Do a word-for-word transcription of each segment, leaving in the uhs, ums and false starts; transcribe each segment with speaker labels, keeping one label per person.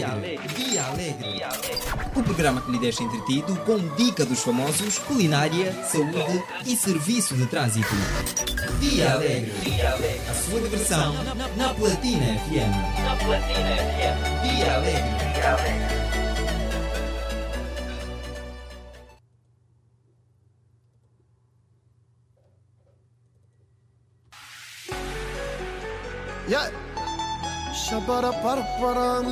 Speaker 1: Alegre. Dia Alegre. O programa que lhe deixa entretido com dica dos famosos, culinária, saúde e serviço de trânsito. Dia Alegre. A sua diversão na Platina F M. Na Platina F M. Dia Alegre. Dia Alegre.
Speaker 2: Yeah. Shabara para para.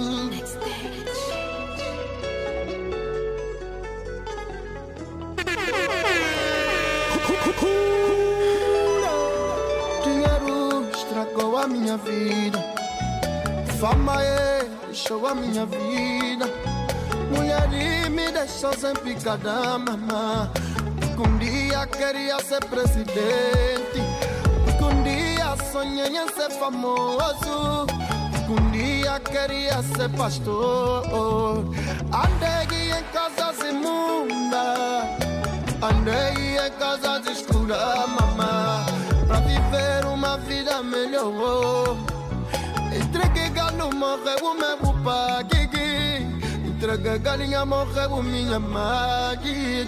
Speaker 2: Dinheiro estragou a minha vida. Fama é deixou a minha vida. Mulher me deixou sem picada, mamã. Um dia queria ser presidente. Um dia sonhei em ser famoso. Um dia queria ser pastor. Andei em casas imundas. Andei em casas escuras, mamá, pra viver uma vida melhor. Entreguei galo, morreu meu pai. Entreguei galinha, morreu minha mãe.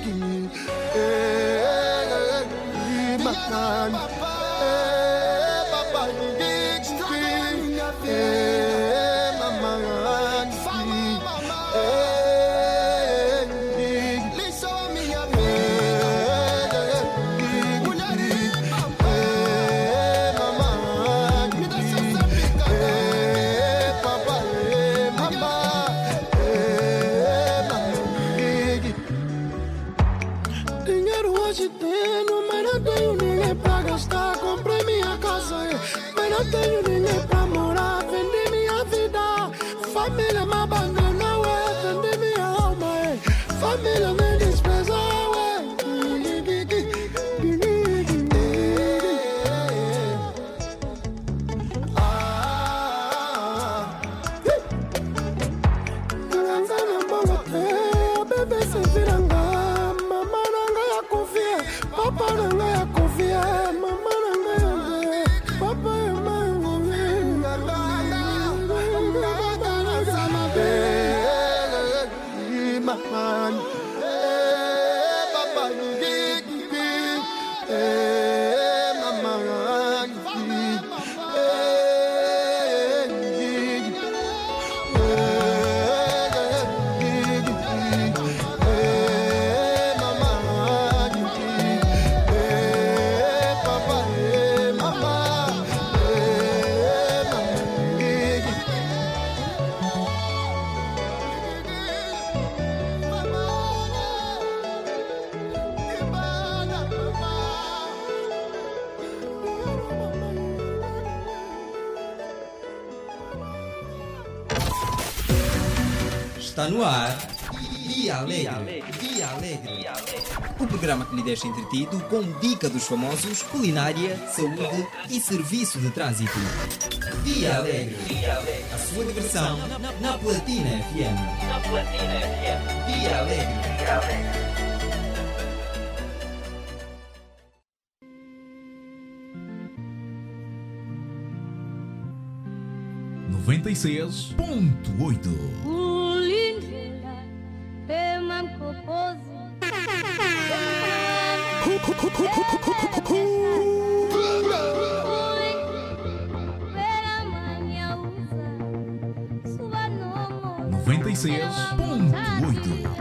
Speaker 2: Bacana. Papai, eh, mamãe, eh, lixo a minha vida, mulher, eh, mamãe, me deixa sem picar, eh, papai, eh, mamãe, eh, mamãe. Dinheiro hoje tenho, mas não tenho ninguém pra gastar. Comprei minha casa, mas não tenho ninguém pra morar. Vendi minha vida, família me abandonou, ué. Vendi minha alma, ué. Família me desprezou, ué. Bebê se viranga, mamãe não ganha confia, papai não ganha confia, mamãe não ganha, papai é mãe. Man, eh, papa, eh, mama,
Speaker 1: Está no ar Dia Alegre. Dia Alegre. O programa que lhe deixa entretido com dica dos famosos, culinária, saúde e serviço de trânsito. Dia Alegre. A sua diversão na Platina F M. Na Platina F M. Dia Alegre. Dia Alegre.
Speaker 3: noventa e seis ponto oito. noventa e seis ponto oito.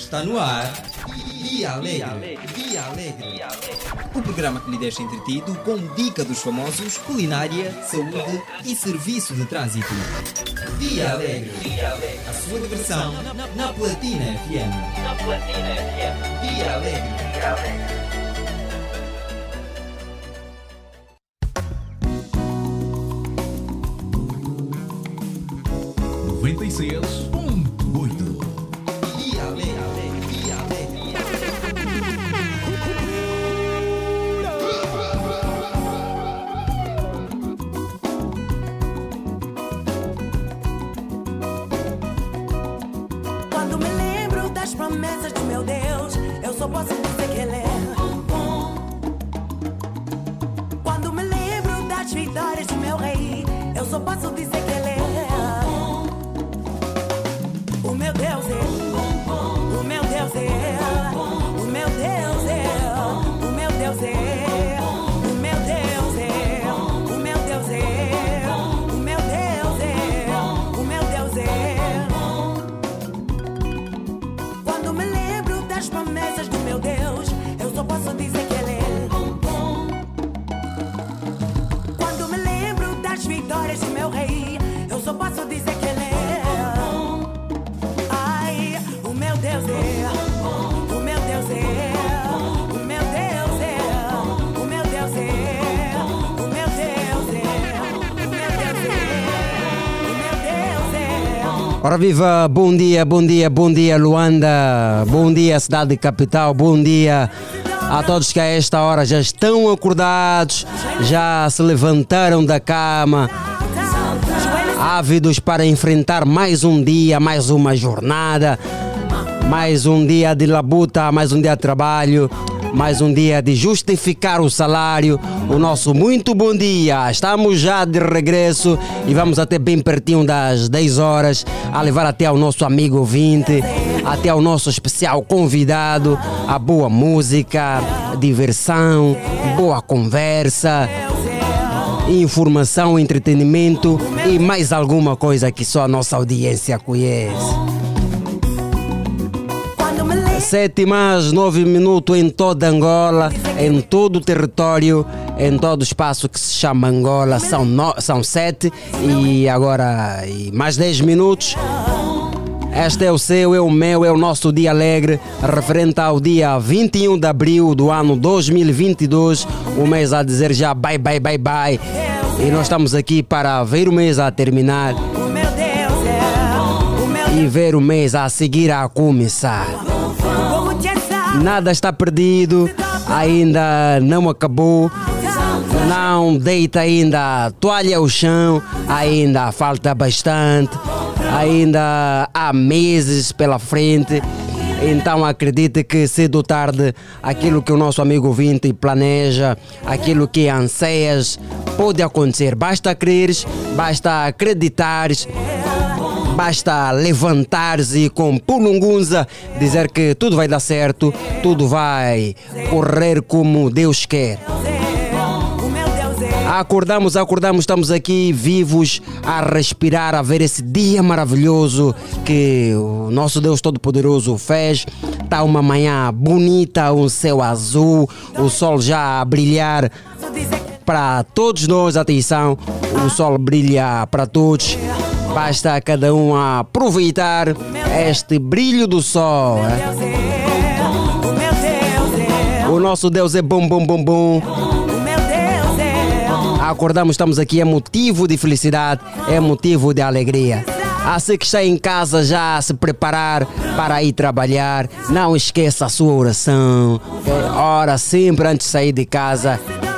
Speaker 1: Está no ar Dia Alegre. Dia Alegre. O programa que lhe deixa entretido com dica dos famosos, culinária, saúde e serviço de trânsito. Dia Alegre. A sua diversão na Platina F M. Na Platina F M. Dia Alegre. Dia Alegre.
Speaker 3: noventa e seis ponto oito.
Speaker 1: Dia Alegre. Dia Alegre.
Speaker 4: Quando me lembro das promessas do meu Deus, eu só posso dizer que Ele é bom. Quando me lembro das vitórias do meu Rei, eu só posso dizer que Ele é bom. O meu Deus é bom. O meu Deus é bom. O meu Deus é bom. O meu Deus é bom. O meu Deus é bom. O meu Deus é bom. O meu Deus é bom. O meu Deus é bom. Quando me lembro das promessas do meu Deus, eu só posso dizer que Ele é bom. Quando me lembro das vitórias do meu Rei, eu só posso dizer que Ele é bom. Ai, o meu Deus é bom. O meu Deus é bom. O meu Deus é bom. O meu Deus é bom. O meu Deus é bom. O meu Deus é bom. O meu Deus é bom.
Speaker 5: Ora viva, bom dia, bom dia, bom dia Luanda, bom dia cidade capital, bom dia a todos que a esta hora já estão acordados, já se levantaram da cama, ávidos para enfrentar mais um dia, mais uma jornada, mais um dia de labuta, mais um dia de trabalho, mais um dia de justificar o salário. O nosso muito bom dia, estamos já de regresso e vamos até bem pertinho das dez horas a levar até ao nosso amigo ouvinte, até ao nosso especial convidado, a boa música, diversão, boa conversa, informação, entretenimento e mais alguma coisa que só a nossa audiência conhece. Sete mais nove minutos em toda Angola, em todo o território, em todo o espaço que se chama Angola, são, no, são sete e agora e mais dez minutos. Este é o seu, é o meu, é o nosso Dia Alegre, referente ao dia vinte e um de abril do ano dois mil e vinte e dois, o mês a dizer já bye, bye, bye, bye. E nós estamos aqui para ver o mês a terminar e ver o mês a seguir a começar. Nada está perdido, ainda não acabou, não deita ainda a toalha ao chão, ainda falta bastante, ainda há meses pela frente. Então acredite que cedo ou tarde aquilo que o nosso amigo ouvinte planeja, aquilo que anseias, pode acontecer. Basta creres, basta acreditares, basta levantar-se e com pulungunza dizer que tudo vai dar certo, tudo vai correr como Deus quer. Acordamos, acordamos, estamos aqui vivos a respirar, a ver esse dia maravilhoso que o nosso Deus Todo-Poderoso fez. Está uma manhã bonita, um céu azul, o sol já a brilhar para todos nós. Atenção, o sol brilha para todos. Basta cada um aproveitar este brilho do sol. É? O nosso Deus é bom, bom, bom, bom. Acordamos, estamos aqui, é motivo de felicidade, é motivo de alegria. Assim que está em casa já a se preparar para ir trabalhar, não esqueça a sua oração. Ora sempre antes de sair de casa.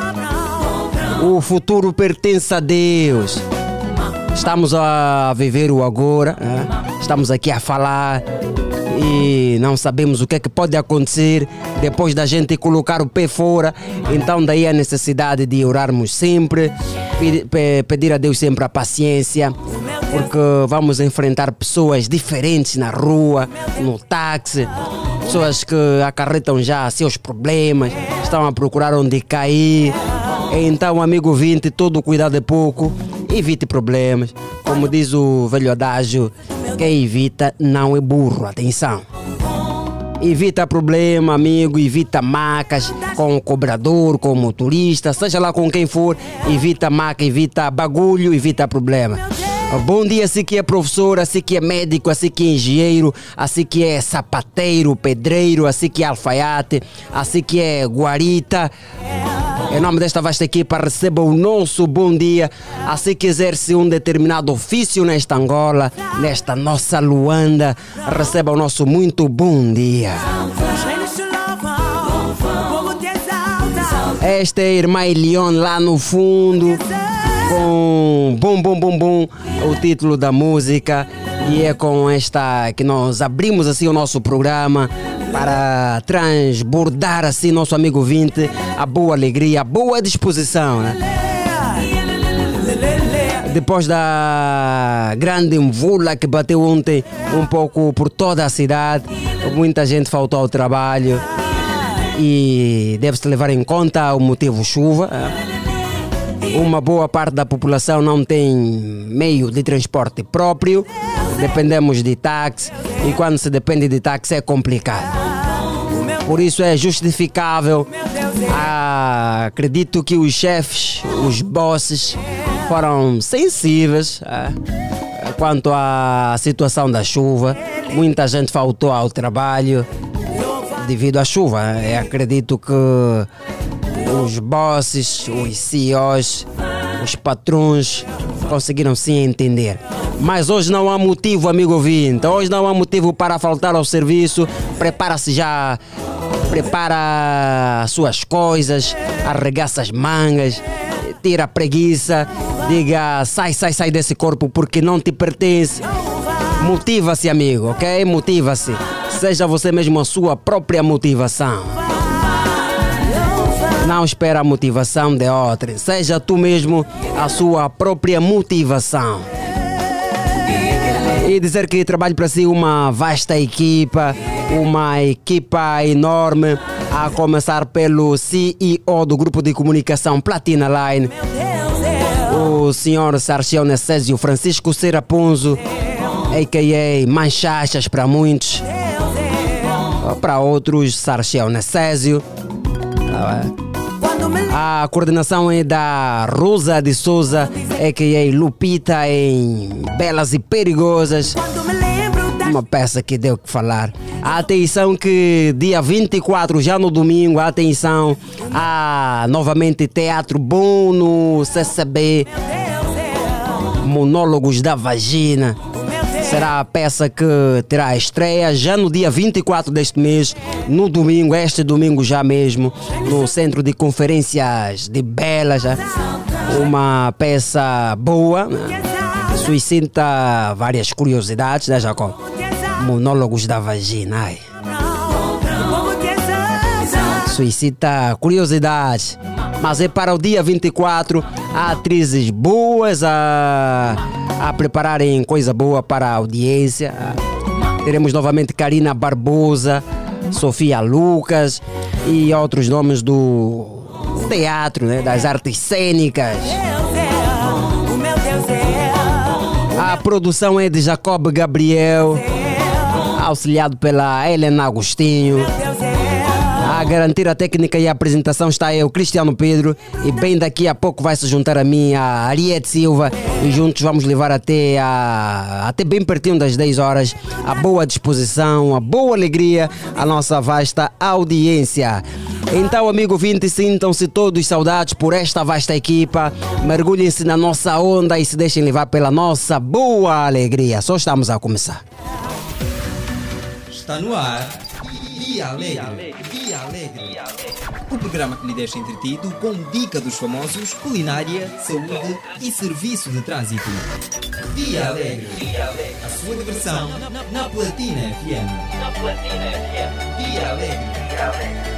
Speaker 5: O futuro pertence a Deus. Estamos a viver o agora, né? Estamos aqui a falar e não sabemos o que é que pode acontecer depois da gente colocar o pé fora. Então daí a necessidade de orarmos sempre, pedir a Deus sempre a paciência, porque vamos enfrentar pessoas diferentes na rua, no táxi, pessoas que acarretam já seus problemas, estão a procurar onde cair. Então, amigo ouvinte, todo cuidado é pouco, evite problemas. Como diz o velho adágio, quem evita não é burro. Atenção. Evita problema, amigo, evita macas com o cobrador, com o motorista, seja lá com quem for, evita maca, evita bagulho, evita problema. Bom dia, assim que é professor, assim que é médico, assim que é engenheiro, assim que é sapateiro, pedreiro, assim que é alfaiate, assim que é guarita. Em nome desta vasta equipa, receba o nosso bom dia. Assim que exerce um determinado ofício nesta Angola, nesta nossa Luanda, receba o nosso muito bom dia. Esta é a irmã Elion lá no fundo, com Bom Bom Bom Bom, o título da música. E é com esta que nós abrimos assim o nosso programa para transbordar assim nosso amigo ouvinte a boa alegria, a boa disposição, né? Depois da grande mvula que bateu ontem um pouco por toda a cidade, muita gente faltou ao trabalho e deve-se levar em conta o motivo chuva. Uma boa parte da população não tem meio de transporte próprio, dependemos de táxi e quando se depende de táxi é complicado. Por isso é justificável. Ah, acredito que os chefes, os bosses foram sensíveis ah, quanto à situação da chuva. Muita gente faltou ao trabalho devido à chuva. Eu acredito que os bosses, os C E Os, os patrões conseguiram sim entender. Mas hoje não há motivo, amigo ouvinte. Hoje não há motivo para faltar ao serviço. Prepara-se já, prepara as suas coisas, arregaça as mangas, tira a preguiça, diga sai, sai, sai desse corpo porque não te pertence. Motiva-se, amigo, ok? Motiva-se. Seja você mesmo a sua própria motivação. Não espera a motivação de outrem. Seja tu mesmo a sua própria motivação. E dizer que trabalho para si uma vasta equipa, uma equipa enorme, a começar pelo C E O do grupo de comunicação Platina Line, o senhor Sarchel Necésio Francisco Serapunzo, a k a. Manchachas para muitos, para outros Sarchel Necésio. A coordenação é da Rosa de Souza, a k a. Lupita, em Belas e Perigosas. Uma peça que deu que falar. Atenção que dia vinte e quatro, já no domingo, atenção, há novamente teatro bom no C C B, Monólogos da Vagina. Será a peça que terá a estreia já no dia vinte e quatro deste mês, no domingo, este domingo já mesmo, no Centro de Conferências de Belas. Uma peça boa, suscita várias curiosidades, né, Jacob? Monólogos da Vagina. Ai. Suscita curiosidades. Mas é para o dia vinte e quatro, há atrizes boas a, a prepararem coisa boa para a audiência. Teremos novamente Karina Barbosa, Sofia Lucas e outros nomes do teatro, né, das artes cênicas. A produção é de Jacob Gabriel, auxiliado pela Helena Agostinho. A garantir a técnica e a apresentação está eu, Cristiano Pedro, e bem daqui a pouco vai se juntar a mim a Ariete Silva e juntos vamos levar até, a, até bem pertinho das dez horas a boa disposição, a boa alegria, a nossa vasta audiência. Então, amigo ouvinte, sintam-se todos saudados por esta vasta equipa, mergulhem-se na nossa onda e se deixem levar pela nossa boa alegria. Só estamos a começar.
Speaker 1: Está no ar Dia Alegre. Dia Alegre. O programa que lhe deixa entretido com dica dos famosos, culinária, saúde e serviço de trânsito. Dia Alegre. A sua diversão na Platina F M. Na Platina F M. Dia Alegre. Dia Alegre.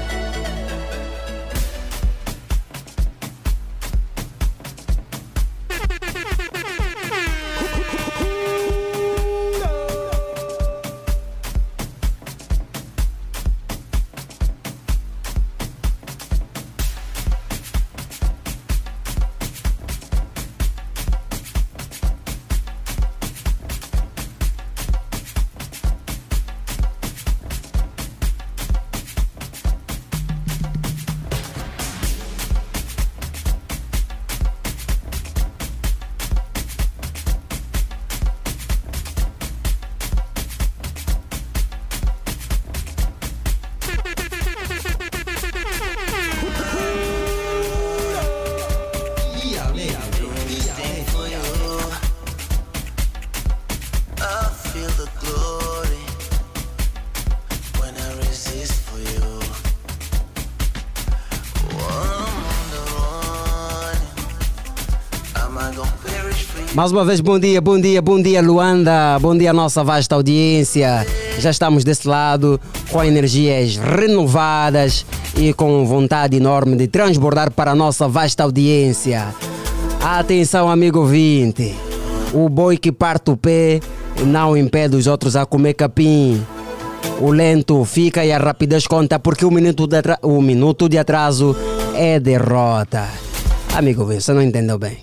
Speaker 5: Mais uma vez, bom dia, bom dia, bom dia Luanda, bom dia nossa vasta audiência. Já estamos desse lado com energias renovadas e com vontade enorme de transbordar para a nossa vasta audiência. Atenção, amigo ouvinte, o boi que parte o pé não impede os outros a comer capim. O lento fica e a rapidez conta, porque o minuto de, atra... o minuto de atraso é derrota. Amigo ouvinte, você não entendeu bem.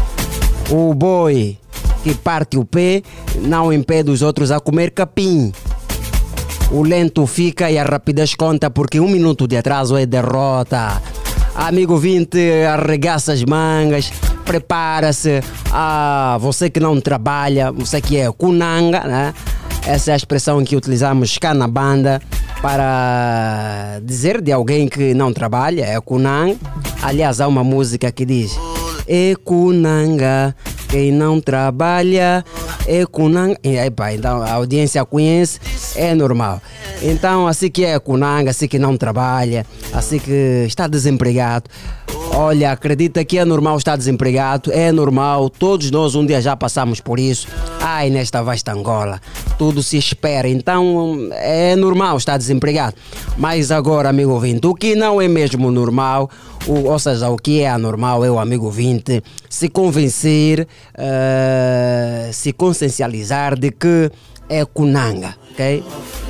Speaker 5: O boi que parte o pé não impede os outros a comer capim. O lento fica e a rapidez conta, porque um minuto de atraso é derrota. Amigo ouvinte, arregaça as mangas, prepara-se. Ah, você que não trabalha, você que é kunanga, né? Essa é a expressão que utilizamos cá na banda para dizer de alguém que não trabalha, é kunanga. Aliás, há uma música que diz: é kunanga, quem não trabalha é kunanga. E aí, pá, então a audiência conhece, é normal. Então, assim que é kunanga, assim que não trabalha, assim que está desempregado, olha, acredita que é normal estar desempregado, é normal, todos nós um dia já passamos por isso. Ai, nesta vasta Angola, tudo se espera, então é normal estar desempregado. Mas agora, amigo ouvinte, o que não é mesmo normal, o, ou seja, o que é anormal é o amigo ouvinte se convencer, uh, se consciencializar de que é kunanga, ok?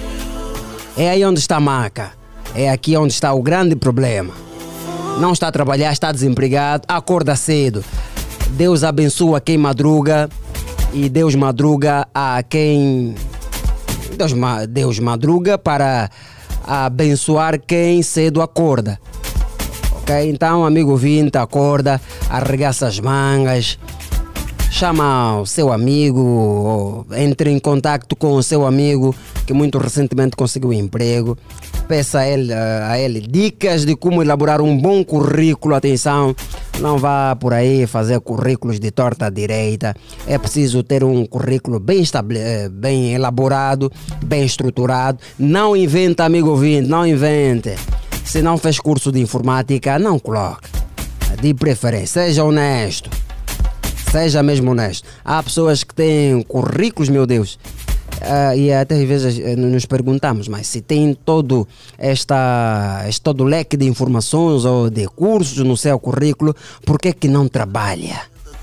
Speaker 5: É aí onde está a maca, é aqui onde está o grande problema. Não está a trabalhar, está desempregado, acorda cedo. Deus abençoa quem madruga e Deus madruga a quem... Deus, Deus madruga para abençoar quem cedo acorda. Ok? Então, amigo ouvinte, acorda, arregaça as mangas, chama o seu amigo, ou entre em contato com o seu amigo que muito recentemente conseguiu um emprego. Peça a ele, a ele dicas de como elaborar um bom currículo. Atenção, não vá por aí fazer currículos de torta à direita. É preciso ter um currículo bem, estable... bem elaborado, bem estruturado. Não inventa, amigo ouvinte, não invente. Se não fez curso de informática, não coloque. De preferência, seja honesto. Seja mesmo honesto. Há pessoas que têm currículos, meu Deus, uh, e até às vezes nos perguntamos, mas se tem todo esta, este todo leque de informações ou de cursos no seu currículo, por que que não trabalha?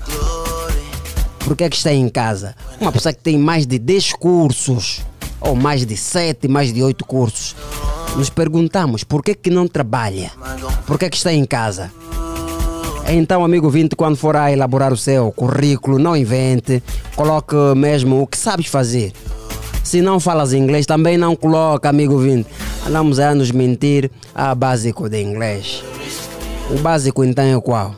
Speaker 5: Por que que está em casa? Uma pessoa que tem mais de dez cursos, ou mais de sete, mais de oito cursos, nos perguntamos, por que que não trabalha? Por que que está em casa? Então, amigo ouvinte, quando for a elaborar o seu currículo, não invente, coloque mesmo o que sabes fazer. Se não falas inglês, também não coloca, amigo ouvinte. Andamos a nos mentir a básico de inglês. O básico então é qual?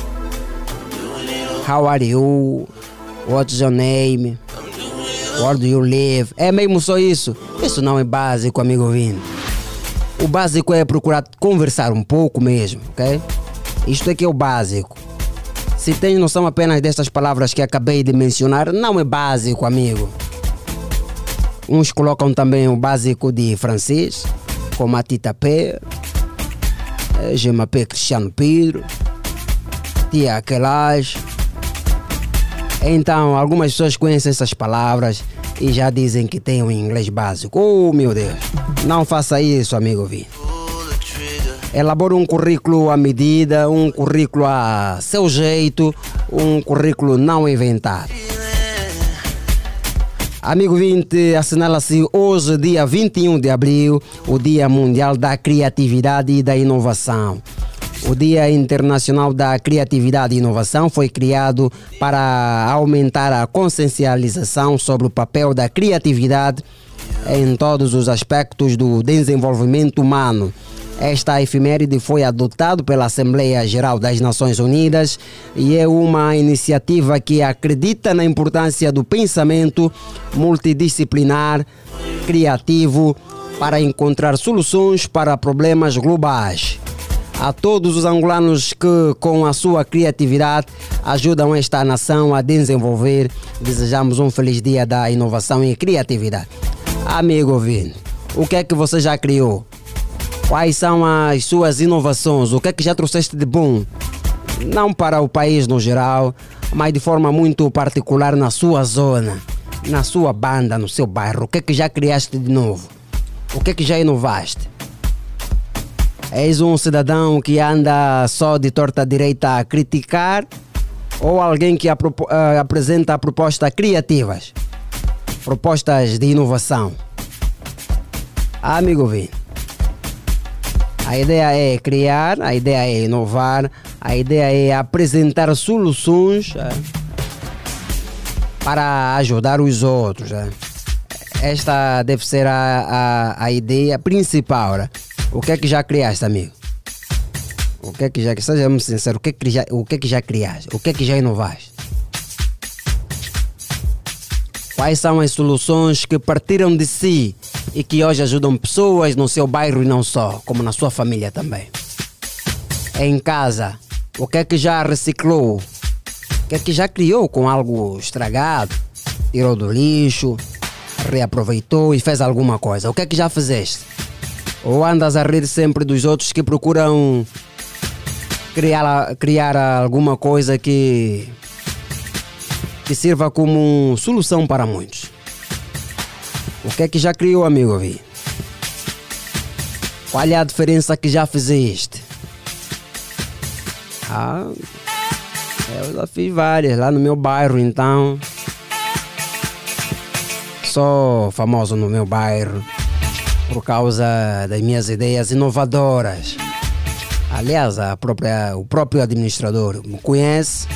Speaker 5: How are you? What's your name? Where do you live? É mesmo só isso? Isso não é básico, amigo ouvinte. O básico é procurar conversar um pouco mesmo, ok? Isto é que é o básico. Se tens noção apenas destas palavras que acabei de mencionar, não é básico, amigo. Uns colocam também o básico de francês, como a Tita Pé, Je m'appelle Cristiano Pedro, Tia Aquelage. Então, algumas pessoas conhecem essas palavras e já dizem que tem um inglês básico. Oh, meu Deus, não faça isso, amigo ouvinte. Elabore um currículo à medida, um currículo a seu jeito, um currículo não inventado. Amigo vinte, assinala-se hoje, dia vinte e um de abril, o Dia Mundial da Criatividade e da Inovação. O Dia Internacional da Criatividade e Inovação foi criado para aumentar a consciencialização sobre o papel da criatividade em todos os aspectos do desenvolvimento humano. Esta efeméride foi adotada pela Assembleia Geral das Nações Unidas e é uma iniciativa que acredita na importância do pensamento multidisciplinar, criativo, para encontrar soluções para problemas globais. A todos os angolanos que, com a sua criatividade, ajudam esta nação a desenvolver, desejamos um feliz dia da inovação e criatividade. Amigo ouvinte, o que é que você já criou? Quais são as suas inovações? O que é que já trouxeste de bom? não para o país no geral, mas de forma muito particular na sua zona, na sua banda, no seu bairro? O que é que já criaste de novo? O que é que já inovaste? És um cidadão que anda só de torta à direita a criticar, ou alguém que apro- uh, apresenta propostas criativas, propostas de inovação? Ah, amigo Vini, a ideia é criar, a ideia é inovar, a ideia é apresentar soluções é, para ajudar os outros. É. Esta deve ser a, a, a ideia principal. É. O que é que já criaste, amigo? O que é que já, seja-me sincero, o que é que já, o que é que já criaste? O que é que já inovaste? Quais são as soluções que partiram de si e que hoje ajudam pessoas no seu bairro e não só, como na sua família também? Em casa, o que é que já reciclou? O que é que já criou com algo estragado? Tirou do lixo, reaproveitou e fez alguma coisa? O que é que já fizeste? Ou andas a rir sempre dos outros que procuram criar, criar alguma coisa que, que sirva como solução para muitos? O que é que já criou, amigo Vi? Qual é a diferença que já fizeste? Ah, eu já fiz várias lá no meu bairro, então sou famoso no meu bairro por causa das minhas ideias inovadoras. Aliás, a própria, o próprio administrador me conhece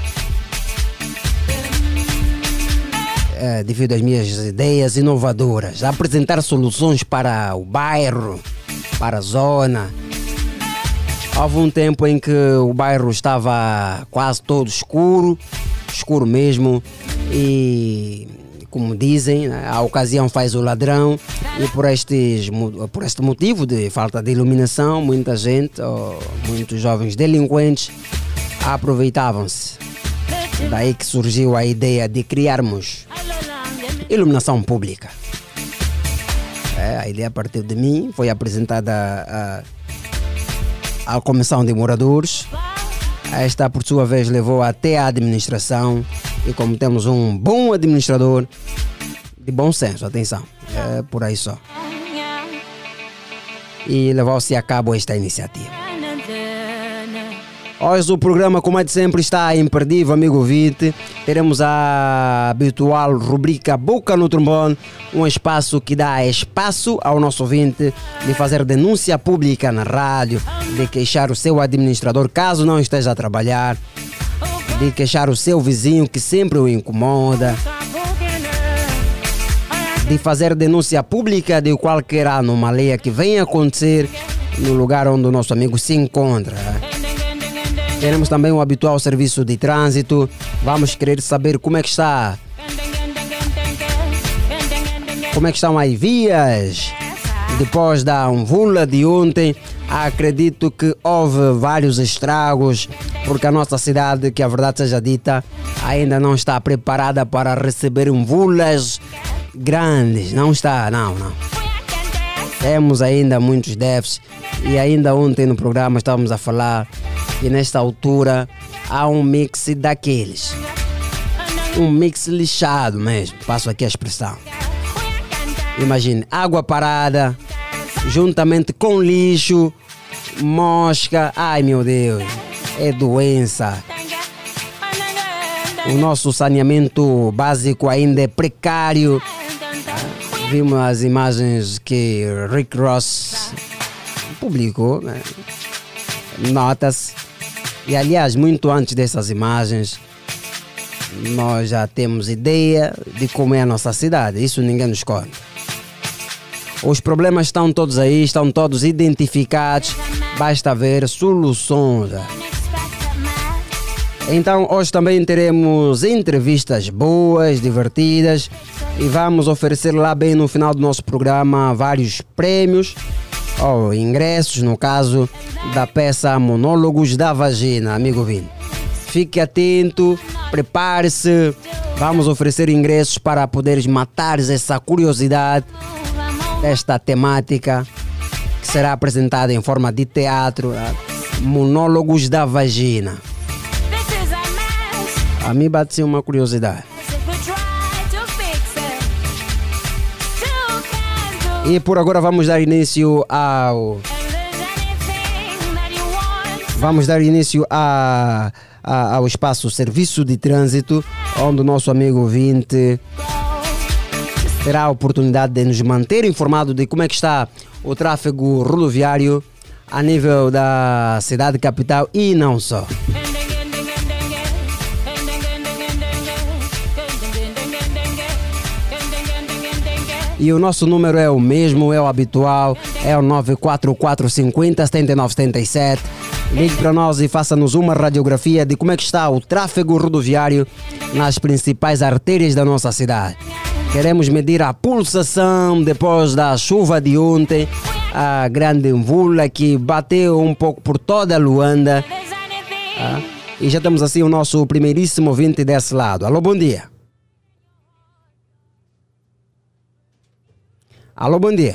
Speaker 5: é, devido às minhas ideias inovadoras, apresentar soluções para o bairro, para a zona. Houve um tempo em que o bairro estava quase todo escuro, escuro mesmo, e como dizem, a ocasião faz o ladrão, e por, estes, por este motivo de falta de iluminação, muita gente, muitos jovens delinquentes aproveitavam-se. Daí que surgiu a ideia de criarmos iluminação pública. É, a ideia partiu de mim, foi apresentada à Comissão de Moradores. Esta, por sua vez, levou até a administração, e como temos um bom administrador de bom senso, atenção, é por aí só, e levou-se a cabo esta iniciativa. Hoje o programa, como é de sempre, está imperdível, amigo ouvinte. Teremos a habitual rubrica Boca no Trombone, um espaço que dá espaço ao nosso ouvinte de fazer denúncia pública na rádio, de queixar o seu administrador caso não esteja a trabalhar, de queixar o seu vizinho que sempre o incomoda, de fazer denúncia pública de qualquer anomalia que venha acontecer no lugar onde o nosso amigo se encontra. Teremos também o habitual serviço de trânsito. Vamos querer saber como é que está. Como é que estão as vias depois da umvula de ontem. Acredito que houve vários estragos, porque a nossa cidade, que a verdade seja dita, ainda não está preparada para receber umvulas grandes. Não está, não, não. Temos ainda muitos déficits, e ainda ontem no programa estávamos a falar que nesta altura há um mix daqueles. Um mix lixado mesmo, passo aqui a expressão. Imagine, água parada, juntamente com lixo, mosca, ai meu Deus, é doença. O nosso saneamento básico ainda é precário. Vimos as imagens que Rick Ross publicou, né? Nota-se. E aliás, muito antes dessas imagens, nós já temos ideia de como é a nossa cidade. Isso ninguém nos conta. Os problemas estão todos aí, estão todos identificados. Basta ver soluções. Então hoje também teremos entrevistas boas, divertidas, e vamos oferecer lá bem no final do nosso programa vários prêmios ou ingressos, no caso da peça Monólogos da Vagina, amigo Vini. Fique atento, prepare-se, vamos oferecer ingressos para poderes matar essa curiosidade desta temática que será apresentada em forma de teatro, Monólogos da Vagina. A mim bate-se uma curiosidade. E por agora vamos dar início ao... Vamos dar início a, a, ao espaço Serviço de Trânsito, onde o nosso amigo ouvinte terá a oportunidade de nos manter informado de como é que está o tráfego rodoviário a nível da cidade capital e não só. E o nosso número é o mesmo, é o habitual, é o nove quatro quatro cinco zero sete nove sete sete. Ligue para nós e faça-nos uma radiografia de como é que está o tráfego rodoviário nas principais artérias da nossa cidade. Queremos medir a pulsação depois da chuva de ontem, a grande mvula que bateu um pouco por toda a Luanda. Ah, e já temos assim o nosso primeiríssimo ouvinte desse lado. Alô, bom dia. Alô, bom dia.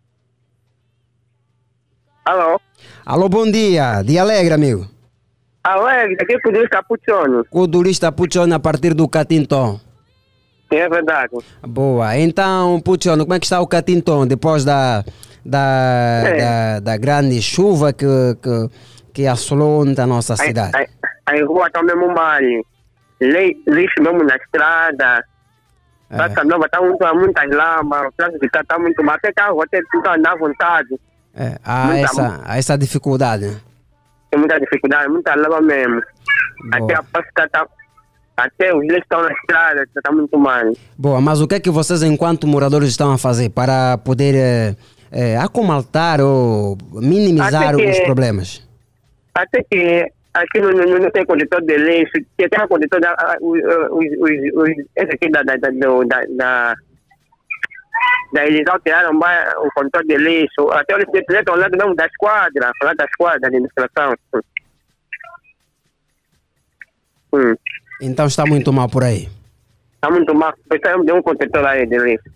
Speaker 6: Alô?
Speaker 5: Alô, bom dia. Dia alegre, amigo.
Speaker 6: Alegre, aqui é o Cudurista Puccioni.
Speaker 5: Cudurista Puccioni a partir do Catinton.
Speaker 6: É verdade.
Speaker 5: Boa. Então, Puccioni, como é que está o Catinton depois da, da,
Speaker 6: é.
Speaker 5: da, da grande chuva que, que, que assolou a nossa cidade?
Speaker 6: A, a, a rua está mesmo mal. Lixo mesmo na estrada.
Speaker 5: É.
Speaker 6: Praça Nova está muito, muitas lamas. O trânsito está muito mal. Até carro até não andar à vontade.
Speaker 5: É, há, essa, há essa dificuldade.
Speaker 6: Tem muita dificuldade, muita lama mesmo.
Speaker 5: Boa.
Speaker 6: Até a pasta está... Até os lixos estão na estrada, está muito mal.
Speaker 5: Boa, mas o que é que vocês, enquanto moradores, estão a fazer para poder é, é, acomaltar ou minimizar
Speaker 6: que,
Speaker 5: os problemas?
Speaker 6: Até que aqui não, não, não tem condutor de lixo, que tem um condutor da... Os, os, os, esse aqui da... da, da, da, da da eles alteraram o condutor de lixo. Até eles estão ao lado mesmo da esquadra, ao lado da esquadra de administração. Hum.
Speaker 5: Então está muito mal por aí.
Speaker 6: Está muito mal. Precisamos de um condutor aí de lixo.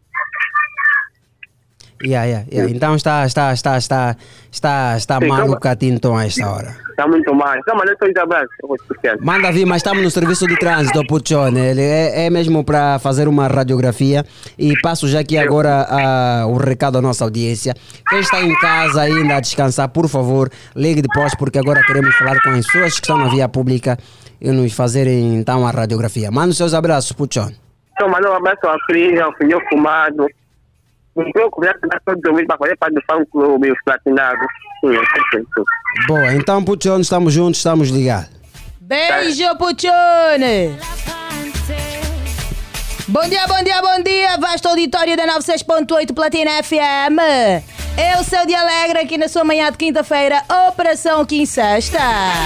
Speaker 5: Yeah, yeah, yeah. Então está, está, está, está, está, está
Speaker 6: Sim,
Speaker 5: mal
Speaker 6: calma.
Speaker 5: o Catinton a esta hora.
Speaker 6: Está muito mal. Calma, não estou abraço.
Speaker 5: Manda vir, mas estamos no serviço de trânsito, Puccioni. Ele é, é mesmo para fazer uma radiografia e passo já aqui agora uh, o recado à nossa audiência. Quem está em casa ainda a descansar, por favor, ligue depois, porque agora queremos falar com as pessoas que estão na via pública e nos fazerem então a radiografia. Manda os seus abraços, Puccioni.
Speaker 6: Então, manda um abraço ao Cris, ao Filho Fumado. Um pouco já está todo dormido para fazer parte do fã clube, os platinados.
Speaker 5: Boa, então Puccioni, estamos juntos, estamos ligados.
Speaker 7: Beijo, Puccioni! Bom dia, bom dia, bom dia, vasto auditório da noventa e seis ponto oito Platina F M. Eu sou o Dia Alegre aqui na sua manhã de quinta-feira, Operação Quincesta.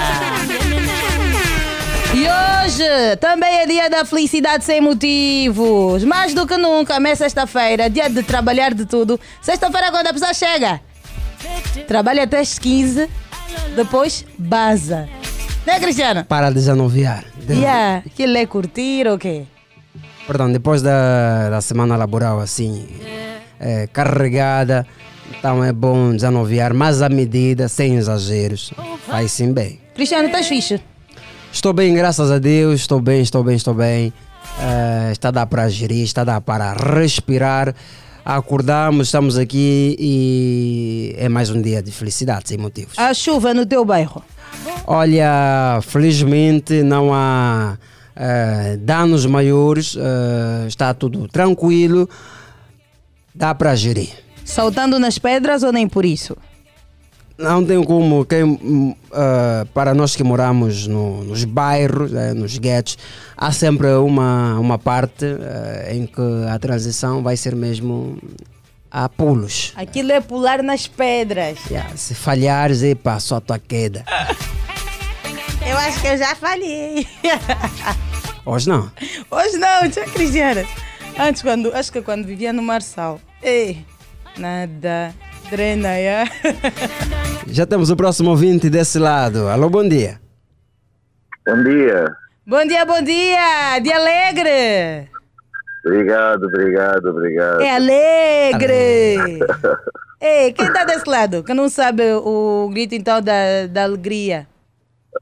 Speaker 7: E hoje também é dia da felicidade sem motivos. Mais do que nunca, mas sexta-feira, dia de trabalhar de tudo. Sexta-feira quando a pessoa chega, trabalha até as quinze, depois baza. Né, Cristiano?
Speaker 5: Para desanuviar. De...
Speaker 7: Yeah, aquilo é curtir ou quê?
Speaker 5: Perdão, depois da, da semana laboral assim, é, carregada, então é bom desanuviar, mas à medida, sem exageros. Faz sim bem.
Speaker 7: Cristiano, estás fixe?
Speaker 5: Estou bem, graças a Deus, estou bem, estou bem, estou bem. Uh, está a dar para gerir, está a dar para respirar. Acordamos, estamos aqui e é mais um dia de felicidade, sem motivos.
Speaker 7: A chuva no teu bairro?
Speaker 5: Olha, felizmente não há uh, danos maiores, uh, está tudo tranquilo, dá para gerir.
Speaker 7: Saltando nas pedras ou nem por isso?
Speaker 5: Não tem como, quem, uh, para nós que moramos no, nos bairros, uh, nos guetos, há sempre uma, uma parte uh, em que a transição vai ser mesmo a pulos.
Speaker 7: Aquilo é pular nas pedras.
Speaker 5: Yeah, se falhares, epa, só a tua queda.
Speaker 7: Eu acho que eu já falhei.
Speaker 5: Hoje não.
Speaker 7: Hoje não, já Cristiana. Antes, quando, acho que quando vivia no Marçal. Ei, nada. Drena, yeah.
Speaker 5: Já temos o próximo ouvinte desse lado. Alô, bom dia.
Speaker 8: Bom dia.
Speaker 7: Bom dia, bom dia. Dia alegre.
Speaker 8: Obrigado, obrigado, obrigado.
Speaker 7: É alegre. Ei, quem está desse lado? Que não sabe o grito então da, da alegria.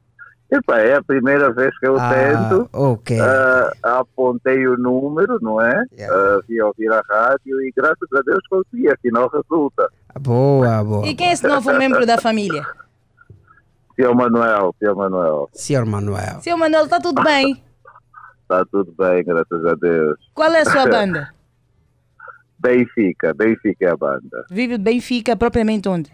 Speaker 8: Epa, é a primeira vez que eu
Speaker 5: Ah,
Speaker 8: tento.
Speaker 5: ok.
Speaker 8: Ah, apontei o número, não é?
Speaker 5: Yeah.
Speaker 8: Ah, vi ouvir a rádio e graças a Deus consegui, afinal resulta.
Speaker 5: Boa, boa.
Speaker 7: E quem é esse novo membro da família?
Speaker 8: Seu Manuel, seu Manuel,
Speaker 5: Senhor Manuel.
Speaker 7: Seu Manuel, está tudo bem?
Speaker 8: está tudo bem, graças a Deus.
Speaker 7: Qual é a sua banda?
Speaker 8: Benfica, Benfica é a banda.
Speaker 7: Vive de Benfica, propriamente onde?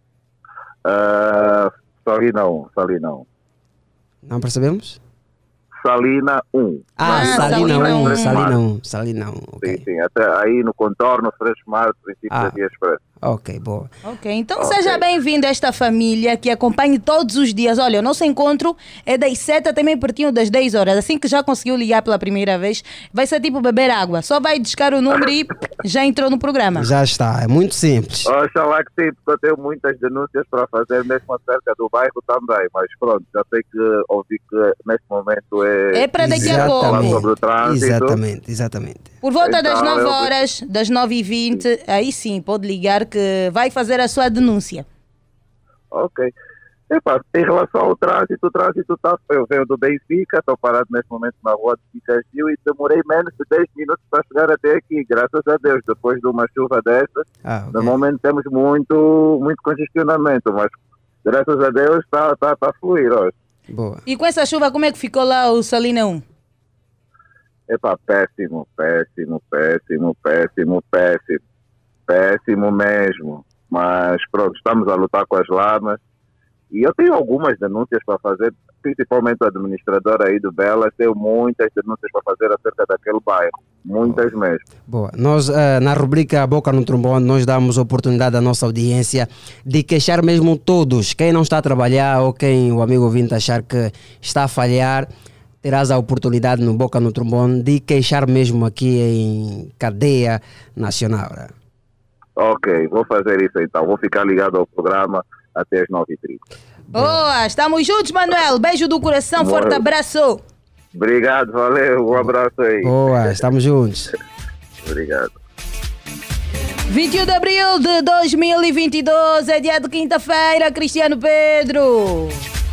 Speaker 8: Ah, Salina um, Salina um.
Speaker 5: Não percebemos?
Speaker 8: Salina um.
Speaker 5: Ah,
Speaker 7: Ah,
Speaker 5: Salina
Speaker 7: Salina
Speaker 5: um,
Speaker 7: um.
Speaker 5: Salina um, Salina um.
Speaker 8: Sim,
Speaker 5: Ok,
Speaker 8: sim, até aí no contorno, Freixo-Mar, princípio
Speaker 5: Ah.
Speaker 8: da Via Expressa.
Speaker 5: ok, boa.
Speaker 7: Ok, então
Speaker 8: Ok.
Speaker 7: seja bem-vindo a esta família que acompanhe todos os dias. Olha, o nosso encontro é das sete até meio pertinho das dez horas. Assim que já conseguiu ligar pela primeira vez, vai ser tipo beber água. Só vai discar o número e já entrou no programa.
Speaker 5: Já está, é muito simples.
Speaker 8: Oxalá que sim, porque eu tenho muitas denúncias para fazer, mesmo acerca do bairro também, mas pronto, já sei que ouvi que neste momento é...
Speaker 7: É para daqui a
Speaker 8: Falar
Speaker 7: pouco.
Speaker 8: sobre o trânsito.
Speaker 5: Exatamente, exatamente.
Speaker 7: Por volta das
Speaker 8: Então,
Speaker 7: nove
Speaker 8: eu-
Speaker 7: horas, das nove e vinte, aí sim, pode ligar que vai fazer a sua denúncia.
Speaker 8: Ok. Epa, em relação ao trânsito, o trânsito está... Eu venho do Benfica, estou parado neste momento na rua de Picasdil e demorei menos de dez minutos para chegar até aqui, graças a Deus, depois de uma chuva dessas.
Speaker 5: Ah, ok.
Speaker 8: No momento temos muito, muito congestionamento, mas graças a Deus está tá, tá a fluir hoje.
Speaker 5: Boa.
Speaker 7: E com essa chuva, como é que ficou lá o Salina um?
Speaker 8: Epá, péssimo, péssimo, péssimo, péssimo, péssimo, péssimo mesmo. Mas pronto, estamos a lutar com as lamas e eu tenho algumas denúncias para fazer, principalmente o administrador aí do Belas, tenho muitas denúncias para fazer acerca daquele bairro, muitas mesmo.
Speaker 5: Boa. Nós, eh, na rubrica Boca no Trombone, nós damos oportunidade à nossa audiência de queixar mesmo todos. Quem não está a trabalhar ou quem o amigo ouvinte achar que está a falhar, terás a oportunidade no Boca no Trombone de queixar mesmo aqui em cadeia nacional. Né?
Speaker 8: Ok, vou fazer isso então, vou ficar ligado ao programa até as nove e trinta.
Speaker 7: Boa, estamos juntos, Manuel. Beijo do coração,
Speaker 8: Boa.
Speaker 7: forte abraço.
Speaker 8: Obrigado, valeu, um abraço aí.
Speaker 5: Boa, estamos juntos.
Speaker 8: Obrigado.
Speaker 7: vinte e um de abril de dois mil e vinte e dois, é dia de quinta-feira, Cristiano Pedro.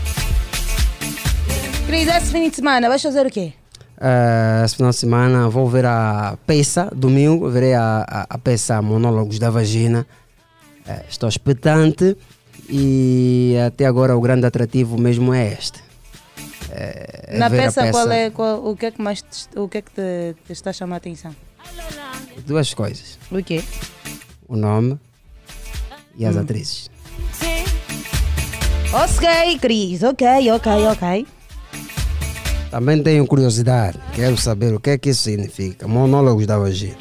Speaker 7: Cris, esse fim de semana vais fazer o quê?
Speaker 5: Uh, esse final de semana vou ver a peça, domingo verei a, a, a peça Monólogos da Vagina. Uh, estou expectante e até agora o grande atrativo mesmo é este. Uh, é
Speaker 7: Na
Speaker 5: ver a
Speaker 7: peça, qual é, qual, o que é que mais te, o que é que te, te está a chamar a atenção?
Speaker 5: Duas coisas,
Speaker 7: O quê?
Speaker 5: o nome e
Speaker 7: Hum.
Speaker 5: as atrizes.
Speaker 7: Ok, Cris, ok, ok, ok.
Speaker 5: Também tenho curiosidade, quero saber o que é que isso significa, Monólogos da Vagina.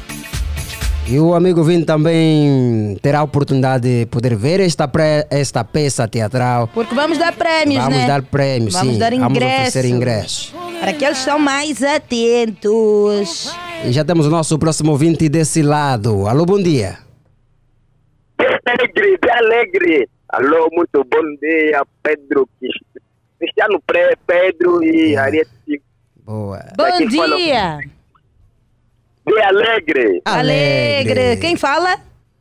Speaker 5: E o amigo Vini também terá a oportunidade de poder ver esta, pré, esta peça teatral.
Speaker 7: Porque vamos dar prémios,
Speaker 5: Vamos
Speaker 7: né?
Speaker 5: dar prémios,
Speaker 7: Vamos
Speaker 5: sim.
Speaker 7: dar
Speaker 5: Vamos
Speaker 7: ingressos.
Speaker 5: oferecer ingressos.
Speaker 7: Para aqueles que estão mais atentos.
Speaker 5: E já temos o nosso próximo ouvinte desse lado. Alô, bom dia.
Speaker 6: Alegre, bem alegre. Alô, muito bom dia, Pedro. Cristiano Pre, Pedro e
Speaker 5: Yeah.
Speaker 6: Ariete.
Speaker 5: Boa.
Speaker 7: Bom
Speaker 6: Daqui fala-
Speaker 7: dia.
Speaker 6: Bem alegre.
Speaker 7: Alegre. Quem fala?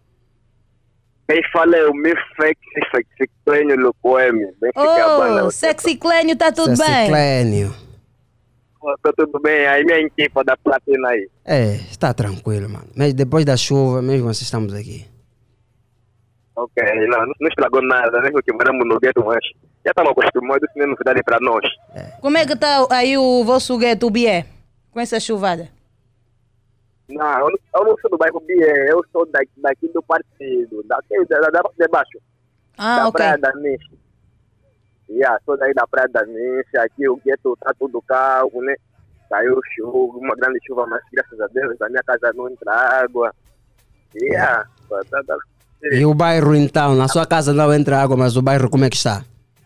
Speaker 6: Quem fala é o meu sexy, sexy clênio no poema. Bem fica a banda.
Speaker 7: Oh, sexy Clênio, tá tudo
Speaker 5: Sexy
Speaker 7: bem?
Speaker 5: Clênio.
Speaker 6: Tá tudo bem, aí minha equipa da platina aí.
Speaker 5: É, está tranquilo, mano. Mas depois da chuva, mesmo assim estamos aqui.
Speaker 6: Ok, não, não, não estragou nada, né? Porque moramos no gueto, mas já estamos acostumados, isso não é novidade para nós.
Speaker 7: Como é que tá aí o vosso gueto, o Bié? Com essa chuvada?
Speaker 6: Não, eu não, eu não sou do bairro Bié, eu sou daqui, daqui do partido, daqui, da, da parte de baixo,
Speaker 7: Ah,
Speaker 6: da
Speaker 7: ok.
Speaker 6: Praia da Niche. Yeah, sou daí da Praia da Niche, aqui o gueto tá tudo calmo, né? Caiu chuva, uma grande chuva, mas graças a Deus, na minha casa não entra água. Yeah, tá, tá,
Speaker 5: E o bairro então? Na sua casa não entra água, mas o bairro como é que está?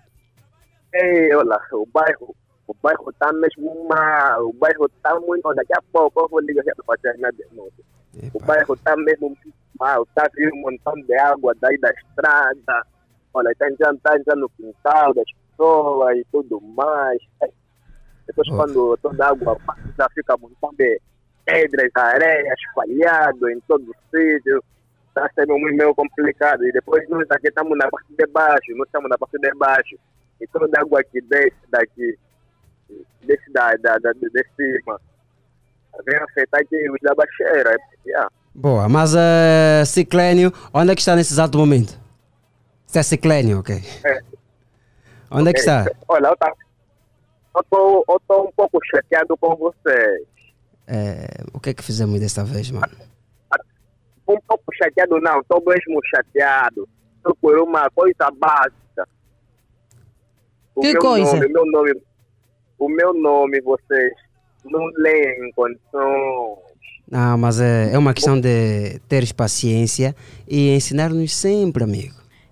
Speaker 6: Ei, olha, o bairro, o bairro tá mesmo mal, o bairro tá muito, daqui a pouco eu vou ligar para fazer a minha denúncia. O bairro tá mesmo mal, tá vindo um montão de água daí da estrada, olha, tá entrando, tá entrando no quintal das pessoas e tudo mais. Depois
Speaker 5: Oh.
Speaker 6: quando toda a água passa, já fica um montão de pedras, areia, espalhado em todo o sítio. Está sendo muito meio complicado. E depois nós aqui estamos na parte de baixo, nós estamos na parte de baixo. e toda a água que desce daqui, desce da, da, da, de cima, vem afetar aqui os da baixeira. É, yeah.
Speaker 5: Boa, mas uh, Ciclênio, onde é que está nesse exato momento? Se é Ciclênio, ok.
Speaker 6: É.
Speaker 5: Onde é que está?
Speaker 6: Olha, eu tá, estou um pouco chateado com vocês.
Speaker 5: É, o que é que fizemos desta vez, mano?
Speaker 6: Um pouco chateado não, estou mesmo chateado. Estou por uma coisa básica. O
Speaker 7: que
Speaker 6: meu
Speaker 7: coisa?
Speaker 6: Nome, meu nome, o meu nome vocês não leem em condições.
Speaker 5: Não, mas é, é uma questão de teres paciência e ensinar-nos sempre, amigo.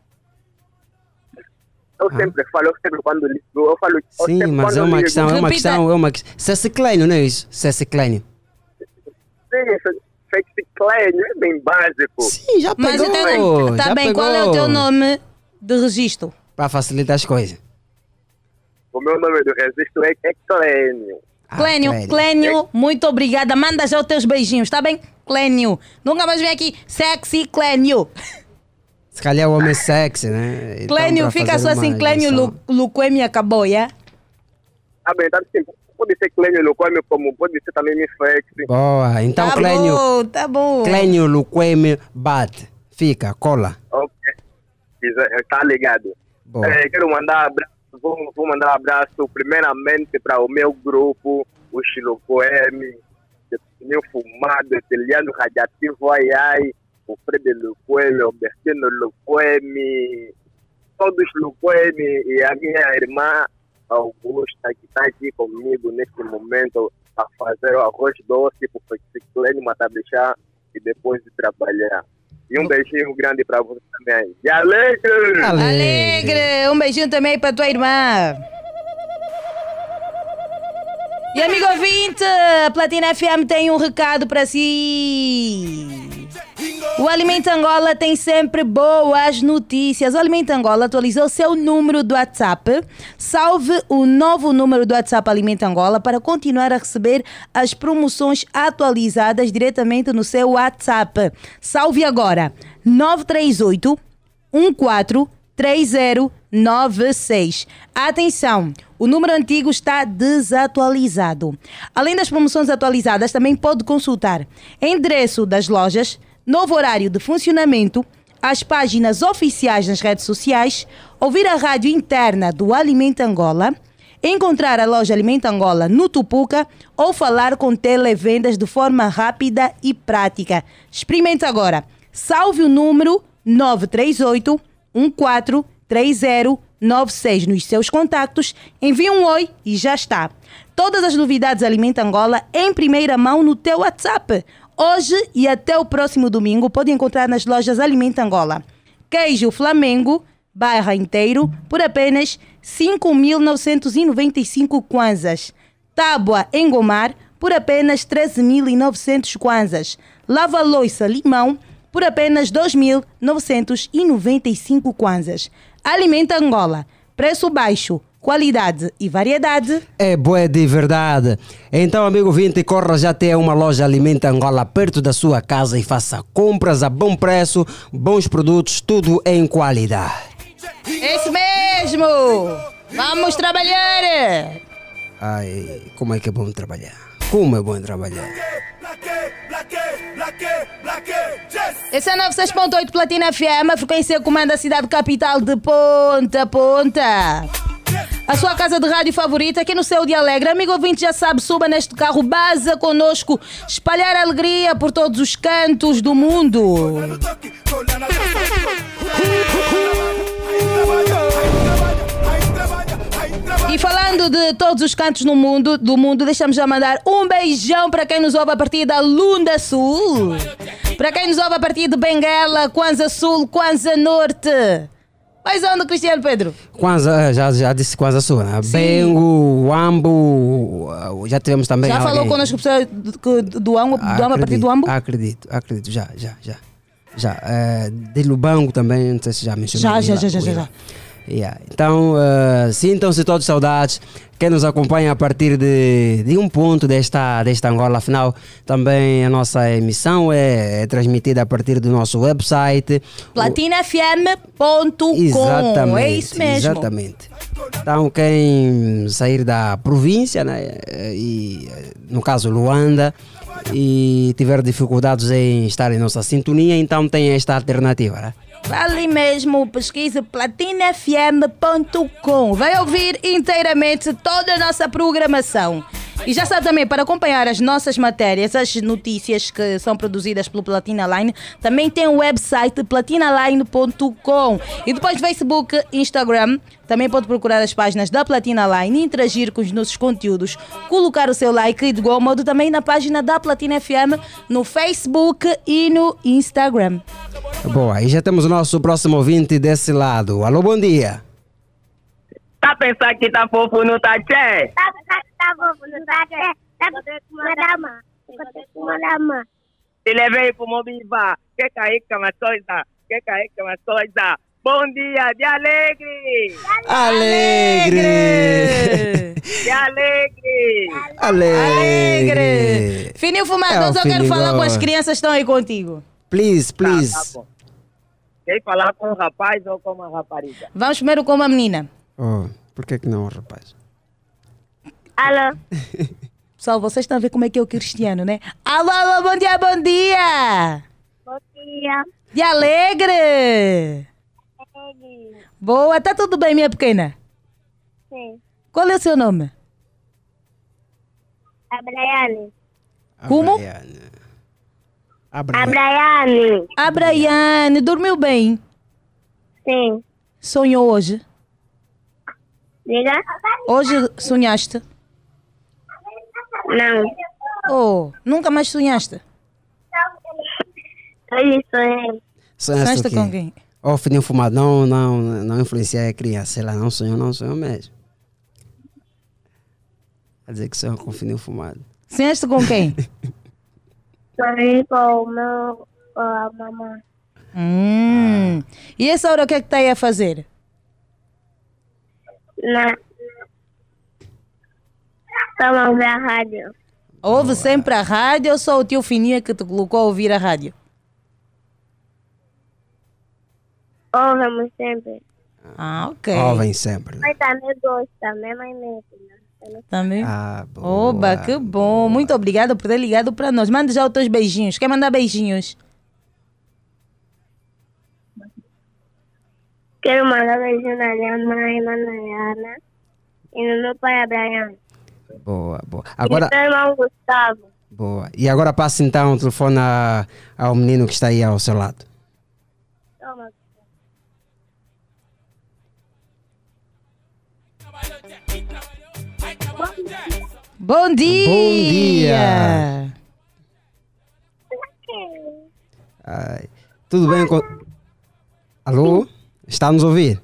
Speaker 6: Eu ah. sempre falo, eu sempre quando ligo, eu falo... Eu
Speaker 5: Sim, mas é uma
Speaker 6: ligo,
Speaker 5: questão, é uma questão, é uma questão. Se é Ciclênio, não é isso? Se é Ciclênio.
Speaker 6: Sim, Ciclênio é bem básico.
Speaker 5: Sim, já pegou.
Speaker 7: Mas então, tá
Speaker 5: já
Speaker 7: bem,
Speaker 5: pegou.
Speaker 7: qual é o teu nome de registro?
Speaker 5: Para facilitar as coisas.
Speaker 6: O meu nome do registro é Clênio.
Speaker 5: Ah,
Speaker 7: Clênio,
Speaker 5: Clênio.
Speaker 7: Clênio, muito obrigada. Manda já os teus beijinhos, tá bem? Clênio. Nunca mais vem aqui. Sexy Clênio.
Speaker 5: Se calhar o homem é sexy, né? Então,
Speaker 7: Clênio,
Speaker 5: para
Speaker 7: fica
Speaker 5: fazer
Speaker 7: só assim.
Speaker 5: uma
Speaker 7: Clênio
Speaker 5: ligação.
Speaker 7: Lu, Luquemi acabou, já?
Speaker 6: Ah, bem, tá assim, pode ser Clênio Luquemi, como pode ser também me sexy.
Speaker 5: Boa, então
Speaker 7: Tá
Speaker 5: Clênio,
Speaker 7: bom, tá bom.
Speaker 5: Clênio Luquemi bate. Fica, cola.
Speaker 6: Ok. Tá ligado.
Speaker 5: Boa.
Speaker 6: É, quero mandar abraço, vou, vou mandar um abraço primeiramente para o meu grupo, o Chilocoemi, meu fumado, Teliano Radiativo, ai ai, o Fred Luquemi, o Bertino Luquemi, todos Luquemi e a minha irmã Augusta, que está aqui comigo neste momento a fazer o arroz doce para o Ciclênio Matabrixá e depois de trabalhar. E um beijinho grande para você também. E alegre!
Speaker 7: Alegre! Um beijinho também para tua irmã. E amigo ouvinte, a Platina F M tem um recado para si. O Alimento Angola tem sempre boas notícias. O Alimento Angola atualizou seu número do WhatsApp. Salve o novo número do WhatsApp Alimento Angola para continuar a receber as promoções atualizadas diretamente no seu WhatsApp. Salve agora nove três oito um quatro três zero nove seis. Atenção, o número antigo está desatualizado. Além das promoções atualizadas, também pode consultar endereço das lojas, novo horário de funcionamento, as páginas oficiais nas redes sociais, ouvir a rádio interna do Alimento Angola, encontrar a loja Alimento Angola no Tupuca ou falar com televendas de forma rápida e prática. Experimente agora. Salve o número nove três oito um quatro três zero nove seis nos seus contactos, envie um oi e já está. Todas as novidades Alimento Angola em primeira mão no teu WhatsApp. Hoje e até o próximo domingo pode encontrar nas lojas Alimento Angola. Queijo Flamengo, barra inteiro, por apenas cinco mil novecentos e noventa e cinco kwanzas. Tábua Engomar, por apenas treze mil e novecentos kwanzas. Lava-loiça Limão, por apenas dois mil novecentos e noventa e cinco kwanzas. Alimento Angola, preço baixo, qualidade e variedade.
Speaker 5: É boa de verdade. Então, amigo ouvinte, corra já até uma loja Alimento Angola perto da sua casa e faça compras a bom preço, bons produtos, tudo em qualidade.
Speaker 7: Isso mesmo! Vamos trabalhar!
Speaker 5: Ai, como é que é bom trabalhar? Como é bom trabalhar?
Speaker 7: Esse é noventa e seis ponto oito Platina F M, a frequência comanda a cidade capital de ponta a ponta. A sua casa de rádio favorita aqui no seu dia alegre. Amigo ouvinte, já sabe, suba neste carro, baza conosco, espalhar alegria por todos os cantos do mundo. E falando de todos os cantos no mundo, do mundo, deixamos já mandar um beijão para quem nos ouve a partir da Lunda Sul, para quem nos ouve a partir de Benguela, Kwanza Sul, Kwanza Norte. Mas onde, Cristiano Pedro?
Speaker 5: Kwanza, já, já disse Kwanza Sul, né? Bengo, Uambo, já tivemos também.
Speaker 7: Já falou connosco pessoas do, do Uambo, do Uambo a partir do Uambo?
Speaker 5: Acredito, acredito, já, já, já. Já, é, de Lubango também, não sei se já mencionou.
Speaker 7: Já, já, já, já, já, já.
Speaker 5: Yeah. Então, uh, sintam-se todos saudades. Quem nos acompanha a partir de, de um ponto desta, desta Angola, afinal, também a nossa emissão é, é transmitida a partir do nosso website
Speaker 7: platina f m ponto com.
Speaker 5: Exatamente,
Speaker 7: é isso mesmo.
Speaker 5: Exatamente. Então, quem sair da província, né, e, no caso Luanda, e tiver dificuldades em estar em nossa sintonia, então tem esta alternativa, né?
Speaker 7: Vale mesmo, pesquise platina f m ponto com. Vai ouvir inteiramente toda a nossa programação. E já sabe também, para acompanhar as nossas matérias, as notícias que são produzidas pelo Platina Line, também tem o website platina line ponto com. E depois Facebook, Instagram, também pode procurar as páginas da Platina Line, interagir com os nossos conteúdos, colocar o seu like e de igual modo também na página da Platina F M no Facebook e no Instagram.
Speaker 5: Boa, e já temos o nosso próximo ouvinte desse lado. Alô, bom dia.
Speaker 6: Tá a pensar que tá fofo no tá, tchê?
Speaker 9: Tá a pensar que tá fofo no tá, tchê? Tá com uma dama. Tá com uma dama.
Speaker 6: Te levei pro Mobiva. Que cair com uma coisa. Que cair com uma coisa. Bom dia, de alegre.
Speaker 5: Alegre.
Speaker 6: De alegre.
Speaker 5: Alegre.
Speaker 7: Alegre. Fininho Fumador,
Speaker 5: É
Speaker 7: eu quero
Speaker 5: Fininho.
Speaker 7: falar com as crianças que estão aí contigo.
Speaker 5: Please, please.
Speaker 6: Tá, tá bom. Quer falar com um rapaz ou com uma rapariga?
Speaker 7: Vamos primeiro com uma menina.
Speaker 5: Oh, por que que não, rapaz?
Speaker 9: Alô?
Speaker 7: Pessoal, vocês estão a ver como é que é o Cristiano, né? Alô, alô, bom dia, bom dia.
Speaker 9: Bom dia.
Speaker 7: De alegre. Boa, tá tudo bem, minha pequena?
Speaker 9: Sim.
Speaker 7: Qual é o seu nome?
Speaker 9: A Braiane.
Speaker 7: Como?
Speaker 9: A Braiane.
Speaker 7: A Braiane, dormiu bem?
Speaker 9: Sim.
Speaker 7: Sonhou hoje?
Speaker 9: Diga?
Speaker 7: Hoje sonhaste?
Speaker 9: Não.
Speaker 7: Oh, nunca mais sonhaste?
Speaker 9: Hoje sonhei.
Speaker 7: Sonhaste com quem?
Speaker 5: Oh, Fininho Fumado, não, não, não influenciar a criança. Ela não sonhou, não sonhou mesmo. Quer dizer que sonhou com Fininho Fumado.
Speaker 7: Sonhaste com quem?
Speaker 9: Sonhei com o meu, com a mamãe.
Speaker 7: Hum. E essa hora o que é que está aí a fazer?
Speaker 9: Na... Estamos a ouvir a rádio.
Speaker 7: Ouve sempre a rádio ou só o tio Fininho que te colocou a ouvir a rádio?
Speaker 9: Ouvimos sempre.
Speaker 7: Ah, ok.
Speaker 5: Ouvem sempre.
Speaker 9: Mas também gosta, mesmo aí mesmo.
Speaker 7: Também?
Speaker 5: Ah, boa.
Speaker 7: Oba, que bom. Muito obrigada por ter ligado para nós. Manda já os teus beijinhos. Quer mandar beijinhos?
Speaker 9: Quero mandar beijo na minha mãe, Manayana, e no meu pai, Abraham.
Speaker 5: Boa, boa. Agora,
Speaker 9: E meu irmão, Gustavo.
Speaker 5: boa. E agora passa então o telefone a- ao menino que está aí ao seu lado.
Speaker 9: Toma.
Speaker 7: Bom dia!
Speaker 5: Bom dia! Ai, tudo bem com... Alô? Está a nos ouvir?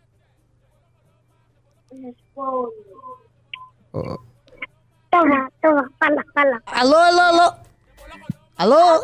Speaker 9: Responde.
Speaker 5: Oh,
Speaker 9: Toma, toma, fala, fala.
Speaker 7: Alô, alô, alô? Alô?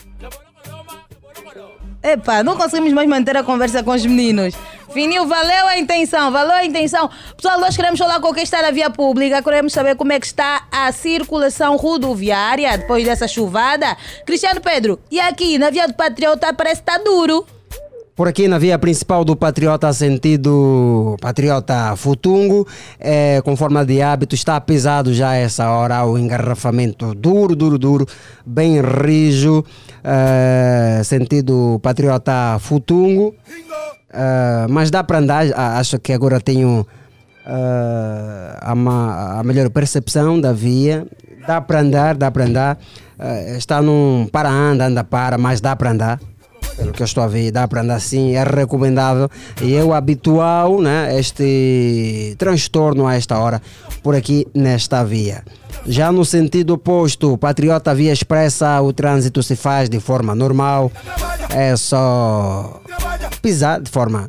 Speaker 7: Epa, não conseguimos mais manter a conversa com os meninos. Fininho, valeu a intenção, valeu a intenção. Pessoal, nós queremos falar com quem está na via pública, queremos saber como é que está a circulação rodoviária depois dessa chuvada. Cristiano Pedro, e aqui na via do Patriota parece que está duro.
Speaker 5: Por aqui na via principal do Patriota, sentido Patriota Futungo, é, conforme de hábito, está pesado já a essa hora o engarrafamento duro, duro, duro, bem rijo, é, sentido Patriota Futungo, é, mas dá para andar, acho que agora tenho é, a, ma, a melhor percepção da via, dá para andar, dá para andar, é, está num para-anda, anda para, mas dá para andar. Pelo que eu estou a ver, dá para andar assim, é recomendável e é o habitual, né, este transtorno a esta hora por aqui nesta via. Já no sentido oposto, Patriota Via Expressa, o trânsito se faz de forma normal, é só pisar de forma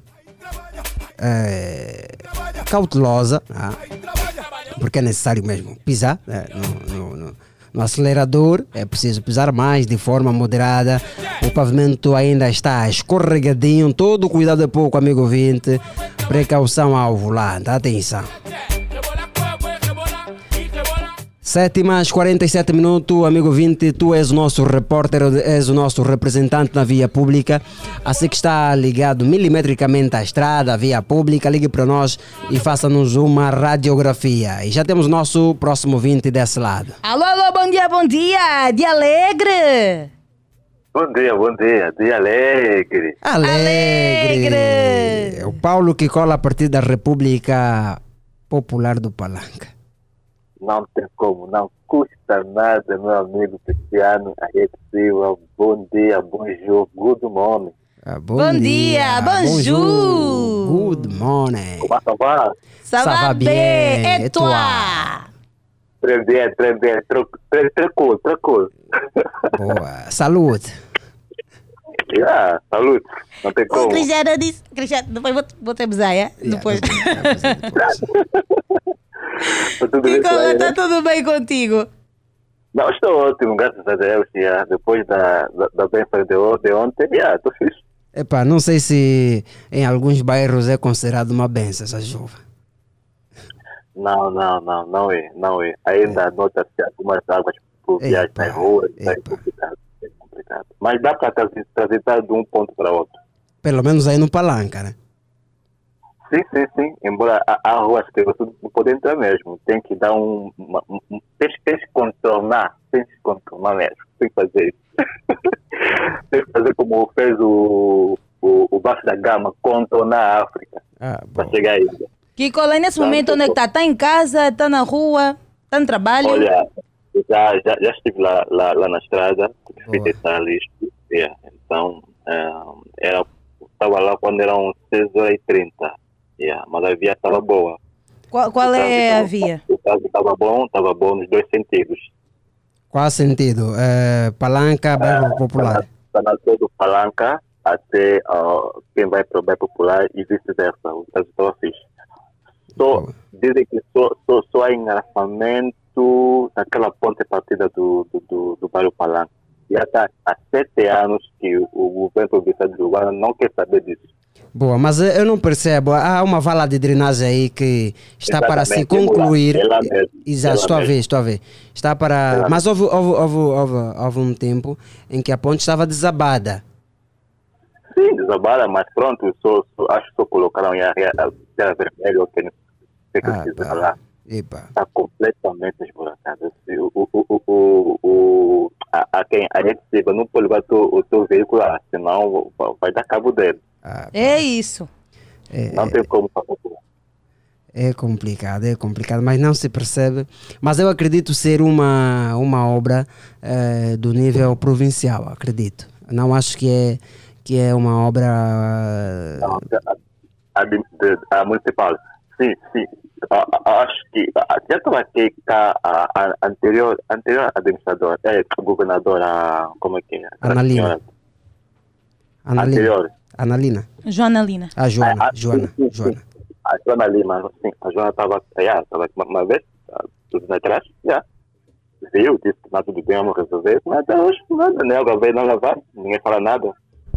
Speaker 5: é, cautelosa, né, porque é necessário mesmo pisar, né, no, no, no No acelerador é preciso pisar mais de forma moderada. O pavimento ainda está escorregadinho. Todo cuidado é pouco, amigo ouvinte. Precaução ao volante. Atenção. Sétima às quarenta e sete minutos, amigo vinte, tu és o nosso repórter, és o nosso representante na via pública. Assim que está ligado milimetricamente à estrada, à via pública, ligue para nós e faça-nos uma radiografia. E já temos o nosso próximo vinte desse lado.
Speaker 7: Alô, alô, bom dia, bom dia, dia alegre.
Speaker 10: Bom dia, bom dia, dia alegre.
Speaker 5: Alegre.
Speaker 7: Alegre.
Speaker 5: É o Paulo que cola a partir da República Popular do Palanca.
Speaker 10: Não tem como, não custa nada, meu amigo Cristiano. Aí é possível. Bom dia, bonjour, good morning.
Speaker 5: Ah, bom,
Speaker 7: Bom
Speaker 5: dia,
Speaker 7: dia, bonjour.
Speaker 5: Good morning.
Speaker 10: Como ça va?
Speaker 7: Ça va bien, et toi?
Speaker 10: Très bien, très bien, très, très, très cool, très cool.
Speaker 5: Boa, saúde.
Speaker 10: Yeah, saúde, não tem
Speaker 7: O
Speaker 10: como.
Speaker 7: Cristiano disse, Cristiano, depois vou, vou ter bezaia, depois.
Speaker 10: Tá tudo bem,
Speaker 7: Como
Speaker 10: né?
Speaker 7: está tudo bem contigo?
Speaker 10: Não, estou ótimo, graças a Deus. Yeah. Depois da, da, da benção de, on- de ontem, yeah, estou fixe.
Speaker 5: Epá, não sei se em alguns bairros é considerado uma benção essa chuva.
Speaker 10: Não, não, não, não é, não é. Ainda nota-se algumas águas pluviais
Speaker 5: Epa,
Speaker 10: nas ruas, é
Speaker 5: epa.
Speaker 10: complicado, é complicado. Mas dá para transi- transitar de um ponto para outro.
Speaker 5: Pelo menos aí no Palanca, né?
Speaker 10: Sim, sim, sim. Embora há, há ruas que você não pode entrar mesmo. Tem que dar um... uma- um, um tens, tens que contornar. Tens que contornar mesmo. Tem que fazer isso. Tem que fazer como fez o, o, o Vasco da Gama, contornar a África.
Speaker 5: Ah,
Speaker 10: Para
Speaker 5: bom.
Speaker 10: chegar aí.
Speaker 7: Kiko, lá nesse
Speaker 10: Não,
Speaker 7: momento, onde é que está? Está em casa, está na rua, está no trabalho?
Speaker 10: Olha, já, já, já estive lá, lá, lá na estrada, fui
Speaker 5: Boa.
Speaker 10: testar lixo. Yeah. Então, ah, era, estava lá quando eram seis horas e trinta. Yeah. Mas a via estava boa.
Speaker 7: Qual, qual é a via?
Speaker 10: O trânsito estava bom, estava bom nos dois sentidos.
Speaker 5: Qual sentido? É, Palanca, bairro popular.
Speaker 10: Está na rua do Palanca até ah, quem vai para o bairro popular e vice-versa. O trânsito estava fixe. Só,
Speaker 5: Boa.
Speaker 10: dizem que só, só, só há engarrafamento naquela ponte partida do, do, do, do bairro Palanca. Já está há sete anos que o, o governo provincial de Luanda não quer saber disso.
Speaker 5: Boa, mas eh, eu não percebo. Há uma vala de drenagem aí que está para se
Speaker 10: Exatamente,
Speaker 5: concluir.
Speaker 10: é lá mesmo,
Speaker 5: Exato,
Speaker 10: é lá
Speaker 5: estou a ver,
Speaker 10: mesmo.
Speaker 5: estou a ver. Está para.
Speaker 10: É lá
Speaker 5: Mas houve, houve, houve, houve, houve um tempo em que a ponte estava desabada.
Speaker 10: Sim, desabaram, mas pronto, só, só, acho que só colocaram a terra vermelha, que não sei o que
Speaker 5: Ah,
Speaker 10: precisa
Speaker 5: pá.
Speaker 10: lá.
Speaker 5: Epa.
Speaker 10: Está completamente esburacado. O, o, o, o, o, a, a quem a gente chega, não pode levar teu, o teu veículo lá, senão vai, vai dar cabo dele.
Speaker 5: Ah,
Speaker 7: É isso.
Speaker 5: é,
Speaker 10: Não tem como fazer.
Speaker 5: é complicado, é complicado, mas não se percebe. Mas eu acredito ser uma, uma obra eh, do nível provincial, acredito. Não acho que é, que é uma obra. eh,
Speaker 10: Não, a, a, de- a municipal, sim, sim. A- a- acho que a- já estava aqui cá a, a anterior, anterior administradora, é, governadora, como é que é? A
Speaker 5: Analina.
Speaker 10: senhora
Speaker 5: Analina.
Speaker 10: Anterior.
Speaker 5: Analina.
Speaker 7: Joana Lina.
Speaker 5: A Joana,
Speaker 10: Ah, ah,
Speaker 5: Joana,
Speaker 10: sim, sim,
Speaker 5: Joana.
Speaker 10: sim. A Joana Lima, sim, a Joana estava estava uma, uma vez, ah, tudo na atrás, já. Viu, disse que nada tudo bem, vamos resolver, mas até hoje nada, né? Agora veio não lavar, ninguém fala nada.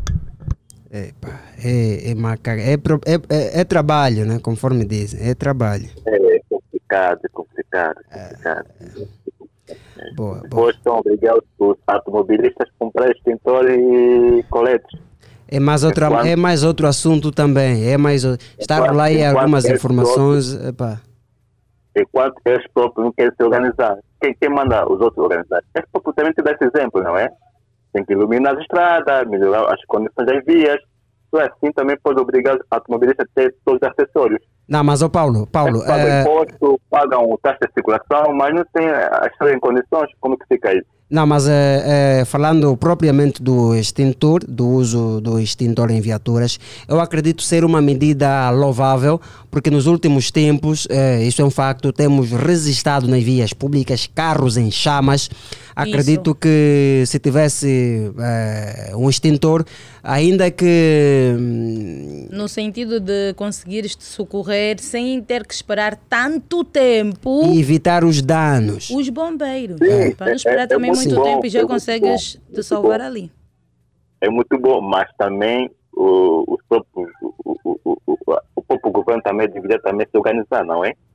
Speaker 5: Epa, é, é, maca... é, pro- é, é, é trabalho, né? Conforme dizem, é trabalho.
Speaker 10: É complicado, é complicado, é complicado.
Speaker 5: Boa, boa.
Speaker 10: Depois estão obrigados os automobilistas a comprar extintor e coletes.
Speaker 5: É mais, outra,
Speaker 10: Enquanto-
Speaker 5: é mais outro assunto também. É mais, o- está
Speaker 10: Enquanto-
Speaker 5: lá aí
Speaker 10: enquanto
Speaker 5: algumas
Speaker 10: esse
Speaker 5: informações. Epá.
Speaker 10: Enquanto eles próprios não querem se organizar. Quem, quem manda os outros organizar? Eles próprios também têm esse exemplo, não é? Tem que iluminar as estradas, melhorar as condições das vias. Só assim também pode obrigar os automobilistas a ter todos os acessórios.
Speaker 5: Não, mas o Paulo, Paulo,
Speaker 10: Eles pagam
Speaker 5: eh,
Speaker 10: imposto, pagam o taxa de circulação, mas não tem a estrada em condições. Como que fica isso?
Speaker 5: não, mas eh, eh, falando propriamente do extintor, do uso do extintor em viaturas, eu acredito ser uma medida louvável, porque nos últimos tempos, eh, isso é um facto, temos registrado nas vias públicas carros em chamas. Acredito que se tivesse eh, um extintor, ainda que hum,
Speaker 7: No sentido de conseguires te socorrer sem ter que esperar tanto tempo
Speaker 5: e evitar os danos.
Speaker 7: os bombeiros.
Speaker 10: Sim,
Speaker 7: Para não
Speaker 10: é-
Speaker 7: esperar
Speaker 10: é
Speaker 7: também
Speaker 10: muito
Speaker 7: muito
Speaker 10: bom,
Speaker 7: tempo e
Speaker 10: é
Speaker 7: já
Speaker 10: muito
Speaker 7: consegues
Speaker 10: bom,
Speaker 7: te
Speaker 10: muito
Speaker 7: salvar
Speaker 10: bom.
Speaker 7: ali.
Speaker 10: É muito bom, mas também o, os próprios, o, o, o, o, o próprio governo também deveria também se organizar, não é?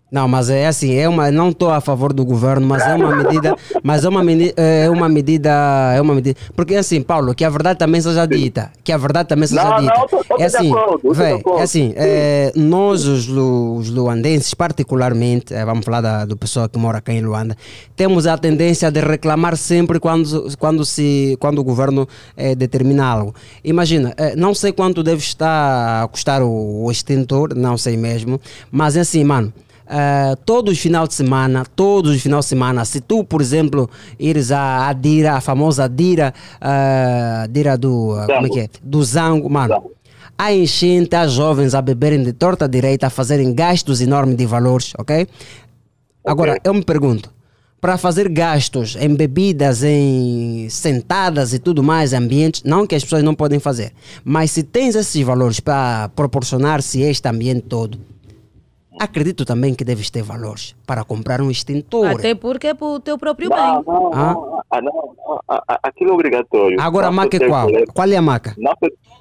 Speaker 5: Não, mas é assim, é uma, não estou a favor do governo, mas é uma medida, mas é uma, medi- é uma medida, é uma medida, porque é assim, Paulo, que a verdade também seja dita, que a verdade também seja
Speaker 10: Não,
Speaker 5: dita.
Speaker 10: não, tô- tô
Speaker 5: é
Speaker 10: de
Speaker 5: assim,
Speaker 10: acordo, tô de
Speaker 5: véi,
Speaker 10: acordo.
Speaker 5: é assim, é, nós os, lu, os luandenses, particularmente, é, vamos falar da, do pessoal que mora aqui em Luanda, temos a tendência de reclamar sempre quando, quando, se, quando o governo é, determina algo. Imagina, é, não sei quanto deve estar a custar o, o extintor, não sei mesmo, mas é assim, mano. Uh, todos os finais de semana, todos os finais de semana, se tu, por exemplo, ires à, à Dira, a famosa Dira, uh, Dira do, uh, como é que é? Do Zango, mano, há enchente, há jovens a beberem de torta à direita, a fazerem gastos enormes de valores, ok? Agora, eu me pergunto, para fazer gastos em bebidas, em sentadas e tudo mais, ambientes, não que as pessoas não podem fazer, mas se tens esses valores para proporcionar-se este ambiente todo, acredito também que deves ter valores para comprar um extintor.
Speaker 7: Até porque é para o teu próprio
Speaker 10: Não,
Speaker 7: bem.
Speaker 10: não,
Speaker 5: Ah.
Speaker 10: não, ah, não, não, ah, ah, aquilo é obrigatório.
Speaker 5: Agora a
Speaker 10: Não
Speaker 5: maca é
Speaker 10: tem
Speaker 5: qual?
Speaker 10: coleta.
Speaker 5: Qual é a maca?
Speaker 10: Não,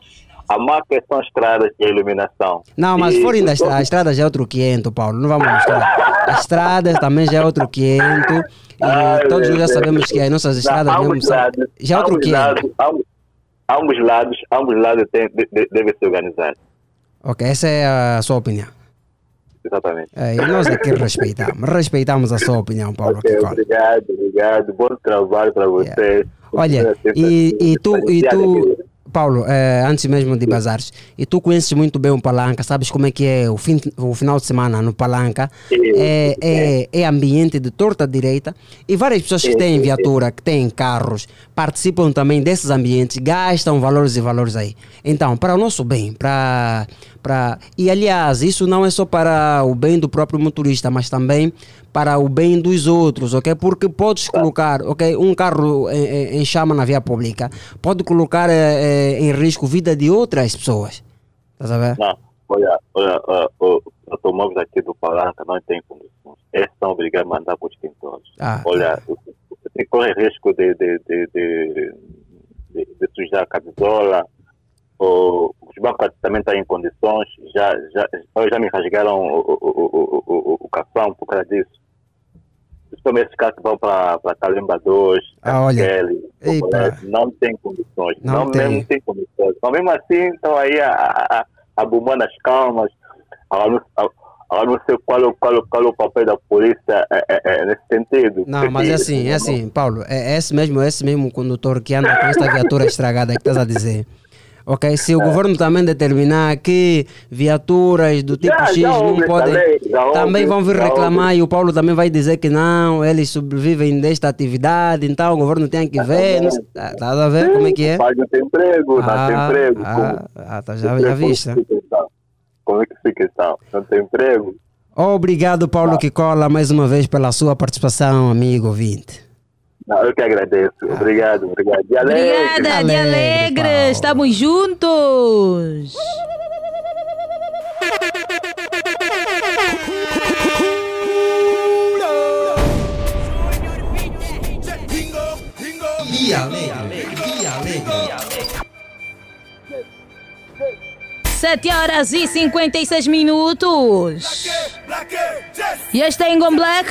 Speaker 10: a maca são estradas de iluminação.
Speaker 5: Não, mas
Speaker 10: E-
Speaker 5: fora da
Speaker 10: e
Speaker 5: estrada, a estrada já é outro quinhentos, Paulo. Não vamos mostrar. As estradas também já é outro quinhentos. E
Speaker 10: Ai,
Speaker 5: todos nós já
Speaker 10: meu
Speaker 5: sabemos
Speaker 10: Deus.
Speaker 5: que as nossas
Speaker 10: Não,
Speaker 5: estradas
Speaker 10: ambos
Speaker 5: mesmo são,
Speaker 10: lados,
Speaker 5: já é outro
Speaker 10: ambos
Speaker 5: quinhentos.
Speaker 10: lados, ambos, ambos lados, ambos lados tem, de, de, devem se organizar.
Speaker 5: Ok, essa é a sua opinião.
Speaker 10: Exatamente.
Speaker 5: É, e nós aqui respeitamos. Respeitamos a sua opinião, Paulo.
Speaker 10: Ok,
Speaker 5: Kikola.
Speaker 10: obrigado, obrigado. Bom trabalho para vocês.
Speaker 5: Olha, e, e tu, e tu Paulo, eh, antes mesmo de bazares, e tu conheces muito bem o Palanca, sabes como é que é o, fim, o final de semana no Palanca? É, é, é ambiente de torta direita e várias pessoas que têm viatura, que têm carros, participam também desses ambientes, gastam valores e valores aí. Então, para o nosso bem, para... para e aliás, isso não é só para o bem do próprio motorista, mas também para o bem dos outros, ok? Porque podes colocar, ok, um carro em, em chama na via pública, pode colocar eh, em risco a vida de outras pessoas. Estás a ver?
Speaker 10: Não, olha, olha, olha, os automóveis aqui do Palanca não têm condições. Eles são obrigados a mandar para os extintores.
Speaker 5: Ah,
Speaker 10: olha, você corre risco de, de, de, de, de, de sujar a camisola. O, os bancos também estão em condições. Já, já, já me rasgaram o, o, o, o, o cação por causa disso. Principalmente esses carros que vão para Calemba dois,
Speaker 5: Ah, olha.
Speaker 10: Kelly, não tem condições.
Speaker 5: Não
Speaker 10: Não,
Speaker 5: tem.
Speaker 10: mesmo tem condições. Mas mesmo assim, estão aí a, a, a bumando as calmas. Agora não, agora não sei qual, é o- qual, é o- qual é o papel da polícia é, é, é, nesse sentido.
Speaker 5: Não, mas é assim, é assim, Paulo, é esse mesmo, esse mesmo condutor que anda com esta viatura estragada que estás a dizer. Ok, se o governo também determinar que viaturas do tipo
Speaker 10: Já-
Speaker 5: X
Speaker 10: já
Speaker 5: não
Speaker 10: houve essa
Speaker 5: podem,
Speaker 10: lei, já houve,
Speaker 5: também vão vir
Speaker 10: já
Speaker 5: reclamar e o Paulo também vai dizer que não, eles sobrevivem desta atividade, então o governo tem que ver. Não sei, tá, tá a ver como é que é?
Speaker 10: Pai não tem emprego, não tem
Speaker 5: Ah,
Speaker 10: emprego.
Speaker 5: ah,
Speaker 10: como-
Speaker 5: ah, tá, já, já viste.
Speaker 10: Como é que fica então? Como é que fica então? Não tem emprego?
Speaker 5: Obrigado, Paulo Kikola, mais uma vez pela sua participação, amigo ouvinte.
Speaker 10: Não, eu que agradeço. Obrigado, obrigado. De alegre.
Speaker 7: Obrigada, de Alegre. Estamos juntos.
Speaker 1: Dia Alegre, Dia Alegre.
Speaker 7: sete horas e cinquenta e seis minutos. E este é Ingon Black.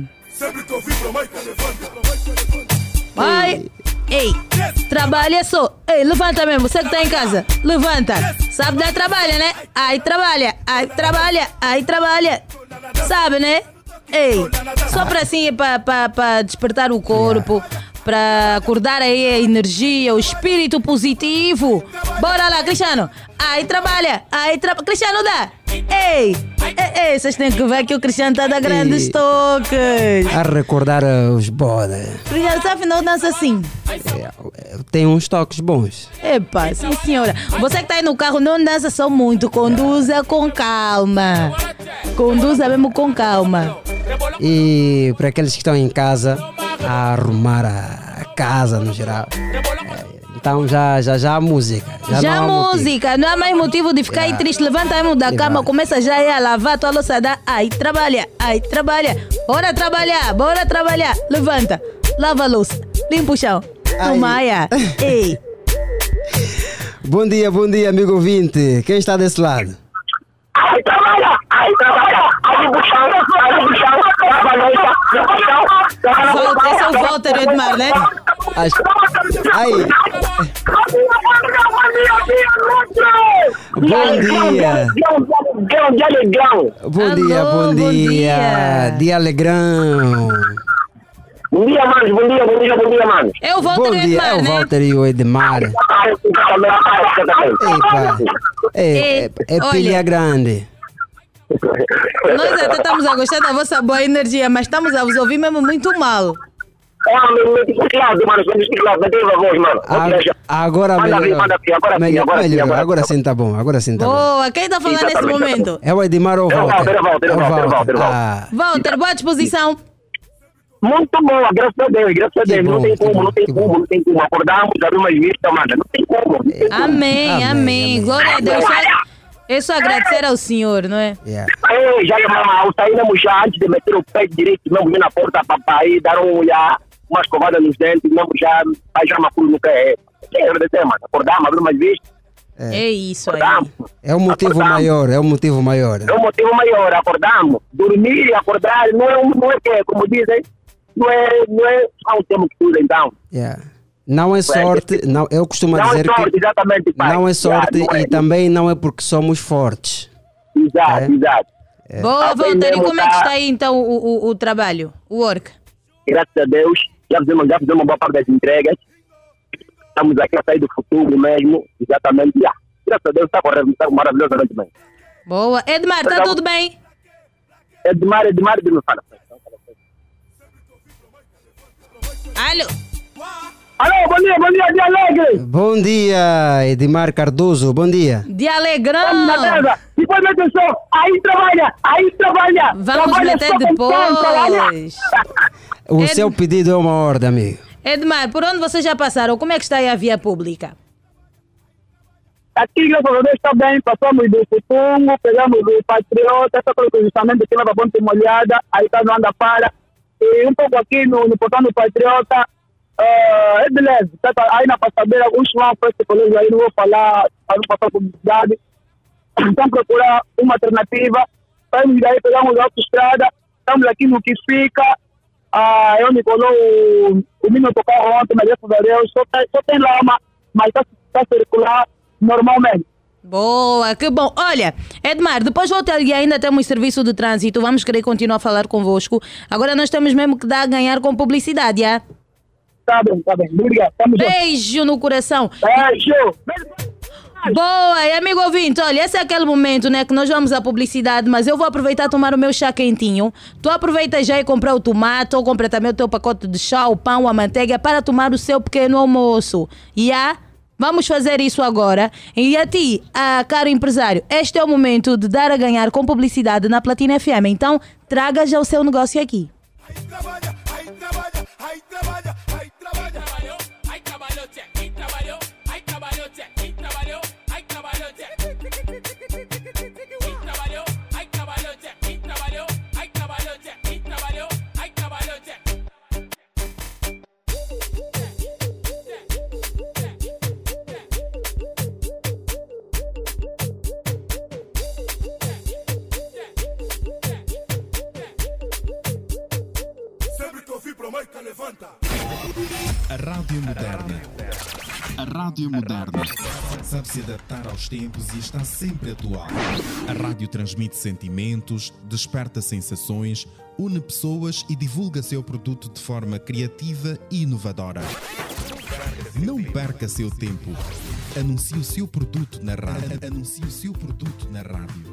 Speaker 7: Vai. Ei, trabalha só. Ei, levanta mesmo. Você que está em casa, levanta. Sabe dar trabalho, né? Ai, trabalha. Ai, trabalha. Ai, trabalha. Sabe, né? Ei, só para assim, para despertar o corpo, para acordar aí a energia, o espírito positivo. Bora lá, Cristiano. Ai, trabalha. Ai, trabalha. Cristiano, dá. Ei, ei, ei, vocês têm que ver que o Cristiano está a grandes
Speaker 5: Ei.
Speaker 7: toques.
Speaker 5: A recordar uh, os bodas.
Speaker 7: Cristiano, sabe, não dança assim.
Speaker 5: Tem uns toques bons.
Speaker 7: Epa, sim senhora. Você que está aí no carro, não dança só muito, conduza com calma. Conduza mesmo com calma.
Speaker 5: E para aqueles que estão em casa, a arrumar a casa no geral. É, então já, já, já a música. Já,
Speaker 7: Já,
Speaker 5: não há motivo.
Speaker 7: música, não há mais motivo de ficar aí triste. Levanta mesmo da cama, começa já aí a lavar a tua louça. Dá. Ai, trabalha, ai, trabalha. Bora trabalhar, bora trabalhar. Levanta, lava a louça, limpa o chão. Tomaia. Ei.
Speaker 5: Bom dia, bom dia, amigo ouvinte. Quem está desse lado?
Speaker 6: Aí trabalha, aí trabalha, aí buchão, aí buchão, trabalha, buchão.
Speaker 7: Volta, esse é o Walter Edmar, né?
Speaker 5: Acho... Aí. Bom dia.
Speaker 6: Grão de Alegrão.
Speaker 5: Bom dia,
Speaker 7: Alô,
Speaker 5: bom
Speaker 7: bom
Speaker 5: dia.
Speaker 7: dia.
Speaker 5: Dia Alegrão.
Speaker 6: Bom dia, manos, bom dia, bom dia, bom dia, manos.
Speaker 7: É o Walter
Speaker 5: Bom dia,
Speaker 7: Edmar,
Speaker 5: é o
Speaker 7: né?
Speaker 5: Walter e o Edmar. Epa, é, é, é
Speaker 7: Olha.
Speaker 5: pilha grande.
Speaker 7: Nós até estamos a gostar da vossa boa energia, mas estamos a vos ouvir mesmo muito mal.
Speaker 6: Ah, meu, meu teclado, mano, meu teclado, não tem voz, mano.
Speaker 5: A- Agora
Speaker 6: Manda vir,
Speaker 5: melhor.
Speaker 6: manda vir, agora sim,
Speaker 5: Melhor-
Speaker 6: agora sim,
Speaker 5: melhor,
Speaker 6: agora
Speaker 5: Agora
Speaker 6: sim.
Speaker 5: sim tá bom, agora sim tá bom.
Speaker 7: Boa, quem está a falar nesse
Speaker 6: Exatamente,
Speaker 7: momento?
Speaker 5: É o Edmar ou o
Speaker 6: É o
Speaker 5: Walter?
Speaker 6: Walter, é o Walter, é o Walter, é o Walter, é o Walter.
Speaker 5: Ah,
Speaker 7: Walter, boa disposição.
Speaker 6: Muito boa, graças a Deus, graças a
Speaker 5: Que
Speaker 6: Deus.
Speaker 5: bom,
Speaker 6: Não tem
Speaker 5: que
Speaker 6: como,
Speaker 5: bom,
Speaker 6: não tem
Speaker 5: que
Speaker 6: como,
Speaker 5: bom.
Speaker 6: não tem como. Acordamos, abrimos as vistas, mano. Não tem como. Não tem como.
Speaker 7: Amém,
Speaker 5: Amém,
Speaker 7: amém.
Speaker 5: amém.
Speaker 7: Glória a Deus. Só, é só agradecer ao Senhor, não é?
Speaker 5: yeah.
Speaker 6: Ei, já eu saí mesmo já antes de meter o pé direito, mesmo ir na porta para ir dar um, já, uma escovada nos dentes, mesmo já, aí já uma cruz no pé. Tem que agradecer, mano. Acordamos, abrimos as vistas,
Speaker 7: É isso aí.
Speaker 6: acordamos.
Speaker 5: É o motivo
Speaker 6: Acordamos.
Speaker 5: maior, é o motivo maior.
Speaker 6: É o motivo maior, acordamos. Dormir e acordar não é, um- não é que, como dizem, não é, não é só um tempo que tudo, então.
Speaker 5: Yeah. Não é sorte, não, eu costumo
Speaker 6: Não é
Speaker 5: dizer
Speaker 6: sorte,
Speaker 5: que
Speaker 6: exatamente, pai.
Speaker 5: não é sorte
Speaker 6: Yeah, não é.
Speaker 5: e também não é porque somos fortes.
Speaker 6: Exato,
Speaker 5: É.
Speaker 6: exato.
Speaker 7: Boa, Walter. E
Speaker 6: Aprendemos
Speaker 7: como é que
Speaker 6: a-
Speaker 7: está aí então o, o, o trabalho, o work?
Speaker 6: Graças a Deus, já fizemos, já fizemos uma boa parte das entregas. Estamos aqui a sair do futuro mesmo, exatamente. Já. Graças a Deus está correndo, está maravilhosamente bem.
Speaker 7: Boa. Edmar, está tudo bem?
Speaker 6: Edmar, Edmar, me fala.
Speaker 7: Alô?
Speaker 6: Alô, bom dia, bom dia, dia alegre.
Speaker 5: Bom dia, Edmar Cardoso, bom dia.
Speaker 7: De
Speaker 6: Vamos na
Speaker 7: Alegrão.
Speaker 6: casa. Depois mete o som. Aí trabalha, aí trabalha.
Speaker 7: Vamos
Speaker 6: trabalha
Speaker 7: meter
Speaker 6: só com som, trabalha.
Speaker 7: depois.
Speaker 5: O
Speaker 7: Ed-
Speaker 5: seu pedido é uma ordem, amigo.
Speaker 7: Edmar, por onde vocês já passaram? Como é que está aí a via pública?
Speaker 6: Aqui, graças a Deus, está bem. Passamos do Futungo, pegamos do Patriota, essa coisa justamente aqui leva Ponte Molhada, aí está no Anda Para. E um pouco aqui no, no portão do Patriota, uh, é beleza. Tá, tá, aí na passadeira, uns vão para esse colégio aí, não vou falar, para não passar publicidade. Então, procurar uma alternativa. Saímos daí, pegamos a autoestrada, estamos aqui no que fica. Ah, eu me colou o, o menino do carro ontem, mas graças a Deus, só, tem- só tem lama, mas está tá circular normalmente.
Speaker 7: Boa, que bom. Olha, Edmar, depois volta e ainda temos serviço de trânsito. Vamos querer continuar a falar convosco. Agora nós temos mesmo que dar a ganhar com publicidade, já?
Speaker 6: Tá bem, tá bem. Obrigado. Tamo junto.
Speaker 7: Beijo no coração.
Speaker 6: Beijo.
Speaker 7: Boa, e amigo ouvinte, olha, esse é aquele momento, né, que nós vamos à publicidade, mas eu vou aproveitar a tomar o meu chá quentinho. Tu aproveita já e comprar o tomate, ou compra também o teu pacote de chá, o pão, a manteiga, para tomar o seu pequeno almoço. E yeah? Vamos fazer isso agora. E a ti, ah, caro empresário, este é o momento de dar a ganhar com publicidade na Platina F M. Então, traga já o seu negócio aqui.
Speaker 3: A Rádio Moderna. A Rádio Moderna. Sabe se adaptar aos tempos e está sempre atual. A rádio transmite sentimentos, desperta sensações, une pessoas e divulga seu produto de forma criativa e inovadora. Não perca seu tempo. Anuncie o seu produto na rádio. Anuncie o seu produto na rádio.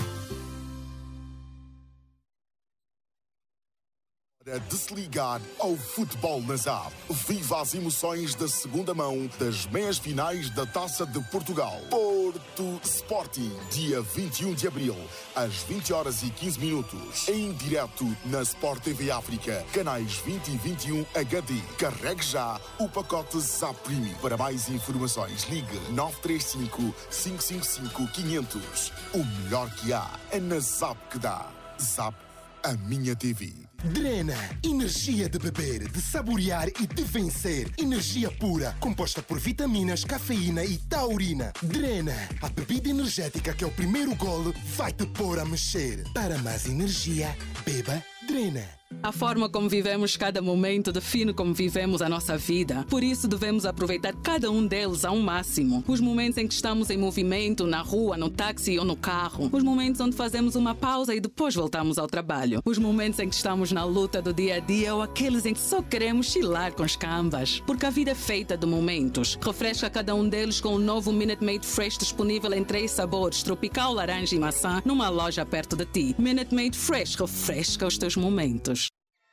Speaker 11: É de se ligar ao futebol na Zap. Viva as emoções da segunda mão das meias finais da Taça de Portugal. Porto Sporting, dia vinte e um de abril, às vinte horas e quinze minutos. Em direto na Sport T V África, canais vinte e vinte e um H D. Carregue já o pacote Zap Premium. Para mais informações, ligue nove três cinco, cinco cinco cinco, quinhentos. O melhor que há é na Zap que dá. Zap, a minha T V.
Speaker 2: Drena, energia de beber, de saborear e de vencer. Energia pura, composta por vitaminas, cafeína e taurina. Drena, a bebida energética que é o primeiro golo vai te pôr a mexer. Para mais energia, beba Drena.
Speaker 12: A forma como vivemos cada momento define como vivemos a nossa vida. Por isso, devemos aproveitar cada um deles ao máximo. Os momentos em que estamos em movimento, na rua, no táxi ou no carro. Os momentos onde fazemos uma pausa e depois voltamos ao trabalho. Os momentos em que estamos na luta do dia a dia ou aqueles em que só queremos chilar com os cambas. Porque a vida é feita de momentos. Refresca cada um deles com o novo Minute Maid Fresh disponível em três sabores: tropical, laranja e maçã, numa loja perto de ti. Minute Maid Fresh refresca os teus momentos.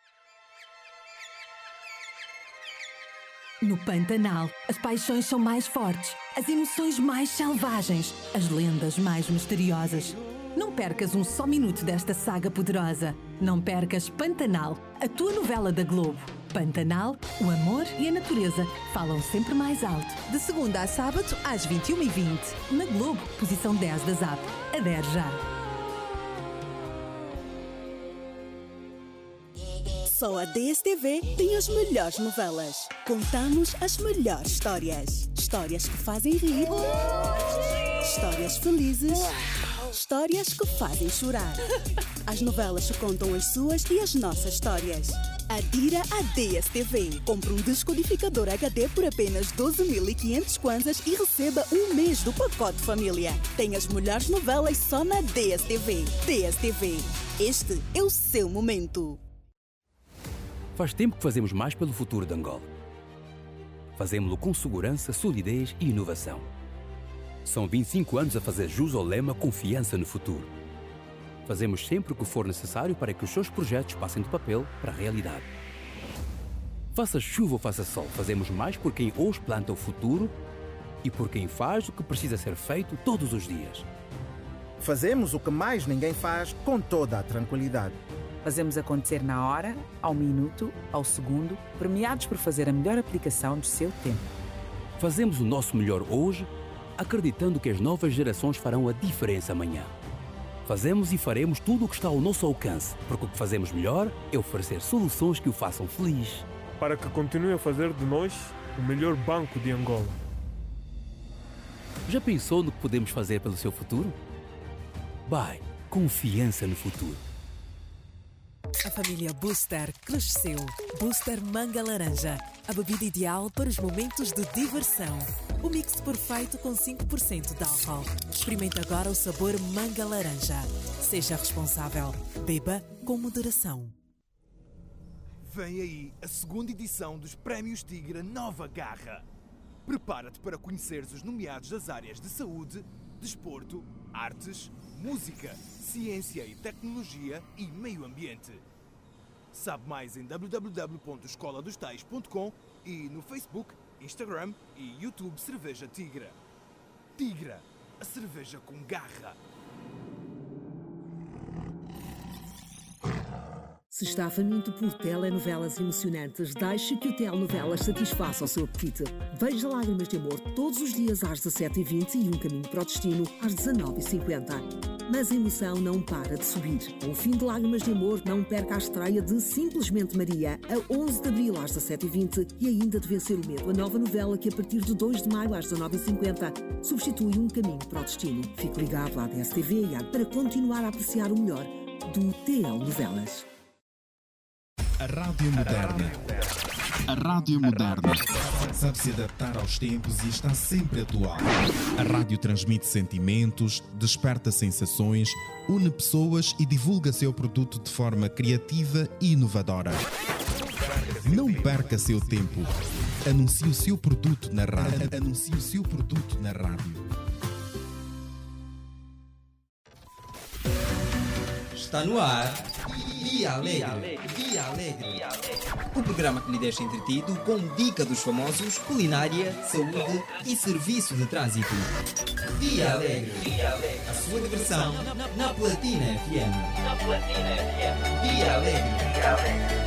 Speaker 13: No Pantanal, as paixões são mais fortes, as emoções mais selvagens, as lendas mais misteriosas. Não percas um só minuto desta saga poderosa. Não percas Pantanal, a tua novela da Globo. Pantanal, o amor e a natureza falam sempre mais alto. De segunda a sábado, às vinte e uma e vinte. Na Globo, posição dez da Zap. Adere já.
Speaker 14: Só a D S T V tem as melhores novelas. Contamos as melhores histórias. Histórias que fazem rir. Histórias felizes. Histórias que fazem chorar. As novelas que contam as suas e as nossas histórias. Adira à D S T V. Compre um descodificador H D por apenas doze mil e quinhentos kwanzas e receba um mês do pacote família. Tem as melhores novelas só na D S T V. D S T V. Este é o seu momento.
Speaker 15: Faz tempo que fazemos mais pelo futuro de Angola. Fazemos-lo com segurança, solidez e inovação. São vinte e cinco anos a fazer jus ao lema Confiança no Futuro. Fazemos sempre o que for necessário para que os seus projetos passem do papel para a realidade. Faça chuva ou faça sol, fazemos mais por quem hoje planta o futuro e por quem faz o que precisa ser feito todos os dias.
Speaker 16: Fazemos o que mais ninguém faz com toda a tranquilidade.
Speaker 17: Fazemos acontecer na hora, ao minuto, ao segundo, premiados por fazer a melhor aplicação do seu tempo.
Speaker 15: Fazemos o nosso melhor hoje, acreditando que as novas gerações farão a diferença amanhã. Fazemos e faremos tudo o que está ao nosso alcance, porque o que fazemos melhor é oferecer soluções que o façam feliz.
Speaker 18: Para que continue a fazer de nós o melhor banco de Angola.
Speaker 15: Já pensou no que podemos fazer pelo seu futuro? Vai, confiança no futuro.
Speaker 19: A família Booster cresceu. Booster Manga Laranja. A bebida ideal para os momentos de diversão. O mix perfeito com cinco por cento de álcool. Experimente agora o sabor Manga Laranja. Seja responsável. Beba com moderação.
Speaker 20: Vem aí a segunda edição dos Prémios Tigre Nova Garra. Prepara-te para conheceres os nomeados das áreas de saúde, desporto, artes, música, ciência e tecnologia e meio ambiente. Sabe mais em w w w ponto escola dos tais ponto com e no Facebook, Instagram e YouTube Cerveja Tigra. Tigra, a cerveja com garra.
Speaker 21: Se está faminto por telenovelas emocionantes, deixe que o Telenovelas satisfaça o seu apetite. Veja Lágrimas de Amor todos os dias às dezassete e vinte e Um Caminho para o Destino às dezanove e cinquenta. Mas a emoção não para de subir. Com o fim de Lágrimas de Amor, não perca a estreia de Simplesmente Maria, a onze de abril às dezassete e vinte e ainda de Vencer o Medo, a nova novela que a partir de dois de maio às dezanove e cinquenta substitui Um Caminho para o Destino. Fique ligado à D S T V e para continuar a apreciar o melhor do Telenovelas.
Speaker 3: A Rádio Moderna. A Rádio Moderna sabe se adaptar aos tempos e está sempre atual. A rádio transmite sentimentos, desperta sensações, une pessoas e divulga seu produto de forma criativa e inovadora. Não perca seu tempo. Anuncie o seu produto na rádio. Anuncie o seu produto na rádio.
Speaker 1: Está no ar Dia Alegre. Dia Alegre. O programa que lhe deixa entretido com dica dos famosos, culinária, saúde e serviço de trânsito. Dia Alegre. A sua diversão na Platina F M. Na Platina F M. Dia Alegre. Dia Alegre.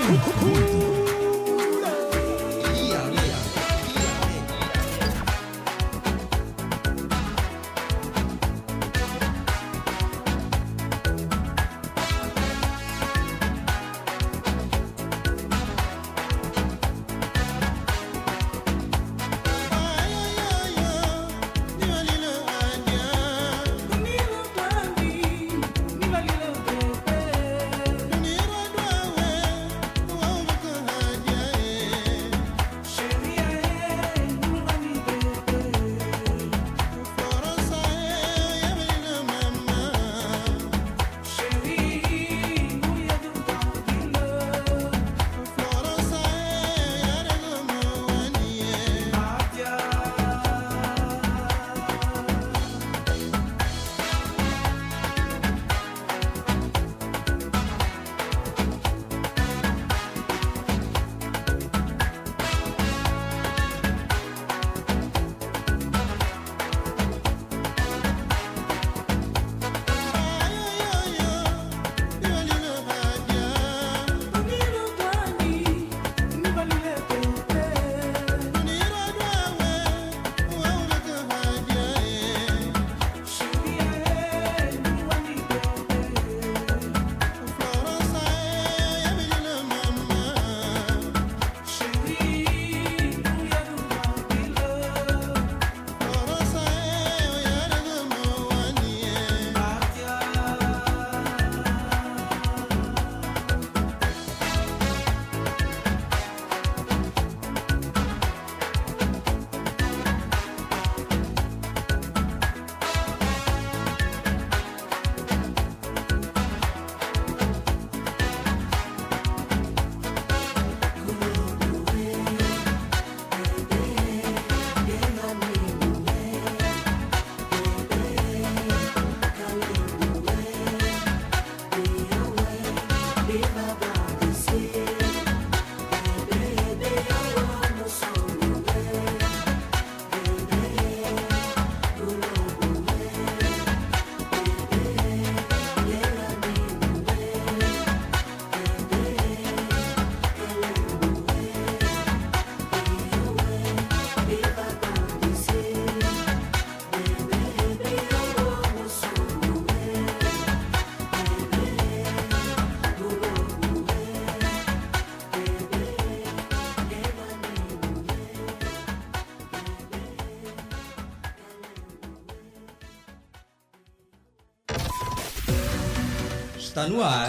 Speaker 1: Está no ar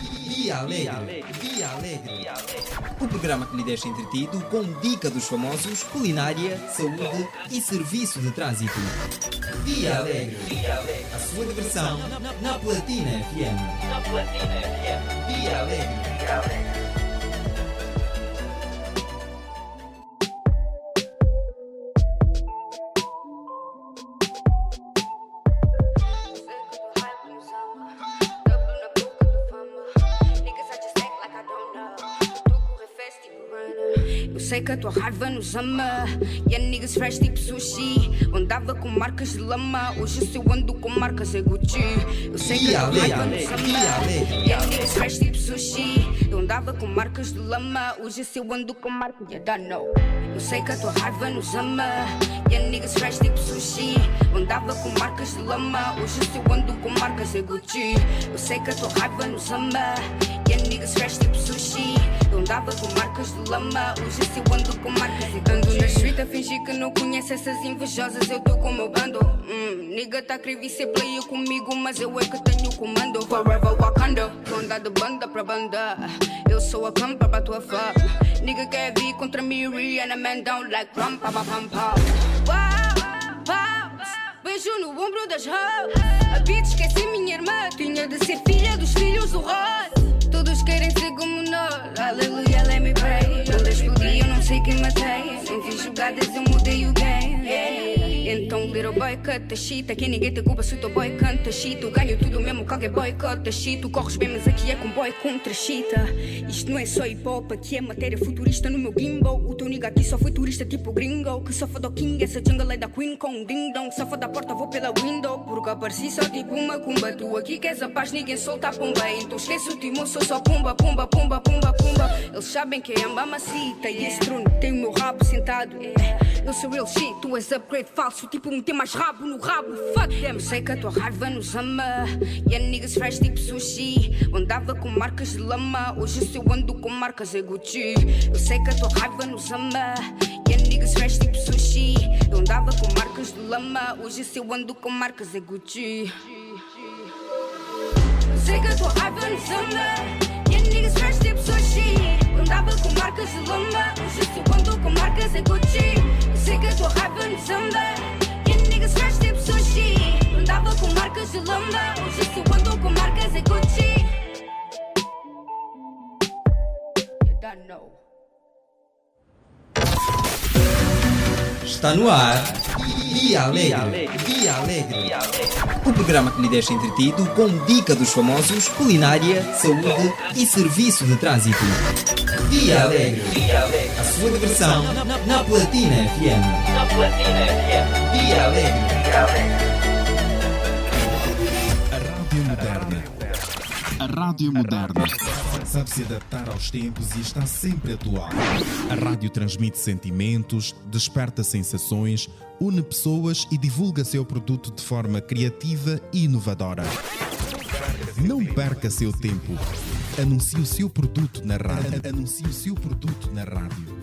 Speaker 1: Dia Alegre. Dia Alegre. O programa que lhe deixa entretido com dica dos famosos, culinária, saúde e serviço de trânsito. Dia Alegre. A sua diversão na Platina F M. Na Platina F M. Dia Alegre. Dia Alegre.
Speaker 4: Sei que a tua raiva nos ama. E a niggas fresh tipo sushi. Andava com marcas de lama. Hoje se eu ando com marcas é Gucci. Eu sei que a tua raiva nos ama. E a niggas fresh tipo sushi. Eu andava com marcas de lama. Hoje se eu ando com marcas de lama. Eu sei que a tua raiva nos ama. E a niggas fresh tipo sushi. Eu andava com marcas de lama. Hoje se eu ando com marcas é Gucci. Eu sei que a tua raiva nos ama. E a niggas fresh tipo sushi. Eu andava com marcas de lama. Hoje se eu ando com marcas e ando na street a fingir que não conhece essas invejosas. Eu tô com o meu bando. hum, Nigga tá a querer ser player comigo, mas eu é que tenho o comando. Forever Wakanda. Tô andar de banda pra banda. Eu sou a campa pra tua fã. Nigga quer vir contra mim, Rihanna man down like rum, pa pa pam pam. Wow, wow. Beijo no ombro das hoes. A bitch esqueci minha irmã. Tinha de ser filha dos filhos do Ross. Todos querem ser como nós. Aleluia, let me pray. Quando explodi eu não sei quem matei. Não fiz jogadas, eu mudei o game. Yeah. Então little ser o boy canta chita. Que ninguém te culpa se o teu boy canta chita. Eu ganho tudo mesmo qualquer boy canta chita. Tu corres bem, mas aqui é com boy contra chita. Isto não é só hip hop, aqui é matéria futurista no meu gimbal. O teu nigga aqui só foi turista tipo gringo. Que só foda o king, essa jungle é da queen com um ding dong. Só foda a porta, vou pela window. Porque apareci só tipo uma cumba. Tu aqui queres a paz, ninguém solta a pomba. Então esquece o timão, sou só pumba, pumba, pumba, pumba, pumba. Eles sabem que é amba macita. E esse trono tem o meu rabo sentado. Eu sou real shit, tu és upgrade falso. Tipo meter mais rabo no rabo, fuck them. Eu sei que a tua raiva nos ama. E a niggas fresh tipo sushi. Andava com marcas de lama. Hoje se eu ando com marcas é Gucci. Eu sei que a tua raiva nos ama. E a niggas fresh tipo sushi. Eu andava com marcas de lama. Hoje se eu ando com marcas é Gucci. Eu sei que a tua raiva nos ama. E a niggas fresh tipo sushi. Eu andava com marcas de lama. Hoje se eu ando com marcas é Gucci. Eu sei que a tua raiva nos ama. E a niggas fresh tipo sushi. Eu andava com marcas de lama. Hoje se eu ando com marcas é Gucci.
Speaker 1: Está no ar Dia Alegre. Dia Alegre. O programa que lhe deixa entretido com dica dos famosos, culinária, saúde e serviço de trânsito. Dia Alegre. A sua diversão na Platina F M. Na Platina F M. Dia Alegre.
Speaker 3: A Rádio Moderna sabe se adaptar aos tempos e está sempre atual. A rádio transmite sentimentos, desperta sensações, une pessoas e divulga seu produto de forma criativa e inovadora. Não perca seu tempo. Anuncie o seu produto na rádio. Anuncie o seu produto na rádio.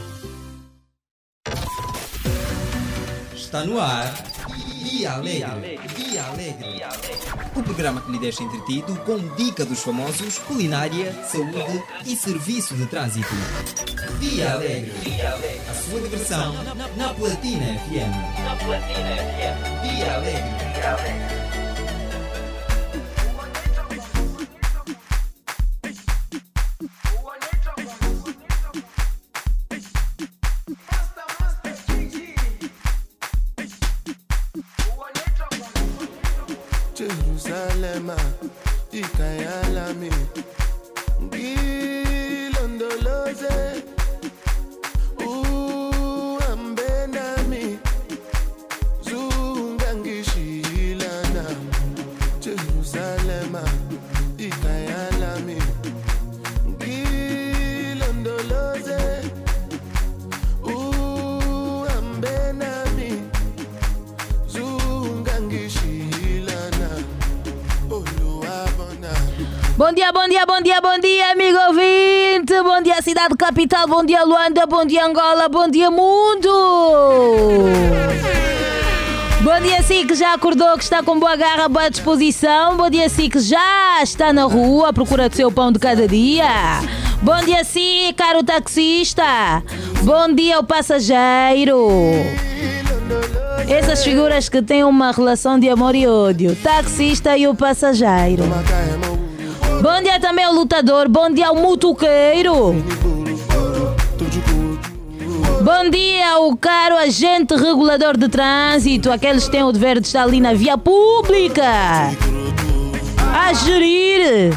Speaker 1: Está no ar Dia Alegre. Dia Alegre. O programa que lhe deixa entretido com dica dos famosos, culinária, saúde e serviço de trânsito. Dia Alegre. A sua diversão na Platina F M. Na Platina F M. Dia Alegre.
Speaker 8: Jerusalem, Ikayalami, Gilondoloze, Uambenami, Zungangishilana. Jerusalem, Ikayalami, Gilondoloze, Uambenami, Zungangishilana.
Speaker 7: Bom dia, bom dia, bom dia, bom dia, amigo ouvinte. Bom dia, cidade capital. Bom dia, Luanda. Bom dia, Angola. Bom dia, mundo. Bom dia, si que já acordou, que está com boa garra, boa disposição. Bom dia, si que já está na rua à procura do seu pão de cada dia. Bom dia, si, caro taxista. Bom dia, o passageiro. Essas figuras que têm uma relação de amor e ódio. O taxista e o passageiro. Bom dia também ao lutador. Bom dia ao mutuqueiro. Bom dia ao caro agente regulador de trânsito. Aqueles que têm o dever de estar ali na via pública a gerir.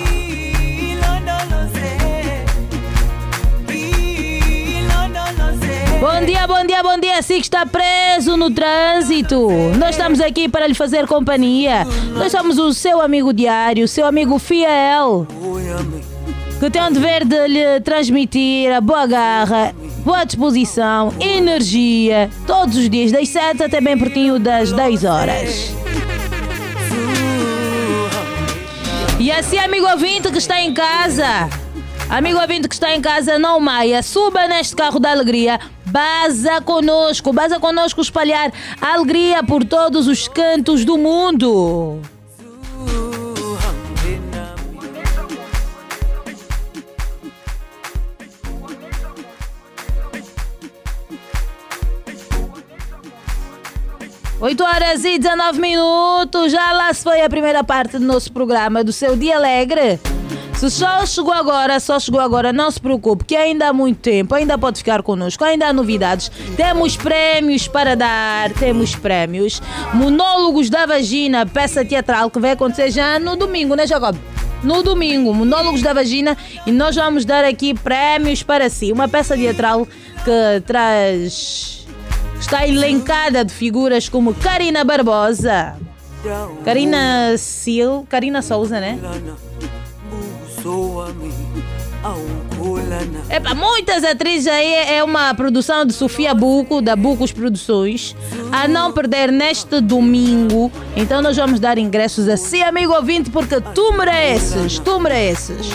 Speaker 7: Bom dia, bom dia, bom dia, si que está preso no trânsito. Nós estamos aqui para lhe fazer companhia. Nós somos o seu amigo diário, o seu amigo fiel, que tem o dever de lhe transmitir a boa garra, boa disposição, energia, todos os dias, das sete até bem pertinho das dez horas. E assim, amigo ouvinte que está em casa, amigo ouvinte que está em casa, não maia, suba neste carro da alegria, baza conosco, baza conosco espalhar a alegria por todos os cantos do mundo. oito horas e dezenove minutos. Já lá se foi a primeira parte do nosso programa, do seu Dia Alegre. Se só chegou agora, só chegou agora, não se preocupe, que ainda há muito tempo, ainda pode ficar connosco, ainda há novidades. Temos prémios para dar, temos prémios. Monólogos da Vagina, peça teatral que vai acontecer já no domingo, né, Jacob? No domingo, Monólogos da Vagina, e nós vamos dar aqui prémios para si. Uma peça teatral que traz... está elencada de figuras como Karina Barbosa, Karina Sil, Karina Souza, né? Epa, muitas atrizes aí. É uma produção de Sofia Buco, da Bucos Produções. A não perder neste domingo. Então nós vamos dar ingressos a si, amigo ouvinte, porque tu mereces, tu mereces.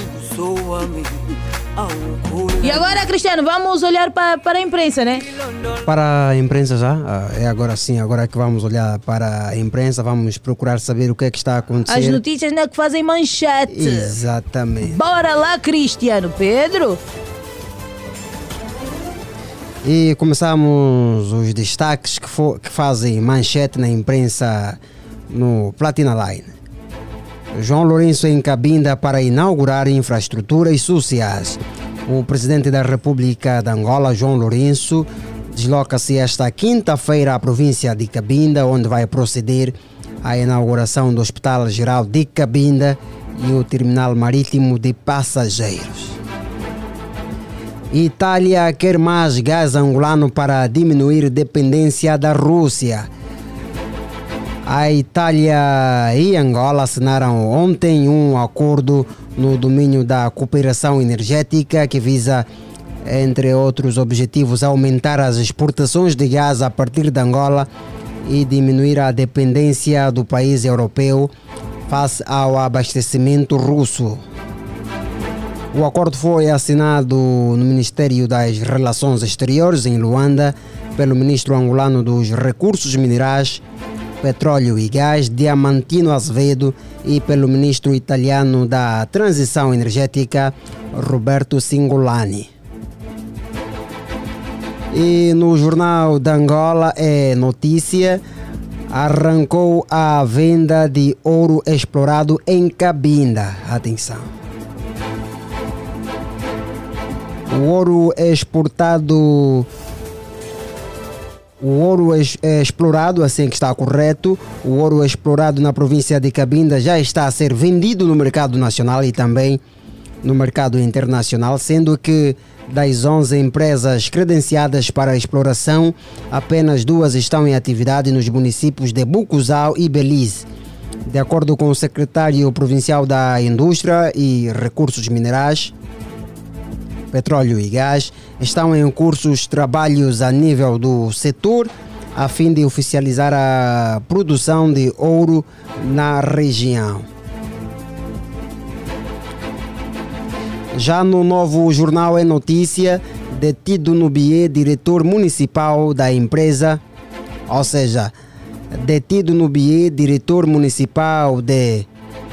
Speaker 7: E agora, Cristiano, vamos olhar para, para a imprensa, né?
Speaker 5: Para a imprensa já? É agora sim, agora que vamos olhar para a imprensa, vamos procurar saber o que é que está a acontecer.
Speaker 7: As notícias, né, que fazem manchete.
Speaker 5: Exatamente.
Speaker 7: Bora lá, Cristiano. Pedro?
Speaker 5: E começamos os destaques que, for, que fazem manchete na imprensa no Platina Line. João Lourenço em Cabinda para inaugurar infraestruturas sociais. O presidente da República de Angola, João Lourenço, desloca-se esta quinta-feira à província de Cabinda, onde vai proceder à inauguração do Hospital Geral de Cabinda e o Terminal Marítimo de Passageiros. Itália quer mais gás angolano para diminuir dependência da Rússia. A Itália e Angola assinaram ontem um acordo no domínio da cooperação energética que visa, entre outros objetivos, aumentar as exportações de gás a partir de Angola e diminuir a dependência do país europeu face ao abastecimento russo. O acordo foi assinado no Ministério das Relações Exteriores, em Luanda, pelo ministro angolano dos Recursos Minerais, Petróleo e Gás, Diamantino Azevedo, e pelo ministro italiano da Transição Energética, Roberto Cingolani. E no Jornal de Angola é notícia: arrancou a venda de ouro explorado em Cabinda. Atenção. O ouro exportado... O ouro es, é explorado, assim que está correto, o ouro explorado na província de Cabinda já está a ser vendido no mercado nacional e também no mercado internacional, sendo que das onze empresas credenciadas para a exploração, apenas duas estão em atividade nos municípios de Bucuzal e Belize. De acordo com o secretário provincial da Indústria e Recursos Minerais, Petróleo e Gás, estão em curso os trabalhos a nível do setor a fim de oficializar a produção de ouro na região. Já no Novo Jornal é notícia: detido no Bié, diretor municipal da empresa, ou seja, detido no Bié, diretor municipal de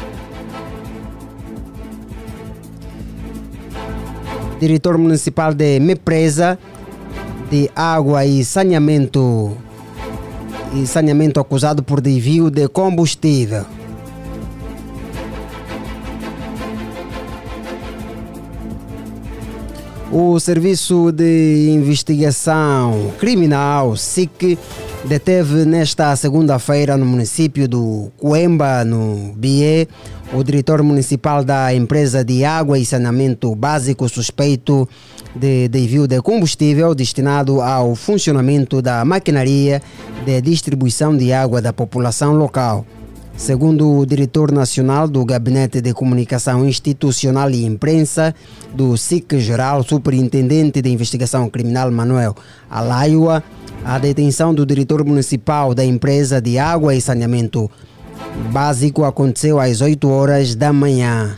Speaker 5: diretor municipal de Empresa de Água e Saneamento e Saneamento acusado por desvio de combustível. O Serviço de Investigação Criminal, S I C, deteve nesta segunda-feira no município do Coemba, no Bié, o diretor municipal da empresa de água e saneamento básico suspeito de desvio de combustível destinado ao funcionamento da maquinaria de distribuição de água da população local. Segundo o diretor nacional do Gabinete de Comunicação Institucional e Imprensa do S I C Geral, superintendente de investigação criminal Manuel Alaiua, a detenção do diretor municipal da empresa de água e saneamento básico aconteceu às oito horas da manhã.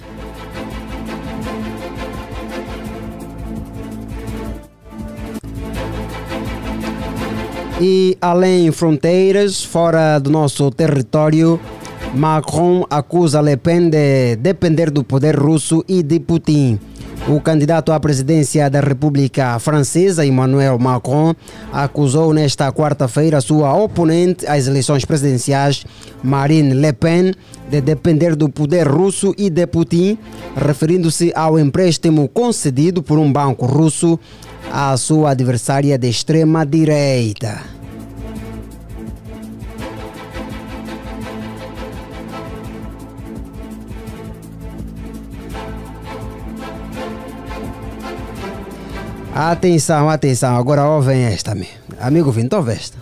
Speaker 5: E além fronteiras, fora do nosso território, Macron acusa Le Pen de depender do poder russo e de Putin. O candidato à presidência da República Francesa, Emmanuel Macron, acusou nesta quarta-feira a sua oponente às eleições presidenciais, Marine Le Pen, de depender do poder russo e de Putin, referindo-se ao empréstimo concedido por um banco russo à sua adversária de extrema-direita. Atenção, atenção, agora ouvem esta, amigo Vinto, ouve esta.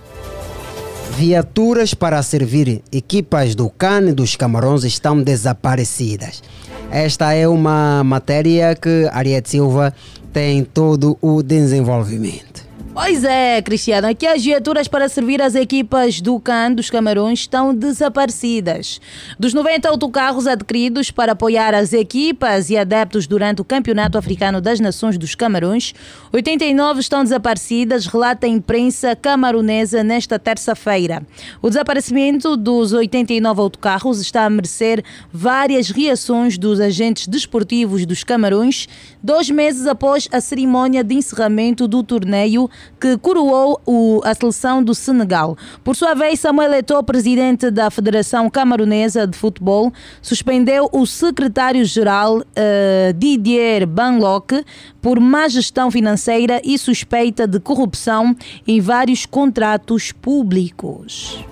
Speaker 5: Viaturas para servir equipas do C A N dos Camarões estão desaparecidas. Esta é uma matéria que Ariete Silva tem todo o desenvolvimento.
Speaker 7: Pois é, Cristiano, aqui as viaturas para servir as equipas do C A N dos Camarões estão desaparecidas. Dos noventa autocarros adquiridos para apoiar as equipas e adeptos durante o Campeonato Africano das Nações dos Camarões, oitenta e nove estão desaparecidas, relata a imprensa camaronesa nesta terça-feira. O desaparecimento dos oitenta e nove autocarros está a merecer várias reações dos agentes desportivos dos Camarões, dois meses após a cerimónia de encerramento do torneio que coroou o, a seleção do Senegal. Por sua vez, Samuel Eto'o, presidente da Federação Camaronesa de Futebol, suspendeu o secretário-geral uh, Didier Banlock por má gestão financeira e suspeita de corrupção em vários contratos públicos.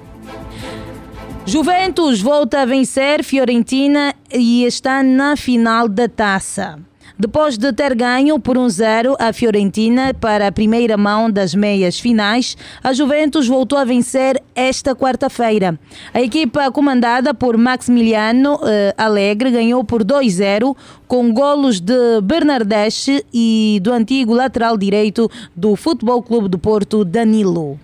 Speaker 7: Juventus volta a vencer Fiorentina e está na final da taça. Depois de ter ganho por um zero a Fiorentina para a primeira mão das meias finais, a Juventus voltou a vencer esta quarta-feira. A equipa comandada por Maximiliano eh, Alegre ganhou por dois zero com golos de Bernardeschi e do antigo lateral direito do Futebol Clube do Porto, Danilo.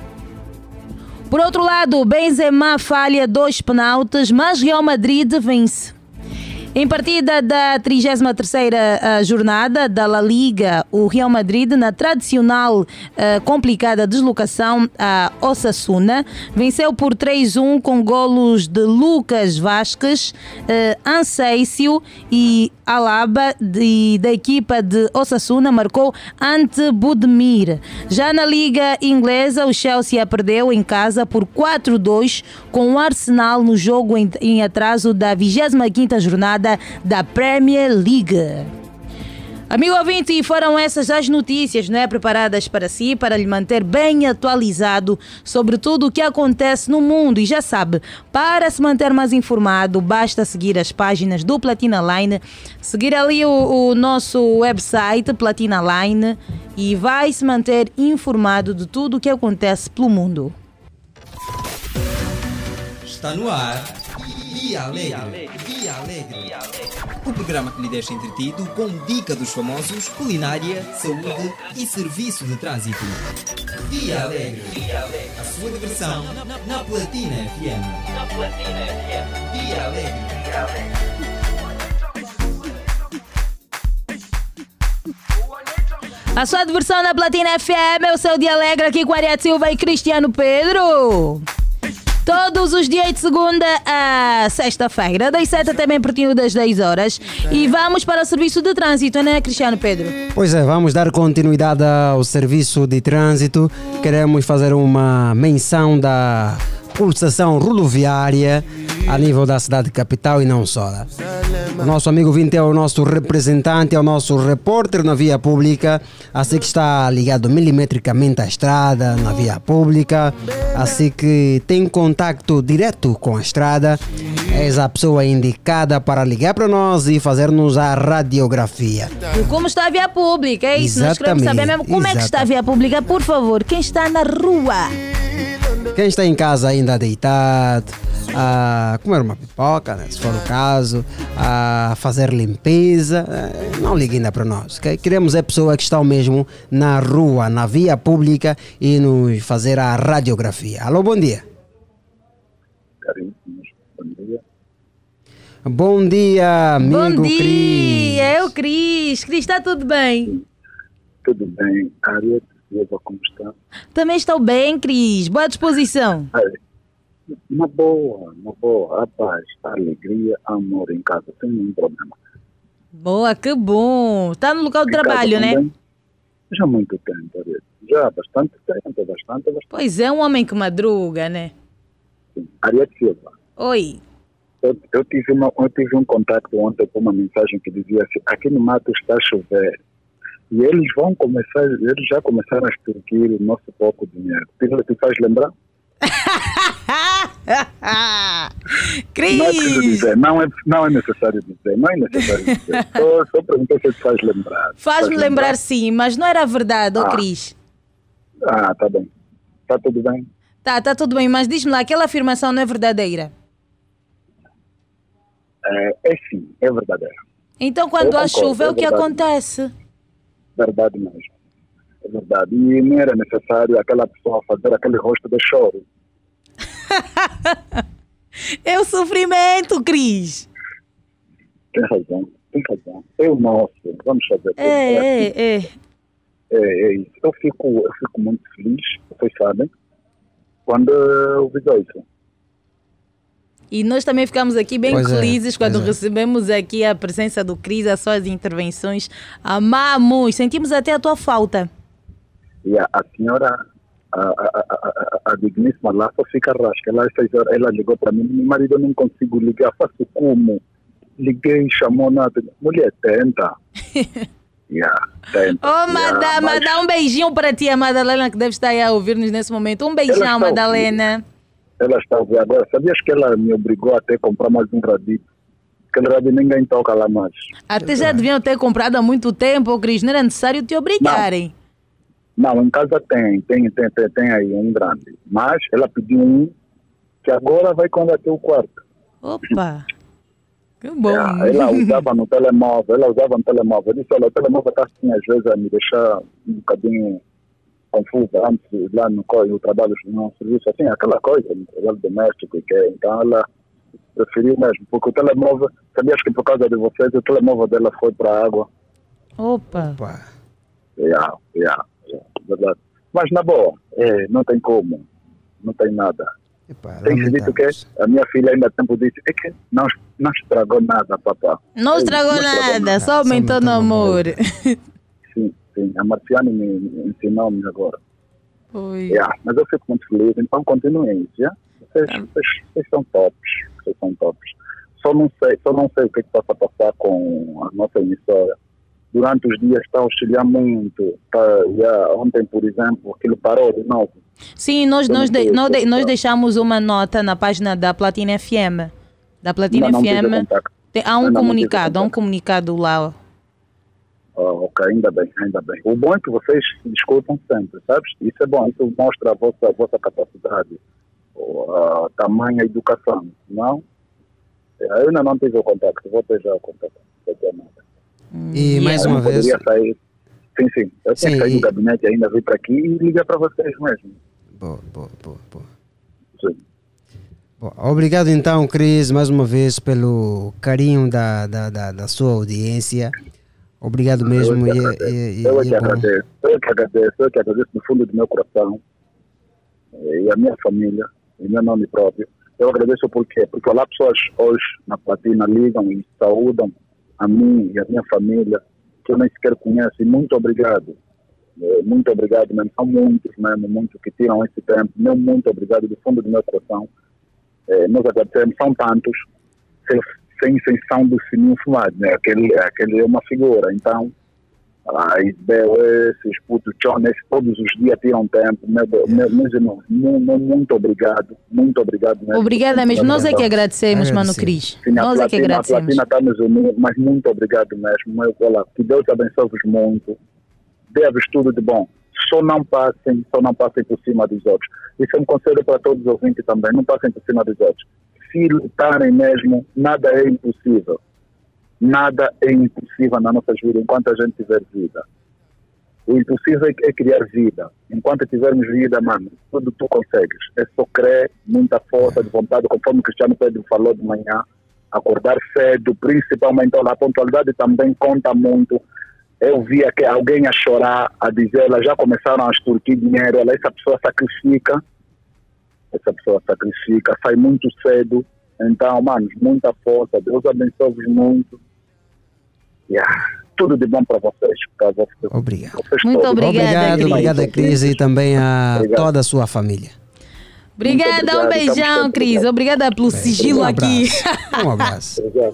Speaker 7: Por outro lado, Benzema falha dois penaltis, mas Real Madrid vence. Em partida da trigésima terceira jornada da La Liga, o Real Madrid, na tradicional uh, complicada deslocação a Osasuna, venceu por três a um com golos de Lucas Vasquez, uh, Anseisio e Alaba de, da equipa de Osasuna marcou ante Budimir. Já na Liga Inglesa, o Chelsea perdeu em casa por quatro a dois com o Arsenal no jogo em, em atraso da vigésima quinta jornada da Premier League. Amigo ouvinte, foram essas as notícias, não é, preparadas para si, para lhe manter bem atualizado sobre tudo o que acontece no mundo. E já sabe, para se manter mais informado, basta seguir as páginas do Platina Line, seguir ali o, o nosso website Platina Line e vai se manter informado de tudo o que acontece pelo mundo.
Speaker 1: Está no ar Dia Alegre. Dia Alegre. O programa que lhe deixa entretido com dica dos famosos, culinária, saúde e serviço de trânsito. Dia Alegre. A sua diversão na Platina F M. Na Platina F M. Dia Alegre. Dia Alegre.
Speaker 7: A sua diversão na Platina F M é o seu Dia Alegre aqui com Ariete Silva e Cristiano Pedro. Todos os dias de segunda a sexta-feira, das sete até bem pertinho das dez horas. E vamos para o serviço de trânsito, não é, Cristiano Pedro?
Speaker 5: Pois é, vamos dar continuidade ao serviço de trânsito. Queremos fazer uma menção da pulsação rodoviária a nível da cidade capital e não só. O nosso amigo Vinte é o nosso representante, é o nosso repórter na via pública, assim que está ligado milimetricamente à estrada, na via pública, assim que tem contacto direto com a estrada, és a pessoa indicada para ligar para nós e fazer-nos a radiografia.
Speaker 7: E como está a via pública, é isso?
Speaker 5: Exatamente,
Speaker 7: nós queremos saber mesmo como
Speaker 5: exatamente.
Speaker 7: É que está a via pública, por favor, quem está na rua?
Speaker 5: Quem está em casa ainda deitado, a comer uma pipoca, né, se for o caso, a fazer limpeza, não ligue ainda para nós. Okay? Queremos é pessoas que estão mesmo na rua, na via pública e nos fazer a radiografia. Alô, bom dia.
Speaker 9: Bom dia.
Speaker 5: Bom dia, amigo
Speaker 7: Bom dia,
Speaker 5: Cris.
Speaker 7: é o Cris. Cris, está tudo bem?
Speaker 9: Tudo bem. Ariete Silva, como está?
Speaker 7: Também estou bem, Cris. Boa disposição.
Speaker 9: Uma boa, uma boa. A paz, a alegria, amor em casa, sem nenhum problema.
Speaker 7: Boa, que bom. Está no local de
Speaker 9: Em casa
Speaker 7: trabalho, né?
Speaker 9: também. Já há muito tempo, Ariete. Já há bastante tempo, bastante, bastante.
Speaker 7: Pois é, um homem que madruga, né?
Speaker 9: Ariete Silva.
Speaker 7: Oi.
Speaker 9: Eu, eu, tive uma, eu tive um contato ontem com uma mensagem que dizia assim, aqui no mato está a chover. E eles vão começar, eles já começaram a extorquir o nosso pouco dinheiro. Tu te faz lembrar?
Speaker 7: Cris!
Speaker 9: Não é preciso dizer, não é, não é necessário dizer, não é necessário dizer. só, só perguntou se te faz lembrar.
Speaker 7: Faz-me lembrar, lembrar sim, mas não era verdade, ó
Speaker 9: ah.
Speaker 7: Cris.
Speaker 9: Ah, tá bem. Tá tudo bem?
Speaker 7: Tá, tá tudo bem, mas diz-me lá, aquela afirmação não é verdadeira?
Speaker 9: É, é sim, é verdadeira.
Speaker 7: Então quando há chuva é o que acontece.
Speaker 9: Verdade mesmo. É verdade. E não era necessário aquela pessoa fazer aquele rosto de choro.
Speaker 7: É o sofrimento, Cris.
Speaker 9: Tem razão, tem razão. É o nosso, vamos fazer.
Speaker 7: É, é, é.
Speaker 9: É, é isso. Eu fico, eu fico muito feliz, vocês sabem, quando eu vejo isso.
Speaker 7: E nós também ficamos aqui bem
Speaker 5: pois
Speaker 7: felizes
Speaker 5: é,
Speaker 7: quando
Speaker 5: é.
Speaker 7: recebemos aqui a presença do Cris, as suas intervenções. Amamos, sentimos até a tua falta.
Speaker 9: E a, a senhora, a, a, a, a digníssima lá, só fica rasca. Ela, ela ligou para mim, meu marido, eu não consigo ligar, faço como? Liguei, chamou nada. Mulher, tenta. yeah, tenta.
Speaker 7: Oh,
Speaker 9: yeah,
Speaker 7: Madama,
Speaker 9: mas...
Speaker 7: dá um beijinho para ti, a Madalena, que deve estar aí a ouvir-nos nesse momento. Um beijão, Madalena.
Speaker 9: Ela está a ouvir agora. Sabias que ela me obrigou a ter comprar mais um radinho? Aquele radinho ninguém toca lá mais.
Speaker 7: Até já deviam ter comprado há muito tempo, Cris. Não era necessário te obrigarem.
Speaker 9: Não, não, em casa tem, tem, tem, tem, tem aí um grande. Mas ela pediu um que agora vai quando até o quarto.
Speaker 7: Opa! Que bom!
Speaker 9: É, ela usava no telemóvel, ela usava no telemóvel. Eu disse, olha, o telemóvel está assim, às vezes, a me deixar um bocadinho confusa antes, lá no, no trabalho, no serviço, assim, aquela coisa, no trabalho doméstico, que é, então ela preferiu mesmo, porque o telemóvel, sabias que por causa de vocês, o telemóvel dela foi para a água.
Speaker 7: Opa!
Speaker 5: Opa.
Speaker 9: Yeah, yeah, yeah, verdade. Mas na boa, é, não tem como, não tem nada.
Speaker 5: Epa,
Speaker 9: tem que dizer que a minha filha ainda há tempo disse, é que não, não estragou nada, papá.
Speaker 7: Não estragou Ei, não nada, estragou nada, só aumentou no amor.
Speaker 9: Sim, sim, a Marciane me, me ensinou-me agora.
Speaker 7: Oi.
Speaker 9: Yeah, mas eu fico muito feliz, então continuem isso, yeah? vocês, tá. vocês, vocês são tops, vocês são tops. Só não sei, só não sei o que, é que possa passar com a nossa emissora. Durante os dias está a oscilar muito. Tá, yeah, ontem, por exemplo, aquilo parou de novo.
Speaker 7: Sim, nós, nós, de, nós, de, nós deixamos uma nota na página da Platina F M. Da Platina
Speaker 9: não, não
Speaker 7: F M. Tem, há um não, comunicado, não há um comunicado lá.
Speaker 9: Oh, ok, ainda bem, ainda bem. O bom é que vocês se discutam sempre, sabes? Isso é bom, isso mostra a vossa, a vossa capacidade, a tamanha educação, não? Eu ainda não tive o contacto, vou ter já o contacto.
Speaker 5: E mais uma vez...
Speaker 9: Sair. Sim, sim, eu tenho que sair do gabinete ainda, vir para aqui e ligar para vocês mesmo.
Speaker 5: Boa, boa, boa, boa.
Speaker 9: Sim.
Speaker 5: Bom, obrigado então, Cris, mais uma vez pelo carinho da, da, da, da sua audiência. Obrigado mesmo.
Speaker 9: Eu que e, e, eu que agradeço, eu que agradeço, eu que agradeço do fundo do meu coração e a minha família, em meu nome próprio. Eu agradeço por quê? Porque lá pessoas hoje na Platina ligam e saúdam a mim e a minha família, que eu nem sequer conheço, e muito obrigado. Muito obrigado mesmo, são muitos mesmo, muitos que tiram esse tempo. Meu muito obrigado do fundo do meu coração. É, nós agradecemos, são tantos, sem, sem exceção do Sininho Fumado, né? Aquele, aquele é uma figura. Então, a Isabel, esses putos, John, esses, todos os dias tiram tempo. Meu, meu, meus irmãos, muito, muito obrigado, muito obrigado mesmo.
Speaker 7: Obrigada mesmo, nós é que agradecemos, Mano Cris.
Speaker 9: Sim,
Speaker 7: nós
Speaker 9: platina,
Speaker 7: é que agradecemos.
Speaker 9: A Platina está nos unindo, mas muito obrigado mesmo. Meu, olá, que Deus abençoe-vos muito. Dê-vos tudo de bom. Só não passem, só não passem por cima dos outros. Isso é um conselho para todos os ouvintes também. Não passem por cima dos outros. Se lutarem mesmo, nada é impossível. Nada é impossível na nossa vida enquanto a gente tiver vida. O impossível é criar vida. Enquanto tivermos vida, mano, tudo tu consegues. É só crer, muita força de vontade, conforme o Cristiano Pedro falou de manhã. Acordar cedo, principalmente. Olha, a pontualidade também conta muito. Eu via que alguém a chorar, a dizer, elas já começaram a extorquir dinheiro, ela, essa pessoa sacrifica, essa pessoa sacrifica, sai muito cedo. Então, mano, muita força, Deus abençoe-vos muito. Yeah. Tudo de bom para vocês. Para vocês.
Speaker 5: Obrigado.
Speaker 9: Vocês
Speaker 7: Muito
Speaker 9: todos.
Speaker 7: obrigada,
Speaker 5: Obrigado, obrigada, Cris, e também a
Speaker 9: Obrigado.
Speaker 5: toda a sua família.
Speaker 7: Obrigada, um
Speaker 9: obrigado,
Speaker 7: beijão,
Speaker 9: estamos
Speaker 7: Cris.
Speaker 9: sempre
Speaker 7: Obrigada pelo sigilo
Speaker 5: Um
Speaker 7: aqui.
Speaker 5: abraço. Um abraço.
Speaker 9: Obrigado.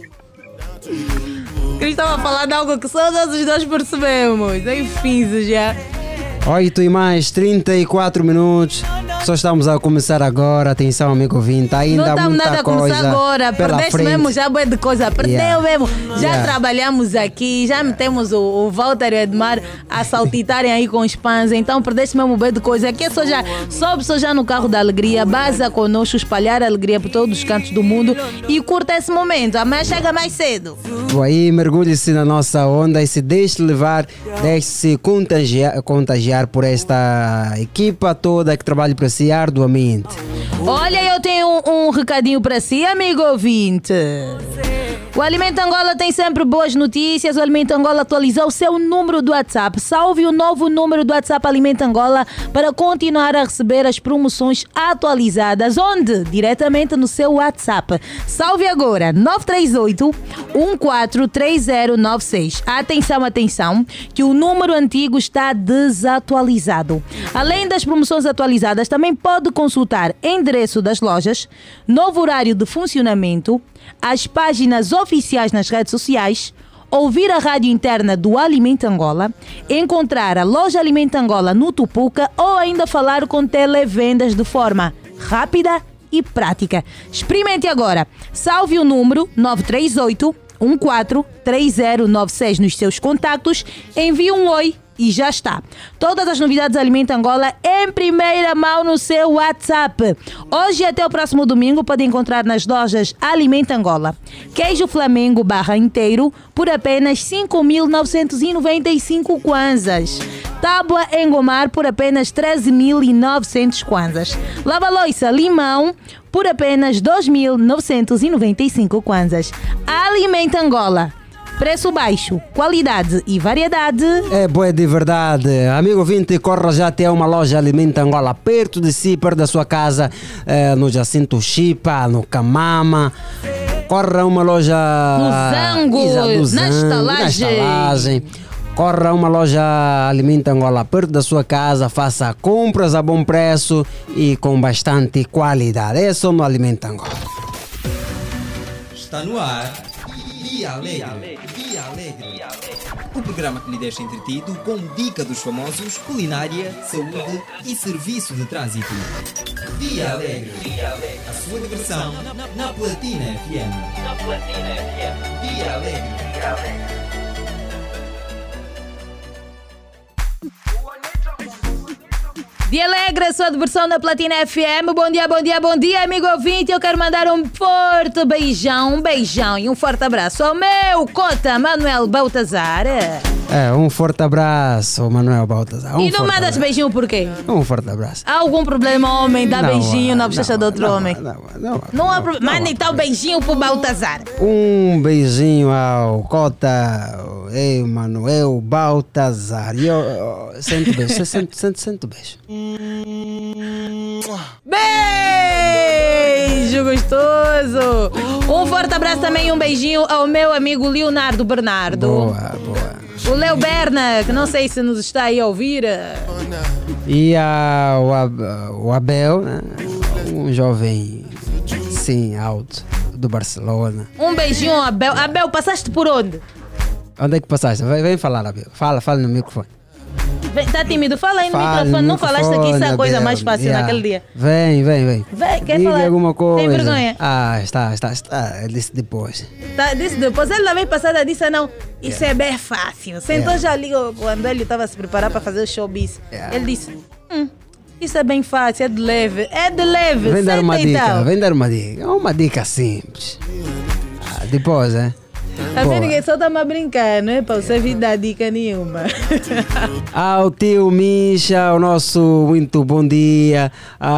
Speaker 7: Cris estava a falar de algo que só nós os dois percebemos. Enfim, já.
Speaker 5: oito e mais trinta e quatro minutos. Só estamos a começar agora. Atenção, amigo ouvinte. Ainda
Speaker 7: Não
Speaker 5: há
Speaker 7: estamos
Speaker 5: muita
Speaker 7: nada a
Speaker 5: coisa
Speaker 7: começar agora.
Speaker 5: pela
Speaker 7: Perdeste
Speaker 5: frente.
Speaker 7: mesmo já bué de coisa. Perdeu
Speaker 5: Yeah.
Speaker 7: mesmo. Já
Speaker 5: Yeah.
Speaker 7: trabalhamos aqui. Já metemos o, o Walter e o Edmar a saltitarem aí com os pães. Então perdeste mesmo bué de coisa. Aqui é só já. Sobe só já no carro da alegria. Baza conosco. Espalhar a alegria por todos os cantos do mundo. E curta esse momento. Amanhã chega mais cedo.
Speaker 5: Aí mergulhe-se na nossa onda e se deixe levar, deixe-se contagiar, contagiar por esta equipa toda que trabalha para si arduamente.
Speaker 7: Olha, eu tenho um, um recadinho para si, amigo ouvinte. O Alimento Angola tem sempre boas notícias. O Alimento Angola atualizou o seu número do WhatsApp. Salve o novo número do WhatsApp Alimento Angola para continuar a receber as promoções atualizadas. Onde? Diretamente no seu WhatsApp. Salve agora, nove três oito, um quatro três zero nove seis. Atenção, atenção, que o número antigo está desatualizado. Além das promoções atualizadas, também pode consultar endereço das lojas, novo horário de funcionamento, as páginas oficiais nas redes sociais, ouvir a rádio interna do Alimento Angola, encontrar a loja Alimento Angola no Tupuca ou ainda falar com televendas de forma rápida e prática. Experimente agora. Salve o número nove três oito, um quatro três zero nove seis nos seus contactos, envie um oi e já está. Todas as novidades do Alimento Angola em primeira mão no seu WhatsApp. Hoje até o próximo domingo pode encontrar nas lojas Alimento Angola queijo Flamengo barra inteiro por apenas cinco mil novecentos e noventa e cinco kwanzas. Tábua engomar por apenas treze mil e novecentos kwanzas. Lava-loiça limão por apenas dois mil novecentos e noventa e cinco kwanzas. Alimento Angola. Preço baixo, qualidade e variedade.
Speaker 5: É boa de verdade. Amigo ouvinte, corra já até uma loja Alimento Angola perto de si, perto da sua casa, eh, no Jacinto Chipa, no Camama. Corra a uma loja...
Speaker 7: No Zango,
Speaker 5: Isa, do
Speaker 7: na
Speaker 5: Zango,
Speaker 7: estalagem.
Speaker 5: na estalagem. Corra a uma loja Alimento Angola perto da sua casa, faça compras a bom preço e com bastante qualidade. É só no Alimento Angola.
Speaker 1: Está no ar Dia Alegre. Dia Alegre. O programa que lhe deixa entretido com dica dos famosos, culinária, saúde e serviço de trânsito. Dia Alegre. A sua diversão na Platina F M. Na Platina F M. Dia Alegre. Dia Alegre.
Speaker 7: Dia Alegre, a sua diversão na Platina F M. Bom dia, bom dia, bom dia, amigo ouvinte. Eu quero mandar um forte beijão, um beijão e um forte abraço ao meu cota Manuel Baltazar.
Speaker 5: É, um forte abraço, Manuel Baltazar. Um
Speaker 7: e não
Speaker 5: forte
Speaker 7: mandas
Speaker 5: abraço.
Speaker 7: beijinho por quê?
Speaker 5: Um forte abraço.
Speaker 7: Há algum problema, homem? Dá
Speaker 5: Não
Speaker 7: beijinho
Speaker 5: há,
Speaker 7: na bochecha
Speaker 5: não
Speaker 7: de outro
Speaker 5: há,
Speaker 7: homem?
Speaker 5: Não, não,
Speaker 7: Não há problema. Manda então beijinho pro Baltazar.
Speaker 5: Um beijinho ao Cota Emanuel Baltazar. E eu, eu, sente o beijo, sente, sente, sente o beijo.
Speaker 7: Beijo gostoso. Um forte abraço também e um beijinho ao meu amigo Leonardo Bernardo.
Speaker 5: Boa, boa.
Speaker 7: O Leo Berna, que não sei se nos está aí a ouvir.
Speaker 5: E ao Ab- o Abel, né? Um jovem, sim, alto, do Barcelona.
Speaker 7: Um beijinho, Abel. Abel, passaste por onde?
Speaker 5: Onde é que passaste? Vem, vem falar, Abel. Fala, fala no microfone.
Speaker 7: Vem, tá tímido? Fala aí no
Speaker 5: Fala
Speaker 7: microfone.
Speaker 5: no
Speaker 7: Não falaste aqui, isso é a coisa
Speaker 5: Abel.
Speaker 7: mais fácil
Speaker 5: Yeah.
Speaker 7: naquele dia.
Speaker 5: Vem, vem, vem.
Speaker 7: Vem, quer
Speaker 5: Diga
Speaker 7: falar?
Speaker 5: alguma coisa.
Speaker 7: Tem vergonha?
Speaker 5: Ah, está, está, está. Ele disse depois.
Speaker 7: Tá, disse depois, ele na vez passada disse não, isso
Speaker 5: Yeah.
Speaker 7: é bem fácil. Sentou
Speaker 5: Yeah.
Speaker 7: já ali quando ele estava a se preparar para fazer o showbiz.
Speaker 5: Yeah.
Speaker 7: Ele disse, hum, isso é bem fácil, é de leve, é de leve.
Speaker 5: Vem dar
Speaker 7: senta
Speaker 5: uma dica,
Speaker 7: então.
Speaker 5: vem dar uma dica. É uma dica simples. Ah, depois, é?
Speaker 7: Assim
Speaker 5: Boa.
Speaker 7: ninguém só tá me brincar, não é para você vir dar dica nenhuma.
Speaker 5: Ao tio Misha, o nosso muito bom dia.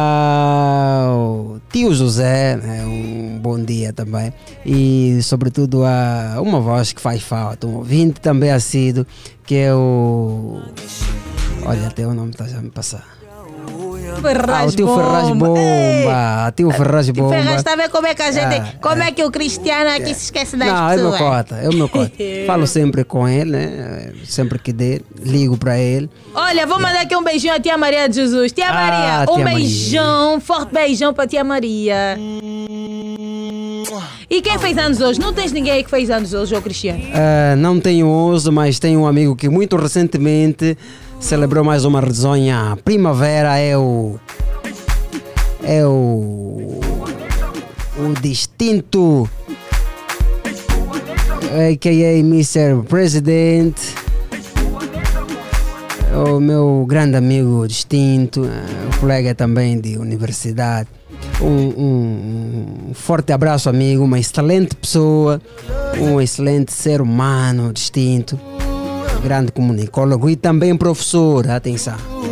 Speaker 5: Ao tio José, né, um bom dia também. E sobretudo a uma voz que faz falta, um ouvinte também assíduo, que é o... Olha, até o nome está já a me passar.
Speaker 7: Ferraz
Speaker 5: Ah, o tio Ferraz Bomba. O tio Ferraz Bomba.
Speaker 7: Ferraz, está a ver como é que a gente.
Speaker 5: Ah,
Speaker 7: como é que o Cristiano aqui se esquece das
Speaker 5: Não, é meu
Speaker 7: pessoas?
Speaker 5: cota, é o meu cota. Falo sempre com ele, né? Sempre que der, ligo para ele.
Speaker 7: Olha, vou mandar aqui um beijinho à tia Maria de Jesus. Tia
Speaker 5: Ah,
Speaker 7: Maria, um
Speaker 5: tia Maria.
Speaker 7: beijão, um forte beijão para tia Maria. E quem fez anos hoje? Não tens ninguém aí que fez anos hoje, ô Cristiano?
Speaker 5: Ah, não tenho hoje, mas tenho um amigo que muito recentemente celebrou mais uma risonha primavera. É o. É o. O distinto. A K A mister President. O meu grande amigo distinto, o colega também de universidade. Um, um, um forte abraço, amigo, uma excelente pessoa, um excelente ser humano distinto, grande comunicólogo e também professor, atenção.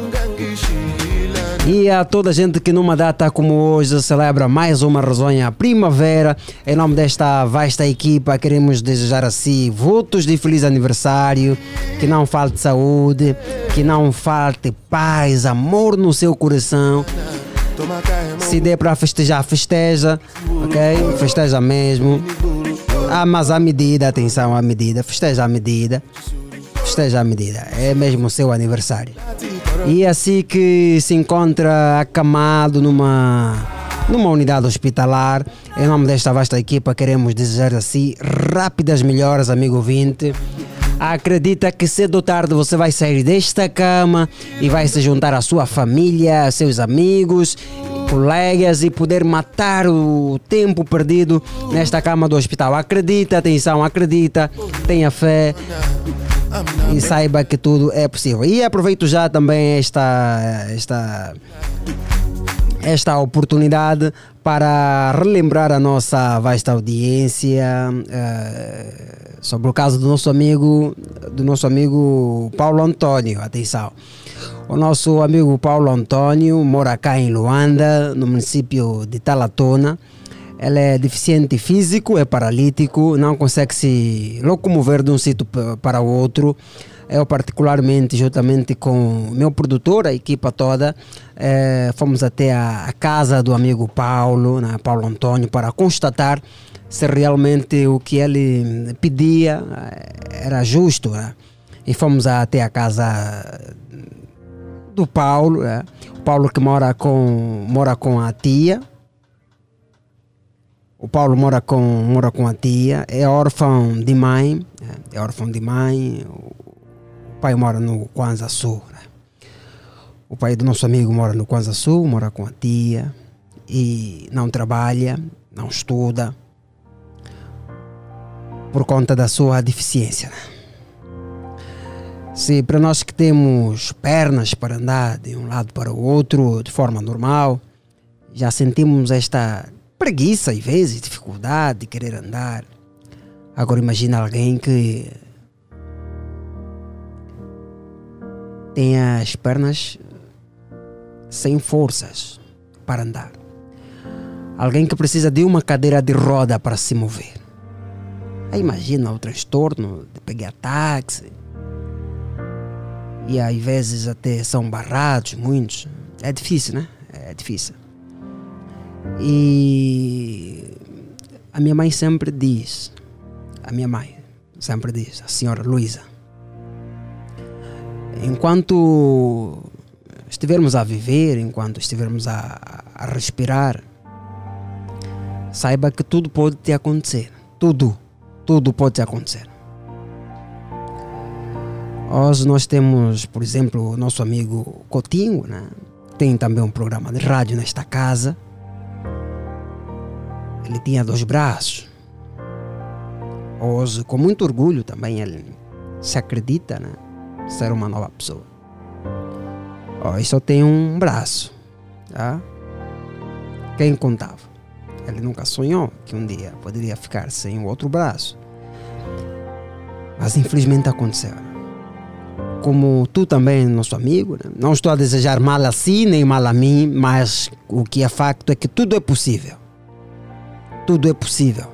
Speaker 5: E a toda a gente que numa data como hoje celebra mais uma risonha primavera, em nome desta vasta equipa queremos desejar a si votos de feliz aniversário, que não falte saúde, que não falte paz, amor no seu coração. Se der para festejar, festeja, ok? Festeja mesmo. Ah, mas à medida, atenção, à medida, festeja à medida. Festeja à medida, é mesmo o seu aniversário. E assim que se encontra acamado numa, numa unidade hospitalar, em nome desta vasta equipa, queremos desejar a si rápidas melhoras, amigo ouvinte. Acredita que cedo ou tarde você vai sair desta cama e vai se juntar à sua família, a seus amigos, colegas e poder matar o tempo perdido nesta cama do hospital. Acredita, atenção, acredita, tenha fé e saiba que tudo é possível. E aproveito já também esta, esta, esta oportunidade para relembrar a nossa vasta audiência uh, sobre o caso do nosso amigo, do nosso amigo Paulo Antônio. Atenção, o nosso amigo Paulo Antônio mora cá em Luanda, no município de Talatona. Ele é deficiente físico, é paralítico, não consegue se locomover de um sítio para o outro. Eu particularmente, juntamente com o meu produtor, a equipa toda, eh, fomos até a, a casa do amigo Paulo, né, Paulo Antônio, para constatar se realmente o que ele pedia era justo. Né? E fomos até a casa do Paulo, né? O Paulo que mora com, mora com a tia. O Paulo mora com, mora com a tia, é órfão de mãe, é órfão de mãe, o pai mora no Kwanza Sul. Né? O pai do nosso amigo mora no Kwanza Sul, mora com a tia e não trabalha, não estuda, por conta da sua deficiência. Né? Se para nós que temos pernas para andar de um lado para o outro de forma normal, já sentimos esta preguiça e vezes, dificuldade de querer andar. Agora imagina alguém que tem as pernas sem forças para andar. Alguém que precisa de uma cadeira de roda para se mover. Aí imagina o transtorno de pegar táxi. E às vezes até são barrados, muitos. É difícil, né? É difícil. E a minha mãe sempre diz, a minha mãe sempre diz, a senhora Luísa, enquanto estivermos a viver, enquanto estivermos a, a respirar, saiba que tudo pode te acontecer. Tudo, tudo pode te acontecer. Hoje nós temos, por exemplo, o nosso amigo Coutinho, né? Tem também um programa de rádio nesta casa. Ele tinha dois braços. Hoje, com muito orgulho também, ele se acredita, né, ser uma nova pessoa. Hoje só tem um braço. Tá? Quem contava? Ele nunca sonhou que um dia poderia ficar sem o outro braço. Mas infelizmente aconteceu. Como tu também, nosso amigo, né? Não estou a desejar mal a si nem mal a mim, mas o que é facto é que tudo é possível. Tudo é possível.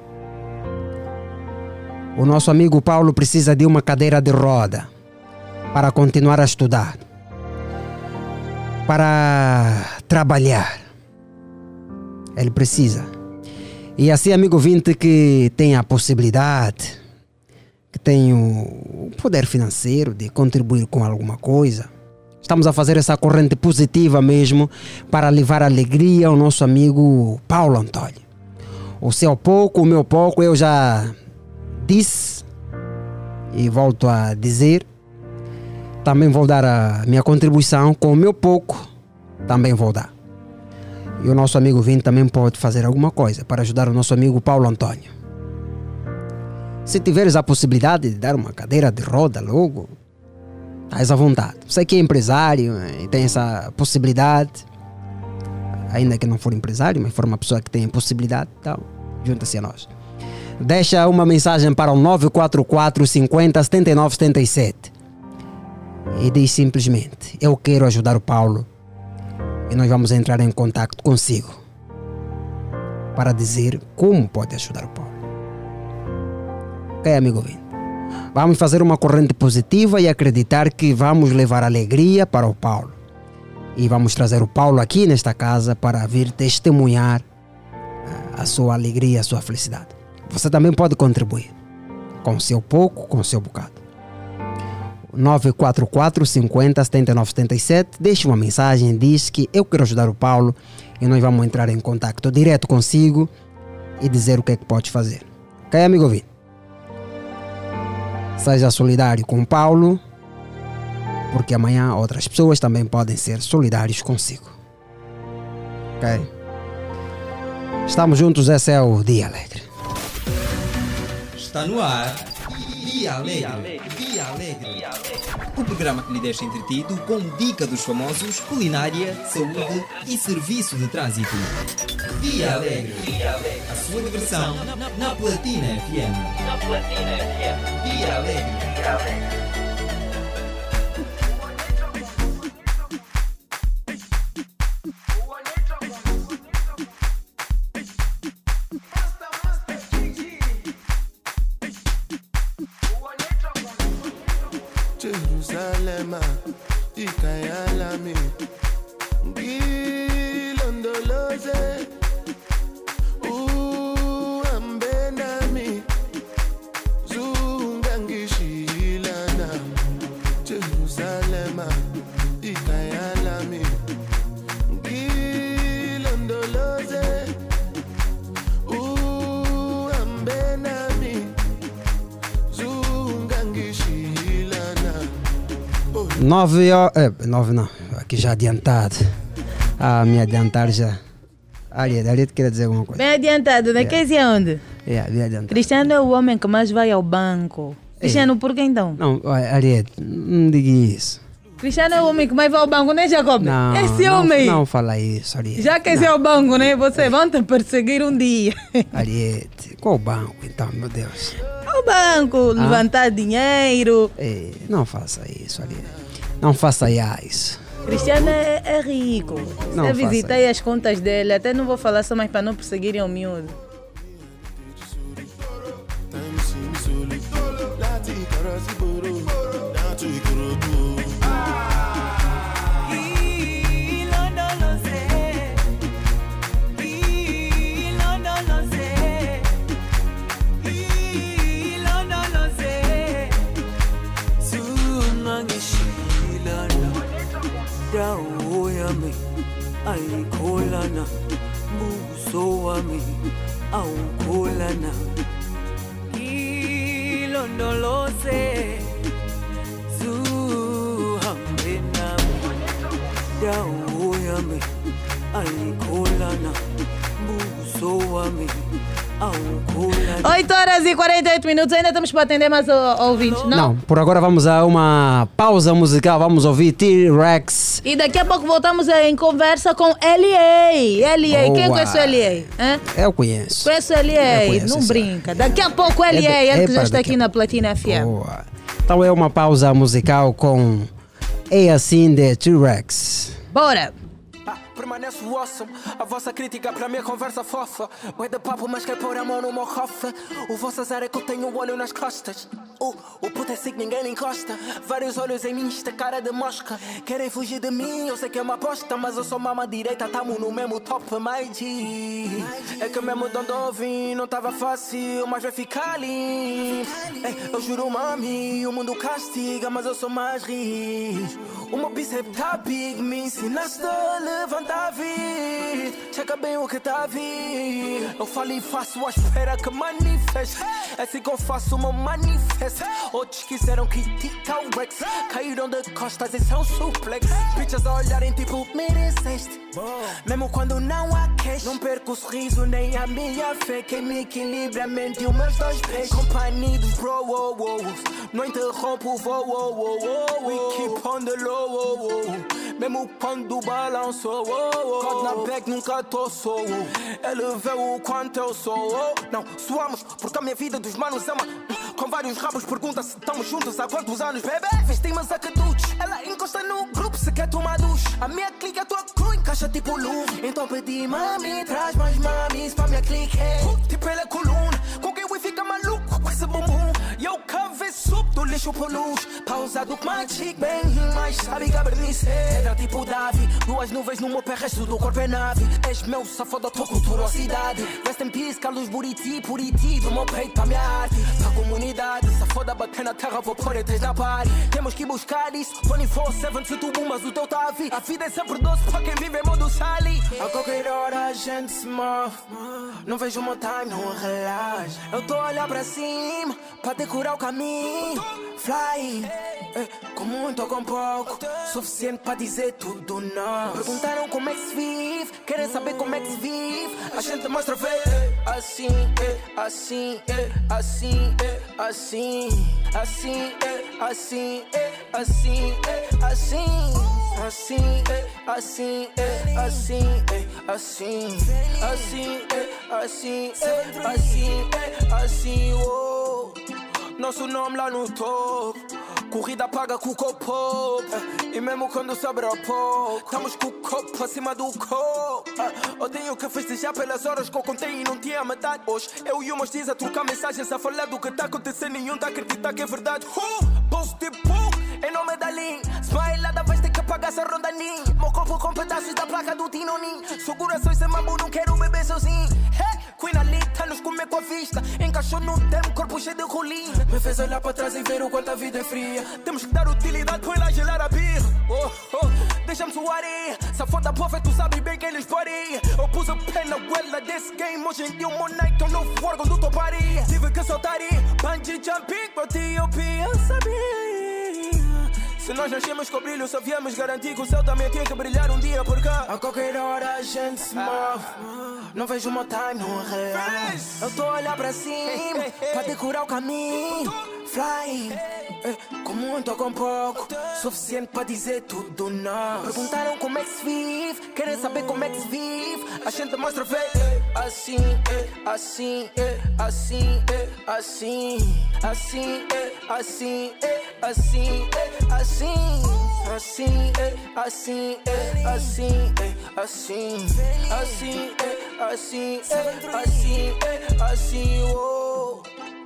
Speaker 5: O nosso amigo Paulo precisa de uma cadeira de roda para continuar a estudar, para trabalhar. Ele precisa. E assim, amigo ouvinte que tem a possibilidade, que tem o poder financeiro de contribuir com alguma coisa, estamos a fazer essa corrente positiva mesmo para levar alegria ao nosso amigo Paulo Antônio. O seu pouco, o meu pouco, eu já disse e volto a dizer. Também vou dar a minha contribuição. Com o meu pouco, também vou dar. E o nosso amigo Vini também pode fazer alguma coisa para ajudar o nosso amigo Paulo Antônio. Se tiveres a possibilidade de dar uma cadeira de roda logo, estás à vontade. Você que é empresário e tem essa possibilidade, ainda que não for empresário, mas for uma pessoa que tem possibilidade, então junta-se a nós. Deixa uma mensagem para o nove quatro quatro, cinquenta, setenta e nove, setenta e sete e diz simplesmente: eu quero ajudar o Paulo. E nós vamos entrar em contato consigo para dizer como pode ajudar o Paulo. Ok, amigo ouvinte? Vamos fazer uma corrente positiva e acreditar que vamos levar alegria para o Paulo. E vamos trazer o Paulo aqui nesta casa para vir testemunhar a sua alegria, a sua felicidade. Você também pode contribuir com o seu pouco, com o seu bocado. nove quatro quatro, cinquenta, setenta e nove, setenta e sete. Deixe uma mensagem, diz que eu quero ajudar o Paulo e nós vamos entrar em contato direto consigo e dizer o que é que pode fazer. Ok, amigo ouvinte? Seja solidário com o Paulo, porque amanhã outras pessoas também podem ser solidários consigo. Ok? Estamos juntos, esse é o Dia Alegre.
Speaker 1: Está no ar Dia Alegre. Dia Alegre. O programa que lhe deixa entretido com dica dos famosos, culinária, saúde e serviço de trânsito. Dia Alegre. A sua diversão na Platina F M. Na Platina F M. Dia Alegre. Dia Alegre.
Speaker 8: Jerusalem, Ikayalami, Gilondoloze, Uambenami, Zungangishilana. Jerusalem, Ikayalami, Gilondoloze, Uambenami, Zungangishilana.
Speaker 5: Nove horas. É, nove não, aqui já adiantado. Ah, me adiantar já. Ariete, Ariete quer dizer alguma coisa.
Speaker 7: Bem adiantado, né?
Speaker 5: Yeah.
Speaker 7: Quer dizer onde?
Speaker 5: É, yeah, bem adiantado.
Speaker 7: Cristiano é o homem que mais vai ao banco. Cristiano, por que então?
Speaker 5: Não, Ariete, não diga isso.
Speaker 7: Cristiano é o homem que mais vai ao banco, né, Jacob?
Speaker 5: Não,
Speaker 7: Esse
Speaker 5: não,
Speaker 7: homem.
Speaker 5: Não fala isso, Ariete.
Speaker 7: Já que esse é o banco, né? Vocês vão te perseguir um dia.
Speaker 5: Ariete, qual banco então, meu Deus?
Speaker 7: O banco,
Speaker 5: Ah?
Speaker 7: levantar dinheiro.
Speaker 5: Ei, não faça isso, Ariete. Não faça isso.
Speaker 7: Cristiano é, é rico.
Speaker 5: Não
Speaker 7: Eu
Speaker 5: faça
Speaker 7: visitei as contas dele, até não vou falar só mais para não perseguirem o miúdo.
Speaker 10: Dawo yami ayikholana, buso wami awukholana. Ilondoloze zuhambe nami, dawo yami ayikholana, buso wami awukholana.
Speaker 7: oito horas e quarenta e oito minutos, ainda estamos para atender mais o- ouvintes, não?
Speaker 5: Não, por agora vamos a uma pausa musical. Vamos ouvir T-Rex.
Speaker 7: E daqui a pouco voltamos em conversa com L A. L A, quem
Speaker 5: Boa.
Speaker 7: conhece o L A? Hã?
Speaker 5: Eu conheço.
Speaker 7: Conhece o L A?
Speaker 5: Eu conheço,
Speaker 7: Não
Speaker 5: sim.
Speaker 7: brinca. Daqui a pouco o L A,
Speaker 5: É,
Speaker 7: ele
Speaker 5: é
Speaker 7: que já
Speaker 5: para
Speaker 7: está
Speaker 5: daqui
Speaker 7: aqui
Speaker 5: a
Speaker 7: na Platina F M.
Speaker 5: Boa. Então é uma pausa musical com É Assim de T-Rex.
Speaker 7: Bora!
Speaker 6: permanece awesome. A vossa crítica para mim é conversa fofa. Bué de papo, mas quer pôr a mão no meu cofre. O vosso azar é que eu tenho o olho nas costas. Uh, o puto é assim que ninguém lhe encosta. Vários olhos em mim, esta cara de mosca. Querem fugir de mim, eu sei que é uma aposta. Mas eu sou mama direita, tamo no mesmo top, my G. É que mesmo de onde eu vim não tava fácil, mas vai ficar lindo. É, eu juro, mami, o mundo castiga, mas eu sou mais rico. O meu bíceps tá big, me ensinaste a levantar a vida. Checa bem o que tá a vir. Eu falo e faço à espera que manifeste. É assim que eu faço o meu manifesto. Outros quiseram criticar o Rex, caíram de costas, esse é um suplex. Bitches a olharem tipo, mereceste. Mesmo quando não há cash, não perco o sorriso nem a minha fé. Quem me equilibra a mente e os meus dois pés. Companhia dos bro, oh, oh, oh. Não interrompo o voo, oh, oh, oh. We keep on the low, oh, oh. Mesmo quando balanço, oh, oh. God na back nunca tô só, oh. Ele vê o quanto eu sou, oh. Não, suamos porque a minha vida dos manos ama. Com vários rabos pergunta se estamos juntos há quantos anos, bebê? Vestimos a cadutos. Ela encosta no grupo se quer tomar duche. A minha clique é tua cru, encaixa tipo luva. Então pedi, mami, traz mais mamis pra minha clique. Tipo ele é coluna, com quem we fica maluco com esse bumbum. E eu cavei subo do lixo por luz. Pausado com uma chick bem, mas sabe que a bernice é tipo Davi. Duas nuvens no meu pé, resto do corpo é nave. És meu safado, a tua cultura ou cidade. Rest in peace, Carlos Buriti, Puriti. Do meu peito pra minha arte, pra comunidade. Safoda bater na terra, vou pôr etes na party. Temos que buscar isso, vinte e quatro sete se tu bumas, o teu tá a vir. A vida é sempre doce pra quem vive em modo Sally. A qualquer hora a gente se move. Não vejo o meu time, não relaxa. Eu tô a olhar pra cima, pra decorar o caminho. Fly, eh, com muito ou com pouco, suficiente pra dizer tudo não. Perguntaram como é que se vive, querem saber como é que se vive. A gente mostra ver assim, eh, assim, eh, assim, eh, assim, assim, eh, assim, eh, assim, eh, assim, assim, eh, assim, eh, assim, eh, assim, assim, eh, assim, eh, assim, eh, assim, oh. Nosso nome lá no topo, corrida paga com o copo. E mesmo quando sobra pouco, estamos com o copo acima do copo. Eu tenho que festejar pelas horas que eu contei e não tinha metade. Hoje eu e o Mostis a trocar mensagens, a falar do que tá acontecendo. Nenhum tá a acreditar que é verdade. uh, Post de book, em nome da Lin. Smilada vais ter que pagar essa rondaninha. Meu corpo com pedaços da placa do Tinonim. Segurações sem mambo, não quero beber sozinho. Hey, Queen Ali tá nos comer com a vista. Encaixou no tempo, corpo cheio de rolinho. Me fez olhar para trás e ver o quanto a vida é fria. Temos que dar utilidade, põe lá gelar a birra. Oh, oh, deixa-me suar aí. Se a foda pofa, tu sabes bem que eles podem. Eu pus o pé na goela desse game. Hoje em dia o Monite é o novo órgão do toparia. Tive que soltar aí, bungee jumping pra T O P, eu sabia. Se nós nascemos com brilho, só viemos garantir que o céu também tinha que brilhar um dia por cá. A qualquer hora a gente se move. Não vejo o meu time, não relaxa. Eu tô a olhar pra cima, pra decorar o caminho. Fly, eh, com muito ou com pouco, suficiente pra dizer tudo não. Perguntaram como é que se vive, querem saber como é que se vive. A gente mostra ver assim, eh, assim, eh, assim, eh, assim, assim, eh, assim, eh, assim, eh, assim, assim, eh, assim, eh, assim, eh, assim, assim, eh, assim, eh, assim, eh, assim, oh.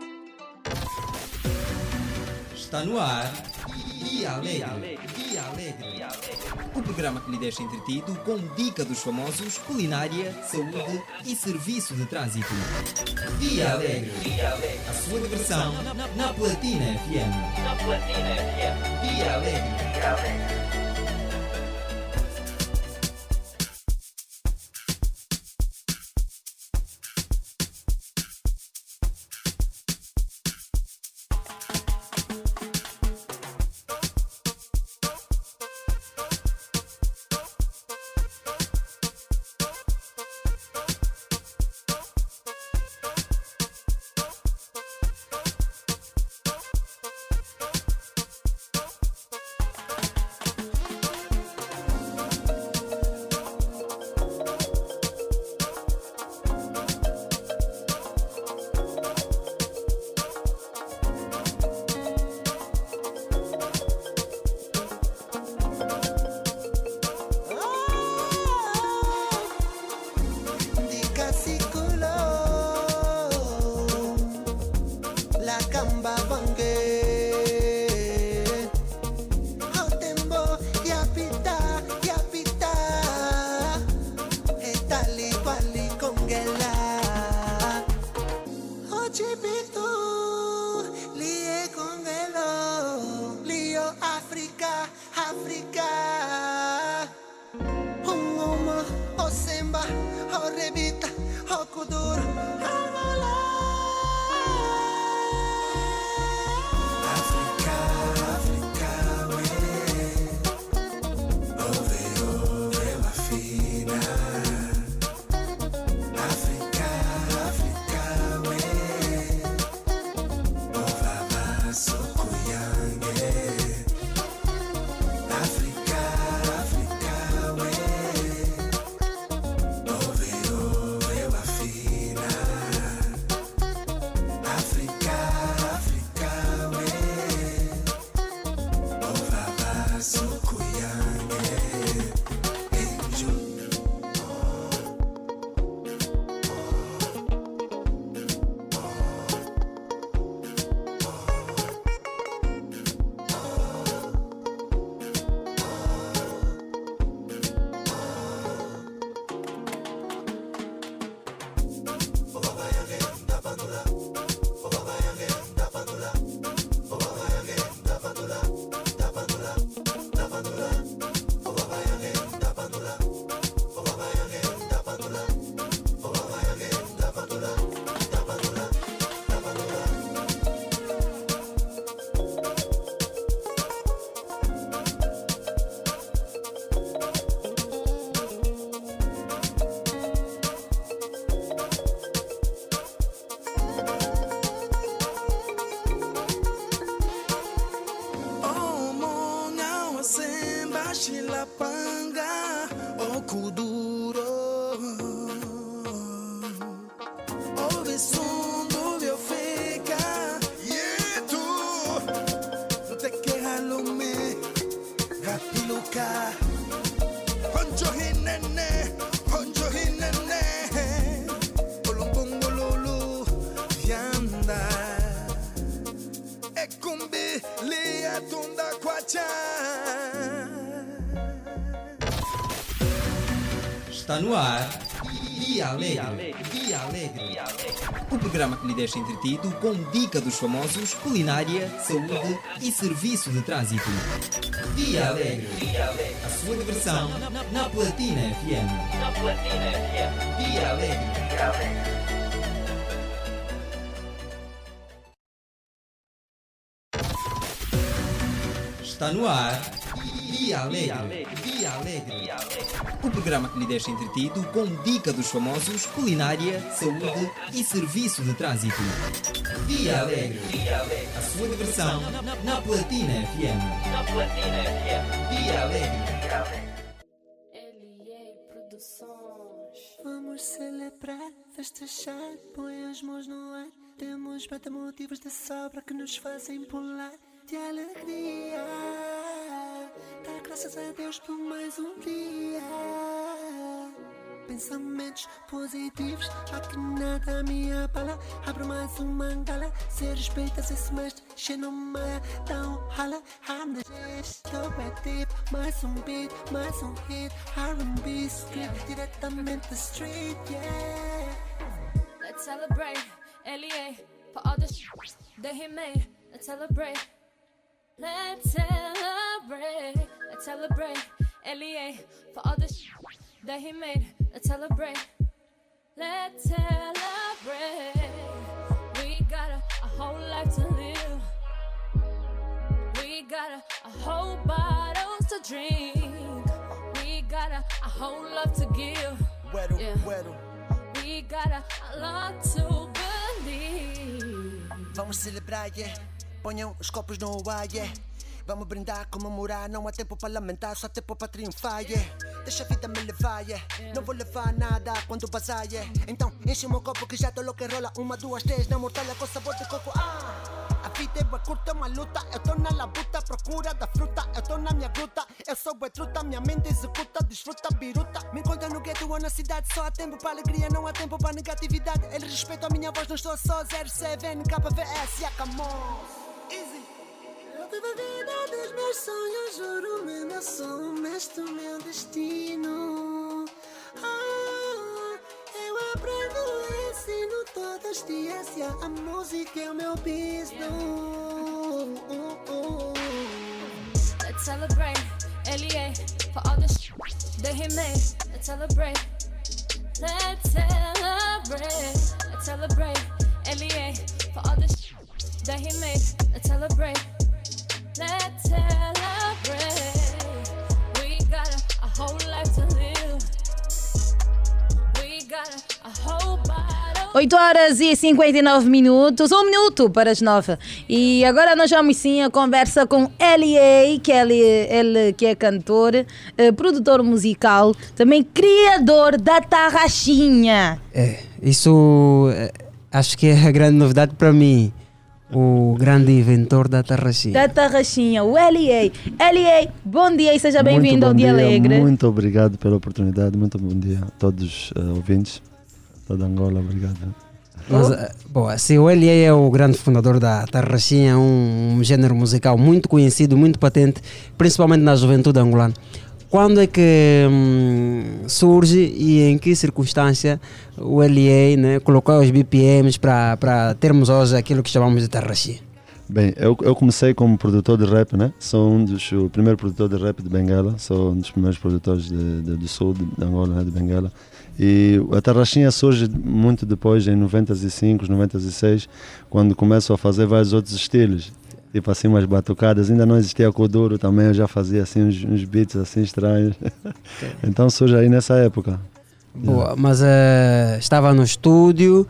Speaker 1: Está no ar Dia Alegre. Dia Alegre. O programa que lhe deixa entretido com dica dos famosos, culinária, saúde e serviço de trânsito. Dia Alegre. A sua diversão na Platina F M. Na Platina F M. Dia Alegre. Dia Alegre.
Speaker 8: la camba bangue. O tembo yapita, yapita. E tali quali congela. O chipito, lie congelo. Lio Africa, Africa. Un uomo, o semba, o revita, o kuduro.
Speaker 1: Está no ar Dia Alegre. Dia Alegre. O programa que lhe deixa entretido com dica dos famosos, culinária, saúde e serviço de trânsito. Dia Alegre. A sua diversão na Platina F M. Na Platina F M. Dia Alegre. Dia Alegre. Está no ar Dia Alegre. Dia Alegre. O programa que lhe deixa entretido com dica dos famosos, culinária, saúde e serviço de trânsito. Dia Alegre. A sua diversão na Platina F M. Na Platina F M. Dia Alegre.
Speaker 11: L A Produções.
Speaker 8: Vamos celebrar, festejar, põe as mãos no ar. Temos bata motivos de sobra que nos fazem pular de alegria. Dar graças a Deus por mais um dia. Pensamentos positivos, há que nada me abala. Abre mais uma gala, se respeitas esse mestre, Xenomaia, então rala. I'm the shit, deep, mais um beat, mais um hit, R and B script, diretamente da street, yeah.
Speaker 11: Let's celebrate, L A, for all the shit that he made. Let's celebrate. Let's celebrate, let's celebrate, L A, for all the shit that he made. Let's celebrate, let's celebrate. We got a, a whole life to live. We got a, a whole bottles to drink. We got a, a whole love to give.
Speaker 8: Bueno,
Speaker 11: yeah.
Speaker 8: bueno.
Speaker 11: We got a, a lot to believe.
Speaker 8: Vamos celebrar, yeah. Ponham os copos no ar, yeah. Vamos brindar, comemorar. Não há tempo para lamentar, só tempo para triunfar, yeah. Deixa a vida me levar, yeah. Não vou levar nada quando bazar, yeah. Então enche o meu copo que já tô louco e rola. Uma, duas, três, na mortalha com sabor de coco, ah. A vida é bué curta, uma luta. Eu tô na labuta, procura da fruta. Eu tô na minha gruta, eu sou bué truta. Minha mente executa, desfruta, biruta. Me encontra no gueto ou na cidade. Só há tempo para alegria, não há tempo para negatividade. Ele respeita a minha voz, não estou só. Zero sete K V S, Yacamos. Easy. Eu vivo a vida dos meus sonhos, juro mesmo, eu sou o mestre do meu destino. Ah, eu aprendo e ensino todos os dias, e a música é o meu business.
Speaker 11: Let's celebrate, L E A, for all the sh that he made. Let's celebrate, let's celebrate, let's celebrate, L E A, for all the sh that he made. Let's celebrate, let's celebrate. We got a, a whole life to live. We got a, a whole bottle.
Speaker 7: oito horas e cinquenta e nove minutos, um minuto para as nove. E agora nós vamos sim a conversa com L A, que ele, ele que é cantor, eh, produtor musical, também criador da Tarraxinha.
Speaker 5: É, isso é, acho que é a grande novidade para mim. O grande inventor da Tarraxinha.
Speaker 7: Da Tarraxinha, o L A. L A, bom dia e seja bem-vindo ao Dia Alegre.
Speaker 2: Muito obrigado pela oportunidade, muito bom dia a todos os uh, ouvintes. Toda Angola, obrigado.
Speaker 5: Mas, bom, assim, o L A é o grande fundador da Tarraxinha, um, um gênero musical muito conhecido, muito patente, principalmente na juventude angolana. Quando é que hum, surge e em que circunstância o L A, né, colocou os B P Ms para termos hoje aquilo que chamamos de Tarraxinha?
Speaker 2: Bem, eu, eu comecei como produtor de rap, né? Sou um dos, o primeiro produtor de rap de Benguela, sou um dos primeiros produtores de, de, do sul de Angola, né, de Benguela. E a Tarraxinha surge muito depois, em noventa e cinco, noventa e seis, quando começo a fazer vários outros estilos. Tipo assim, umas batucadas, ainda não existia Kuduro também, eu já fazia assim uns, uns beats assim estranhos. Okay. Então surge aí nessa época.
Speaker 5: Boa, yeah. Mas uh, estava no estúdio?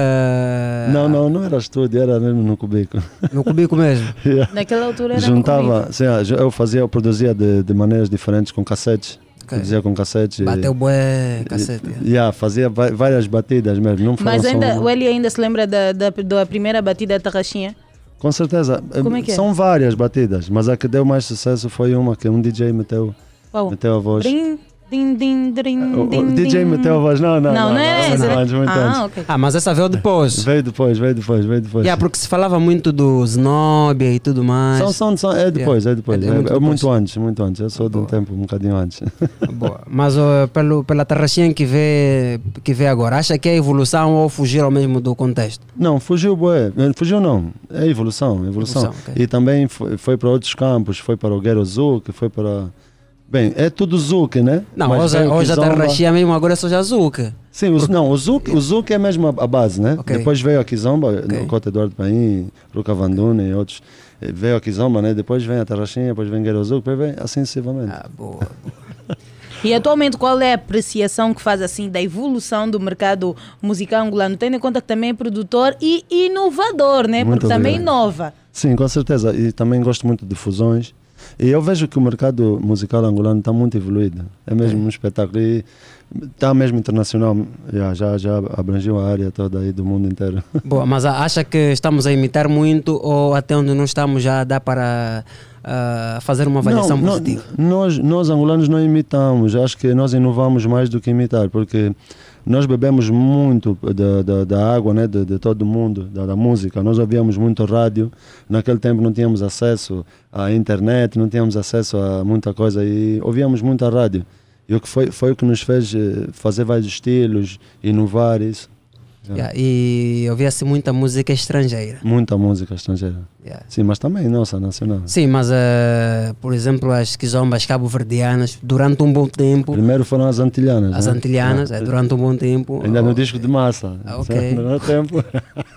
Speaker 5: Uh...
Speaker 2: Não, não, não era estúdio, era mesmo no cubico.
Speaker 5: No cubico mesmo?
Speaker 2: Yeah.
Speaker 7: Naquela altura era
Speaker 2: Juntava, sim, eu fazia, eu produzia de, de maneiras diferentes com cassetes.
Speaker 5: Okay.
Speaker 2: Produzia com cassetes.
Speaker 5: Bateu bué cassete.
Speaker 2: E, yeah, fazia várias batidas mesmo. Não
Speaker 7: Mas ainda,
Speaker 2: só...
Speaker 7: o Eli ainda se lembra da, da, da primeira batida da Tarraxinha?
Speaker 2: Com certeza.
Speaker 7: Como é que é?
Speaker 2: São várias batidas, mas a que deu mais sucesso foi uma que um D J meteu, meteu a voz.
Speaker 7: Brin, din, din, din,
Speaker 2: o,
Speaker 7: din,
Speaker 2: o D J meteu a voz, não, não.
Speaker 7: Não, não, não é essa.
Speaker 2: Antes, muito
Speaker 7: ah,
Speaker 2: antes.
Speaker 7: Okay.
Speaker 5: Ah, mas essa veio depois.
Speaker 2: Veio depois, veio depois, veio depois.
Speaker 5: Yeah, porque se falava muito do Znobia e tudo mais.
Speaker 2: São, são, são, é depois, yeah. é depois. É, é, muito, é muito antes, muito antes. Eu sou de um tempo um bocadinho antes.
Speaker 5: Boa. Mas uh, pelo, pela Tarraxinha que vê, que vê agora, acha que é evolução ou fugir ao mesmo do contexto?
Speaker 2: Não, fugiu, bué. Fugiu não. É evolução, evolução. evolução okay. E também foi, foi para outros campos, foi para o Guerra Zouk, foi para... Bem, é tudo Zouk, né?
Speaker 5: Não, Mas hoje, hoje a Tarraxinha mesmo agora é só já Zouk.
Speaker 2: Sim, o, não, o Zouk, o Zouk é mesmo a, a base, né?
Speaker 5: Okay.
Speaker 2: Depois veio a Kizomba, okay. no Cote Eduardo Paim, Ruca Vandune e outros. Veio a Kizomba, né? Depois vem a Tarraxinha, depois vem Guerra Zouk, depois vem assim sucessivamente.
Speaker 5: Ah, boa, boa.
Speaker 7: E atualmente qual é a apreciação que faz assim da evolução do mercado musical angolano, tendo em conta que também é produtor e inovador, né?
Speaker 2: Muito
Speaker 7: Porque
Speaker 2: obrigado.
Speaker 7: também inova.
Speaker 2: Sim, com certeza. E também gosto muito de fusões. E eu vejo que o mercado musical angolano está muito evoluído. É mesmo é. um espetáculo. E está mesmo internacional. Já, já, já abrangiu a área toda aí do mundo inteiro.
Speaker 5: Boa, mas acha que estamos a imitar muito ou até onde não estamos já dá para uh, fazer uma avaliação
Speaker 2: não,
Speaker 5: positiva?
Speaker 2: Não, nós, nós angolanos não imitamos. Acho que nós inovamos mais do que imitar, porque nós bebemos muito da, da, da água, né, de, de todo mundo, da, da música. Nós ouvíamos muito rádio. Naquele tempo não tínhamos acesso à internet, não tínhamos acesso a muita coisa e ouvíamos muito a rádio. E o que foi, foi o que nos fez fazer vários estilos, inovar isso.
Speaker 5: Yeah, e ouvia-se muita música estrangeira.
Speaker 2: Muita música estrangeira.
Speaker 5: Yeah.
Speaker 2: Sim, mas também nossa, nacional.
Speaker 5: Sim, mas uh, por exemplo as quizombas cabo-verdianas, durante um bom tempo...
Speaker 2: Primeiro foram as antilhanas.
Speaker 5: As
Speaker 2: né?
Speaker 5: antilhanas, ah. é, durante um bom tempo.
Speaker 2: Ainda
Speaker 5: oh,
Speaker 2: no disco de massa.
Speaker 5: Ah, ok.
Speaker 2: No tempo.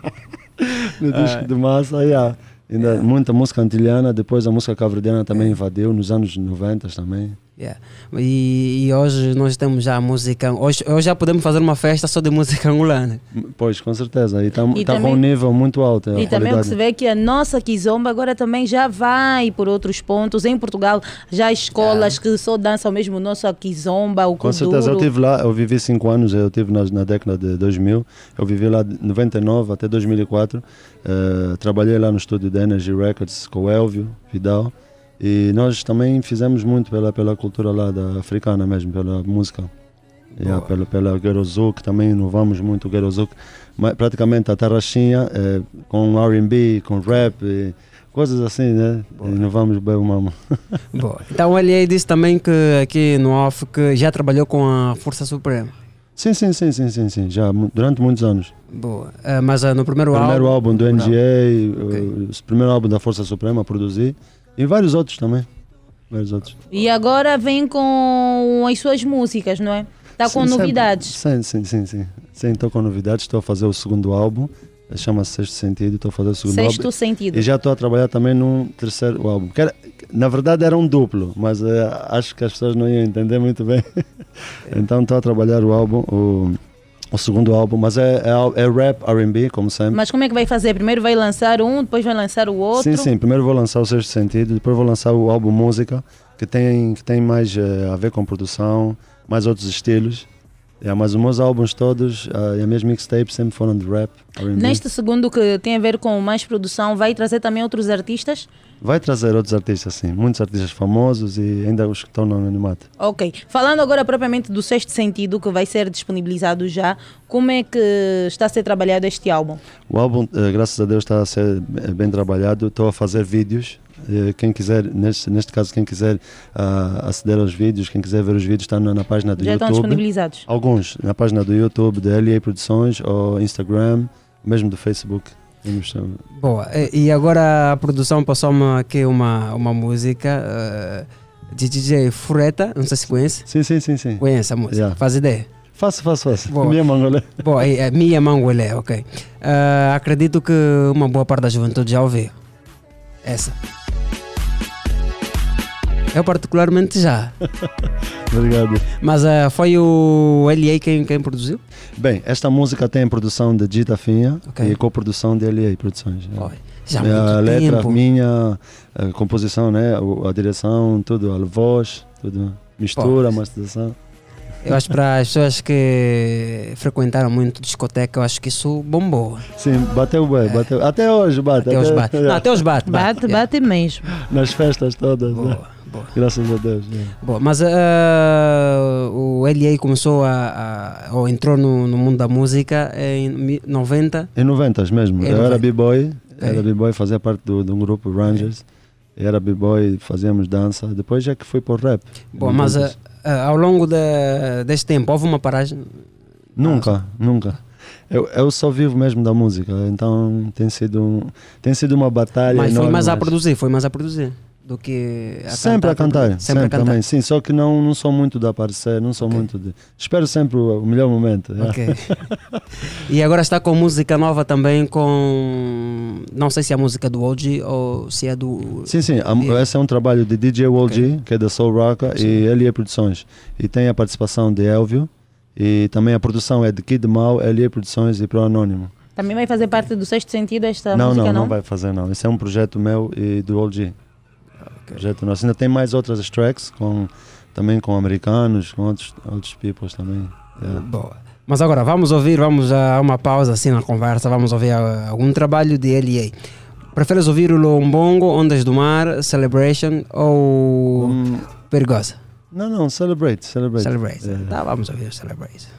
Speaker 2: No
Speaker 5: ah.
Speaker 2: disco de massa, yeah. Ainda yeah. muita música antilhana, depois a música cabo-verdiana também invadiu, nos anos noventa também.
Speaker 5: Yeah. E, e hoje nós temos já a música. Hoje, hoje já podemos fazer uma festa só de música angolana.
Speaker 2: Pois, com certeza. E está
Speaker 7: E
Speaker 2: tá com
Speaker 7: também-
Speaker 2: um nível muito alto. a
Speaker 7: E também o que
Speaker 2: qualidade.
Speaker 7: se vê é que a nossa Kizomba agora também já vai por outros pontos. Em Portugal já há escolas que só dançam mesmo o nosso Kizomba, o
Speaker 2: Com certeza, eu
Speaker 7: Kuduro.
Speaker 2: estive lá, eu vivi cinco anos, eu estive na, na década de dois mil, eu vivi lá de noventa e nove até dois mil e quatro, eh, trabalhei lá no estúdio da Energy Records com o Elvio Vidal, e nós também fizemos muito pela, pela cultura lá da africana mesmo, pela música. Yeah, pela, pela Gerozuk, também inovamos muito o Gerozuk, mas praticamente a tarraxinha eh, com R and B, com rap, e coisas assim, né? Inovamos bem o mamo.
Speaker 5: Boa. Então o L A disse também que aqui no off que já trabalhou com a Força Suprema.
Speaker 2: Sim, sim, sim, sim, sim, sim, já mu- durante muitos anos.
Speaker 5: Boa. Ah, mas ah, no primeiro,
Speaker 2: primeiro álbum, do N G A,
Speaker 5: Okay.
Speaker 2: o, o primeiro álbum da Força Suprema, produzi, e vários outros também. Vários outros.
Speaker 7: E agora vem com as suas músicas, não é? Está com
Speaker 2: Sim, sempre-
Speaker 7: novidades.
Speaker 2: Sim, sim, sim, sim. Sim, estou com novidades, estou a fazer o segundo álbum, chama-se Sexto Sentido, estou a fazer o segundo
Speaker 7: Sexto
Speaker 2: álbum.
Speaker 7: Sentido.
Speaker 2: E já estou a trabalhar também num terceiro álbum. Que era, na verdade era um duplo, mas eh, acho que as pessoas não iam entender muito bem. Então estou a trabalhar o álbum, o, o segundo álbum, mas é, é, é rap, R and B, como sempre.
Speaker 7: Mas como é que vai fazer? Primeiro vai lançar um, depois vai lançar o outro?
Speaker 2: Sim, sim. Primeiro vou lançar o Sexto Sentido, depois vou lançar o álbum Música, que tem, que tem mais eh, a ver com produção, mais outros estilos. Yeah, mas os meus álbuns todos, uh, e as minhas mixtapes sempre foram de rap, R and B.
Speaker 7: Neste segundo que tem a ver com mais produção, vai trazer também outros artistas?
Speaker 2: Vai trazer outros artistas, sim. Muitos artistas famosos e ainda os que estão no anonimato.
Speaker 7: Ok. Falando agora propriamente do Sexto Sentido, que vai ser disponibilizado já, como é que está a ser trabalhado este álbum?
Speaker 2: O álbum, eh, graças a Deus, está a ser eh, bem trabalhado. Estou a fazer vídeos. Eh, Quem quiser, neste, neste caso, quem quiser ah, aceder aos vídeos, quem quiser ver os vídeos, está na, na página do
Speaker 7: Já
Speaker 2: YouTube.
Speaker 7: estão disponibilizados?
Speaker 2: Alguns, na página do YouTube, da L A Produções, ou Instagram, mesmo do Facebook. Temos, eh,
Speaker 5: Boa. E, e agora a produção passou-me aqui uma, uma música uh, de D J Fureta, não sei se conhece.
Speaker 2: Sim, sim, sim. sim.
Speaker 5: Conhece a música?
Speaker 2: Yeah.
Speaker 5: Faz ideia?
Speaker 2: Faço, faço, faço.
Speaker 5: Boa.
Speaker 2: Minha mangolé.
Speaker 5: Boa, é, é Mia Manguelé, ok. Uh, acredito que uma boa parte da juventude já ouviu essa. Eu particularmente já.
Speaker 2: Obrigado.
Speaker 5: Mas uh, foi o L A quem, quem produziu?
Speaker 2: Bem, esta música tem produção de Gita Finha
Speaker 5: Ok.
Speaker 2: e co-produção de L A Produções. né?
Speaker 5: já há
Speaker 2: É a
Speaker 5: muito
Speaker 2: letra
Speaker 5: tempo.
Speaker 2: minha, a composição, né? o- a direção, tudo, a voz, tudo. Mistura, masterização.
Speaker 5: Eu acho que para as pessoas que frequentaram muito discoteca, eu acho que isso bombou.
Speaker 2: Sim, bateu bem, bateu. Até hoje bate.
Speaker 5: Até hoje bate. Não, até hoje bate.
Speaker 7: Bate, bate mesmo.
Speaker 2: Nas festas todas. né? Graças a Deus. né?
Speaker 5: Boa, mas uh, o L A começou a, a ou entrou no, no mundo da música em mi- noventa.
Speaker 2: Em noventa mesmo.
Speaker 5: Em
Speaker 2: Eu era
Speaker 5: noventa.
Speaker 2: b-boy,
Speaker 5: Ok.
Speaker 2: era b-boy, fazia parte do, de um grupo Rangers. Eu era b-boy, fazíamos dança. Depois é que fui para o rap.
Speaker 5: Boa, mas uh, uh, ao longo de, deste tempo houve uma paragem?
Speaker 2: Nunca, nunca. Eu, eu só vivo mesmo da música, então tem sido, um- tem sido uma batalha
Speaker 5: Mas foi
Speaker 2: enorme,
Speaker 5: mais a
Speaker 2: mas-
Speaker 5: produzir, foi mais a produzir do que a
Speaker 2: Sempre a cantar, sempre,
Speaker 5: Sempre a cantar.
Speaker 2: também, sim, só que não, não sou muito de aparecer, não sou muito de... Espero sempre o, o melhor momento. yeah.
Speaker 5: Ok. E agora está com música nova também com... Não sei se é a música do O G ou se é do...
Speaker 2: Sim, sim, a- esse é um trabalho de D J Wall G, que é da Soul Rocker, e L A Produções. E tem a participação de Elvio, e também a produção é de Kid Mal, L A Produções e Pro Anônimo.
Speaker 7: Também vai fazer parte do Sexto Sentido esta
Speaker 2: não,
Speaker 7: música,
Speaker 2: não,
Speaker 7: não?
Speaker 2: não vai fazer não. Esse é um projeto meu e do Wall G. Projeto nosso. Ainda tem mais outras tracks, com, também com americanos, com outros, outros peoples também. Yeah.
Speaker 5: Boa. Mas agora vamos ouvir, vamos a uma pausa assim na conversa, vamos ouvir uh, algum trabalho de L A. Preferes ouvir o Lombongo, Ondas do Mar, Celebration ou Perigosa?
Speaker 2: Não, não, Celebrate. Celebrate.
Speaker 5: Celebrate.
Speaker 2: Yeah.
Speaker 5: Tá, vamos ouvir o Celebrate.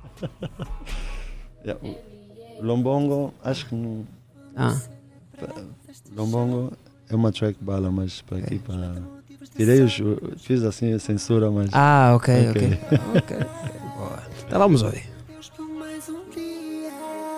Speaker 2: Yeah. O Lombongo, acho que não.
Speaker 5: Ah.
Speaker 2: Lombongo é uma track bala, mas para aqui, para. Tirei os. Fiz assim a censura, mas.
Speaker 5: Ah, ok, ok. Ok, boa. Então vamos ouvir.
Speaker 8: Mais um dia,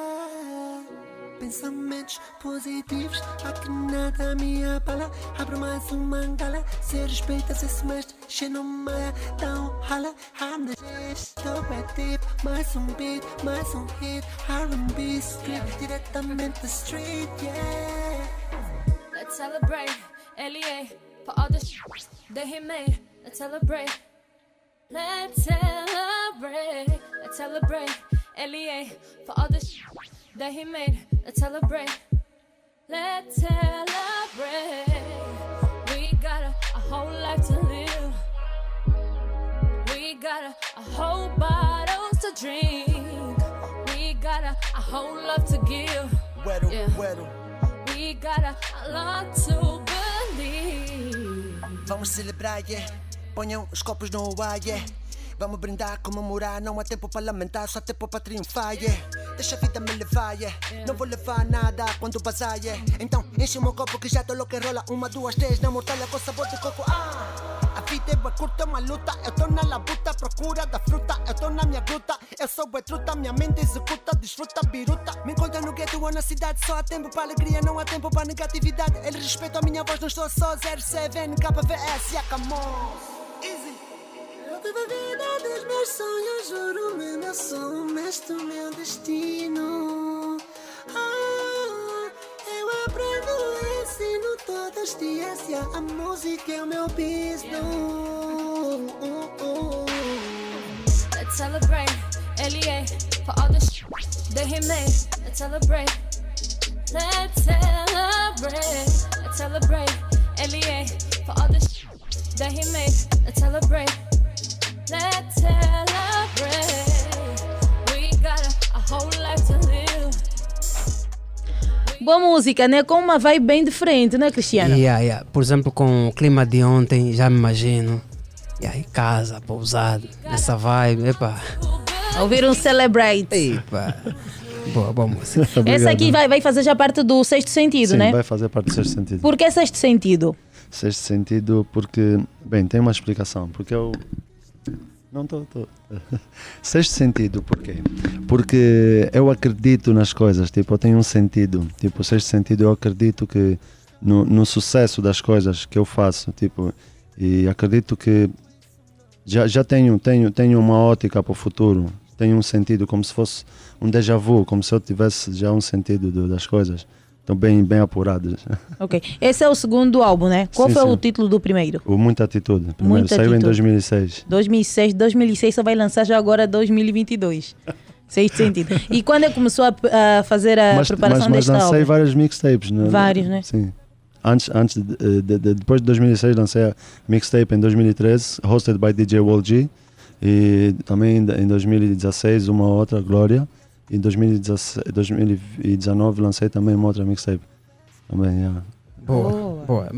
Speaker 8: pensamentos positivos, há que nada me abala. Abre mais um mangala, se respeitas esse mestre, xenomaia, então rala. Anda, estou deep, mais um beat, mais um hit, R and B script, diretamente da street, yeah.
Speaker 11: Let's celebrate L A for all the sh- that he made. let's celebrate. Let's celebrate, let's celebrate. L E A for all the sh- that he made. Let's celebrate, let's celebrate. We got a, a whole life to live. We got a, a whole bottles to drink. We got a, a whole love to give.
Speaker 12: Bueno,
Speaker 11: yeah.
Speaker 12: bueno.
Speaker 11: We got a, a lot to believe.
Speaker 12: Vamos celebrar, yeah. Ponham os copos no ar, yeah. Vamos brindar, comemorar. Não há tempo para lamentar, só tempo para triunfar, yeah. Deixa a vida me levar, yeah. Não vou levar nada quando bazar, yeah. Então enche o meu copo que já tô louco e rola. Uma, duas, três, na mortalha com sabor de coco. Ah! A vida é bem curta, é uma luta. Eu tô na labuta, procura da fruta. Eu tô na minha gruta, eu sou bem truta. Minha mente executa, desfruta, biruta. Me encontra no gueto ou na cidade. Só há tempo para alegria, não há tempo para negatividade. Ele respeita a minha voz, não estou só. Zero sete K V S, Yakamos. Easy.
Speaker 8: Eu vivo a vida dos meus sonhos, juro-me, eu sou o mestre do meu destino. Ah, eu aprendo e ensino todos os dias, e a música é o meu business.
Speaker 11: Let's celebrate, L E A for all the sh- that he made. Let's celebrate, let's celebrate, let's celebrate, L E A for all the sh- that he made. Let's celebrate. Let's celebrate. We got a, a whole life to live.
Speaker 7: Boa música, né? Com uma vibe bem diferente, né, Cristiano?
Speaker 5: Yeah, yeah. Por exemplo, com o clima de ontem, já me imagino. E aí, casa, pousada, nessa vibe, epa.
Speaker 7: Ouvir um Celebrate.
Speaker 5: Epa. Boa, boa música.
Speaker 7: Essa aqui vai, vai fazer já parte do Sexto Sentido,
Speaker 2: Sim,
Speaker 7: né?
Speaker 2: vai fazer parte do Sexto Sentido.
Speaker 7: Por que Sexto Sentido?
Speaker 2: Sexto Sentido porque, bem, tem uma explicação. Porque eu... Não estou... Sexto Sentido, por quê? Porque eu acredito nas coisas, tipo, eu tenho um sentido. Tipo, Sexto Sentido, eu acredito que no, no sucesso das coisas que eu faço, tipo, e acredito que já, já tenho, tenho, tenho uma ótica para o futuro. Tenho um sentido, como se fosse um déjà vu, como se eu tivesse já um sentido do, das coisas. Estão bem, bem apuradas.
Speaker 7: Ok. Esse é o segundo álbum, né? Qual
Speaker 2: Sim,
Speaker 7: foi
Speaker 2: sim.
Speaker 7: o título do primeiro?
Speaker 2: O Muita Atitude. Primeiro
Speaker 7: Muita
Speaker 2: saiu
Speaker 7: Atitude.
Speaker 2: em dois mil e seis.
Speaker 7: dois mil e seis, dois mil e seis só vai lançar já agora dois mil e vinte e dois. Sexto Sentido. E quando é que começou a, a fazer a
Speaker 2: Mas,
Speaker 7: preparação
Speaker 2: mas, mas
Speaker 7: deste
Speaker 2: lancei
Speaker 7: álbum?
Speaker 2: vários mixtapes. Né?
Speaker 7: Vários, né?
Speaker 2: Sim. Antes, antes de, de, de, depois de dois mil e seis lancei a mixtape em dois mil e treze, hosted by D J Wall G. E também em dois mil e dezesseis uma outra, Glória. E em dois mil e dezenove lancei também uma outra mixtape. Também, yeah.
Speaker 5: Boa, boa.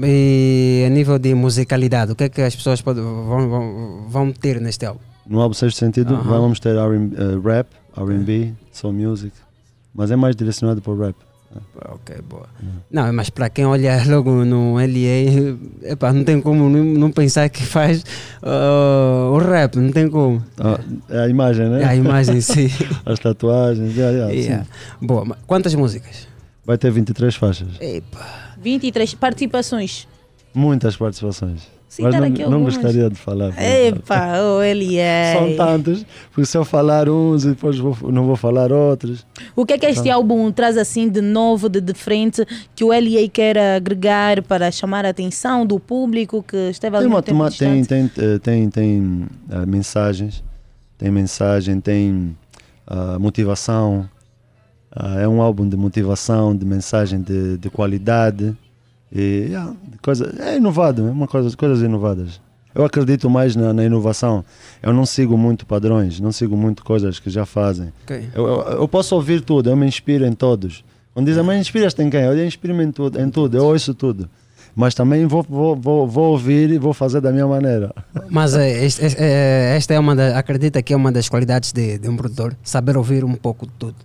Speaker 5: E a nível de musicalidade, o que é que as pessoas podem, vão, vão, vão ter neste álbum?
Speaker 2: No álbum Sexto Sentido
Speaker 5: Aham.
Speaker 2: vamos ter R and B, uh, rap, R and B, soul music, mas é mais direcionado para o rap.
Speaker 5: Ok, boa. Não, mas para quem olha logo no L E A, epa, não tem como não, não pensar que faz uh, o rap, não tem como.
Speaker 2: Ah, é a imagem, né?
Speaker 5: É a imagem em si.
Speaker 2: As tatuagens, yeah, yeah,
Speaker 5: Yeah.
Speaker 2: sim.
Speaker 5: Boa, mas quantas músicas?
Speaker 2: Vai ter vinte e três faixas.
Speaker 5: Epa.
Speaker 7: vinte e três participações.
Speaker 2: Muitas participações.
Speaker 7: Citar
Speaker 2: Mas não,
Speaker 7: aqui
Speaker 2: não
Speaker 7: algumas.
Speaker 2: gostaria de falar.
Speaker 7: Epa, o L E A.
Speaker 2: São tantos, porque se eu falar uns e depois vou, não vou falar outros.
Speaker 7: O que é que este
Speaker 2: Então,
Speaker 7: álbum traz assim de novo, de diferente, que o L E A quer agregar para chamar a atenção do público que esteve ali
Speaker 2: Tem,
Speaker 7: no
Speaker 2: uma,
Speaker 7: tempo
Speaker 2: uma, tem,
Speaker 7: distante?
Speaker 2: tem, eh, tem, tem uh, mensagens, tem mensagem, tem uh, motivação. Uh, é um álbum de motivação, de mensagem de, de qualidade. E, yeah, de coisa, é inovado, é uma coisa, coisas inovadas. Eu acredito mais na, na inovação. Eu não sigo muito padrões, não sigo muito coisas que já fazem.
Speaker 5: Okay.
Speaker 2: Eu, eu, eu posso ouvir tudo, eu me inspiro em todos. Quando dizem, mas inspiras-te em quem? Eu inspiro-me em tudo, em tudo, eu ouço tudo. Mas também vou, vou, vou, vou ouvir e vou fazer da minha maneira.
Speaker 5: Mas é, este- este- é, esta é uma da, acredita que é uma das qualidades de, de um produtor, saber ouvir um pouco de tudo.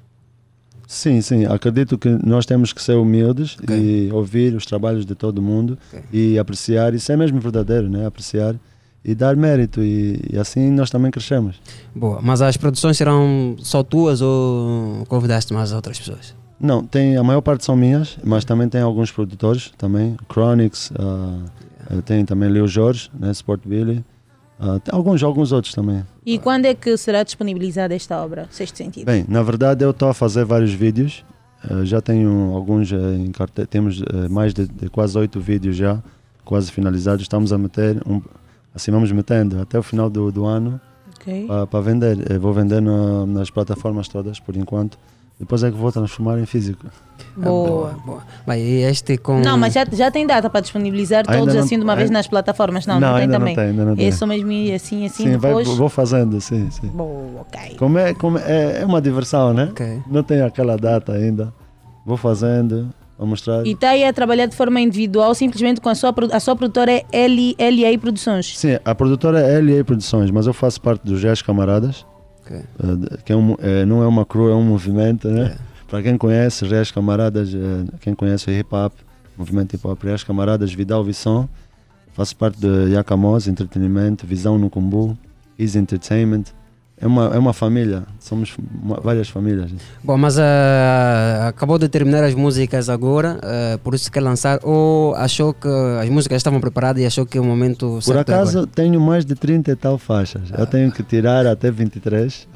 Speaker 2: Sim, sim, acredito que nós temos que ser humildes e ouvir os trabalhos de todo mundo e apreciar, isso é mesmo verdadeiro, né? Apreciar e dar mérito e, e assim nós também crescemos.
Speaker 5: Boa, mas as produções serão só tuas ou convidaste mais outras pessoas?
Speaker 2: Não, tem, a maior parte são minhas, mas também tem alguns produtores também, Chronix, uh, tem também Leo Jorge, né? Sport Billy, uh, tem alguns, alguns outros também.
Speaker 7: E quando é que será disponibilizada esta obra, Sexto Sentido?
Speaker 2: Bem, na verdade eu estou a fazer vários vídeos, uh, já tenho alguns uh, em carteira, temos uh, mais de, de quase oito vídeos já, quase finalizados, estamos a meter um, Assim vamos metendo até o final do, do ano
Speaker 7: Ok.
Speaker 2: para vender. Eu vou vender na- nas plataformas todas por enquanto. Depois é que vou transformar em físico.
Speaker 7: Boa.
Speaker 5: boa, boa. Mas e este com...
Speaker 7: Não, mas já, já tem data para disponibilizar
Speaker 2: Ainda
Speaker 7: todos
Speaker 2: não-
Speaker 7: assim de uma vez
Speaker 2: ainda-
Speaker 7: nas plataformas? Não,
Speaker 2: Não,
Speaker 7: não, tem
Speaker 2: ainda não
Speaker 7: também.
Speaker 2: tem, ainda não tem.
Speaker 7: É só mesmo ir assim, assim,
Speaker 2: sim, vai-
Speaker 7: depois.
Speaker 2: vou fazendo, sim, sim.
Speaker 7: Boa, ok.
Speaker 2: Como é, como é, é uma diversão, né? Não tenho aquela data ainda. Vou fazendo, vou mostrar.
Speaker 7: E está aí a trabalhar de forma individual, simplesmente com a sua, produ- a sua produtora é L- LA Produções.
Speaker 2: Sim, a produtora é L A Produções, mas eu faço parte dos Jazz Camaradas,
Speaker 5: Ok.
Speaker 2: eh, de- que é um, eh, não é uma crew, é um movimento, né? Para quem conhece, Jazz Camaradas, eh, quem conhece o hip hop, movimento hip hop, Jazz Camaradas, Vidal Visson, faço parte de Yacamos Entretenimento, Visão no Cumbu, Easy Entertainment. É uma, é uma família, somos uma- várias famílias.
Speaker 5: Bom, mas ah, acabou de terminar as músicas agora, ah, por isso quer lançar, ou achou que as músicas estavam preparadas e achou que é o momento
Speaker 2: Por
Speaker 5: certo
Speaker 2: acaso
Speaker 5: agora?
Speaker 2: tenho mais de trinta e tal faixas. Eu tenho que tirar até vinte e três.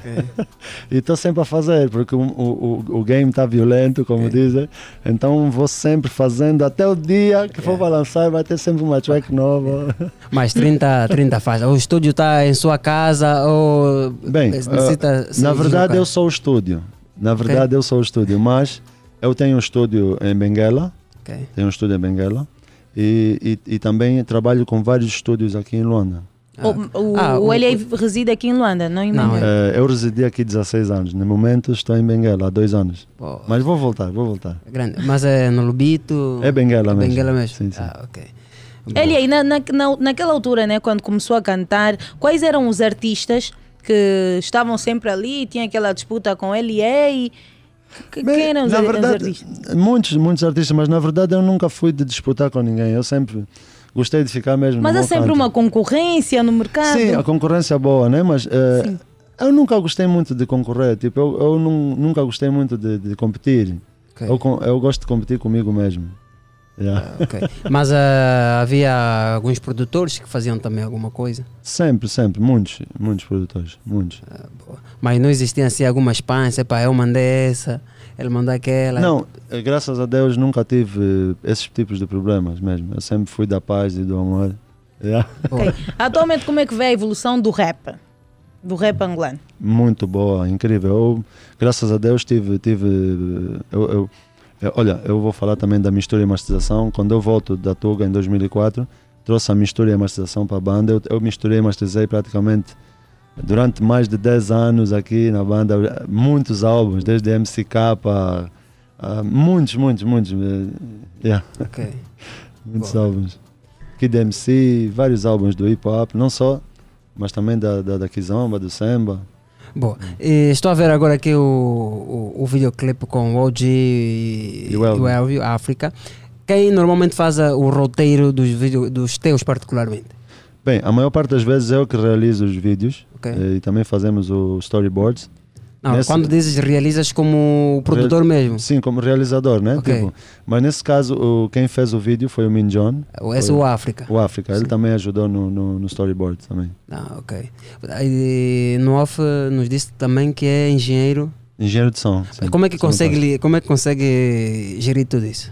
Speaker 2: E estou sempre a fazer, porque o, o, o game está violento, como dizem. Então vou sempre fazendo até o dia que for para lançar, vai ter sempre uma track nova.
Speaker 5: Mais trinta, trinta faixas. O estúdio está em sua casa ou
Speaker 2: Bem,
Speaker 5: necessita
Speaker 2: ah,
Speaker 5: se
Speaker 2: na verdade
Speaker 5: deslocar?
Speaker 2: eu sou o estúdio. Na verdade eu sou o estúdio, mas eu tenho um estúdio em Benguela.
Speaker 5: Ok.
Speaker 2: Tenho um estúdio em Benguela. E, e, e também trabalho com vários estúdios aqui em Luanda.
Speaker 7: O, o,
Speaker 5: Ah,
Speaker 7: o
Speaker 5: o-
Speaker 7: L A reside aqui em Luanda, não em
Speaker 5: Não,
Speaker 7: Benguela.
Speaker 2: Eh, eu residi aqui dezasseis anos. No momento estou em Benguela há dois anos.
Speaker 5: Pô.
Speaker 2: Mas vou voltar, vou voltar.
Speaker 5: Grande. Mas é no Lubito?
Speaker 2: É Benguela mesmo.
Speaker 5: Benguela mesmo?
Speaker 2: Sim, sim.
Speaker 5: Ah, ok.
Speaker 7: L A, na, na, na- naquela altura, né, quando começou a cantar, quais eram os artistas que estavam sempre ali, tinha aquela disputa com L A e que, quem eram os,
Speaker 2: Na
Speaker 7: ar- os
Speaker 2: verdade,
Speaker 7: artistas?
Speaker 2: muitos, muitos artistas, mas na verdade eu nunca fui de disputar com ninguém. Eu sempre gostei de ficar mesmo
Speaker 7: Mas
Speaker 2: no
Speaker 7: há
Speaker 2: meu
Speaker 7: sempre
Speaker 2: canto.
Speaker 7: uma concorrência no mercado.
Speaker 2: Sim, a concorrência é boa, né? Mas eh, eu nunca gostei muito de concorrer. Tipo, eu, eu nun- nunca gostei muito de, de competir.
Speaker 5: Ok.
Speaker 2: Eu, com- eu gosto de competir comigo mesmo. Yeah.
Speaker 5: Ok. Mas ah, havia alguns produtores que faziam também alguma coisa?
Speaker 2: Sempre, sempre. Muitos, muitos produtores. Muitos.
Speaker 5: Mas não existia assim alguma expansão, pá, eu mandei essa, ele mandou aquela.
Speaker 2: Não, eh, graças a Deus nunca tive eh, esses tipos de problemas mesmo. Eu sempre fui da paz e do amor. Yeah.
Speaker 7: Ok. Atualmente, como é que vê a evolução do rap? Do rap angolano?
Speaker 2: Muito boa, incrível. Eu, graças a Deus tive, tive eu, eu- eu- olha, eu vou falar também da mistura e masterização. Quando eu volto da Tuga em dois mil e quatro, trouxe a mistura e a masterização para a banda. Eu, eu misturei e masterizei praticamente durante mais de dez anos aqui na banda, muitos álbuns, desde M C K a, a muitos, muitos, muitos. eh, Yeah.
Speaker 5: Ok.
Speaker 2: Muitos álbuns. Kid M C, vários álbuns do hip hop, não só, mas também da, da, da Kizomba, do Samba.
Speaker 5: Bom, e estou a ver agora aqui o, o, o videoclipe com o O G e,
Speaker 2: E o Elvio.
Speaker 5: o Elvio, África. Quem normalmente faz a- o roteiro dos, vídeos, dos teus particularmente?
Speaker 2: Bem, a maior parte das vezes eu que realizo os vídeos
Speaker 5: Ok.
Speaker 2: eh, e também fazemos os storyboards.
Speaker 5: Não,
Speaker 2: Nesse-
Speaker 5: quando dizes realizas como produtor
Speaker 2: Re-
Speaker 5: mesmo?
Speaker 2: Sim, como realizador, né?
Speaker 5: Ok.
Speaker 2: Tipo, mas nesse caso, o, quem fez o vídeo foi o Min John.
Speaker 5: Esse é o África.
Speaker 2: O África, ele também ajudou no, no, no storyboard também.
Speaker 5: Ah, ok. E no off eh, nos disse também que é engenheiro.
Speaker 2: Engenheiro de som. sim.
Speaker 5: Como é que
Speaker 2: Som
Speaker 5: consegue,
Speaker 2: plástico.
Speaker 5: li- como é que consegue gerir tudo isso?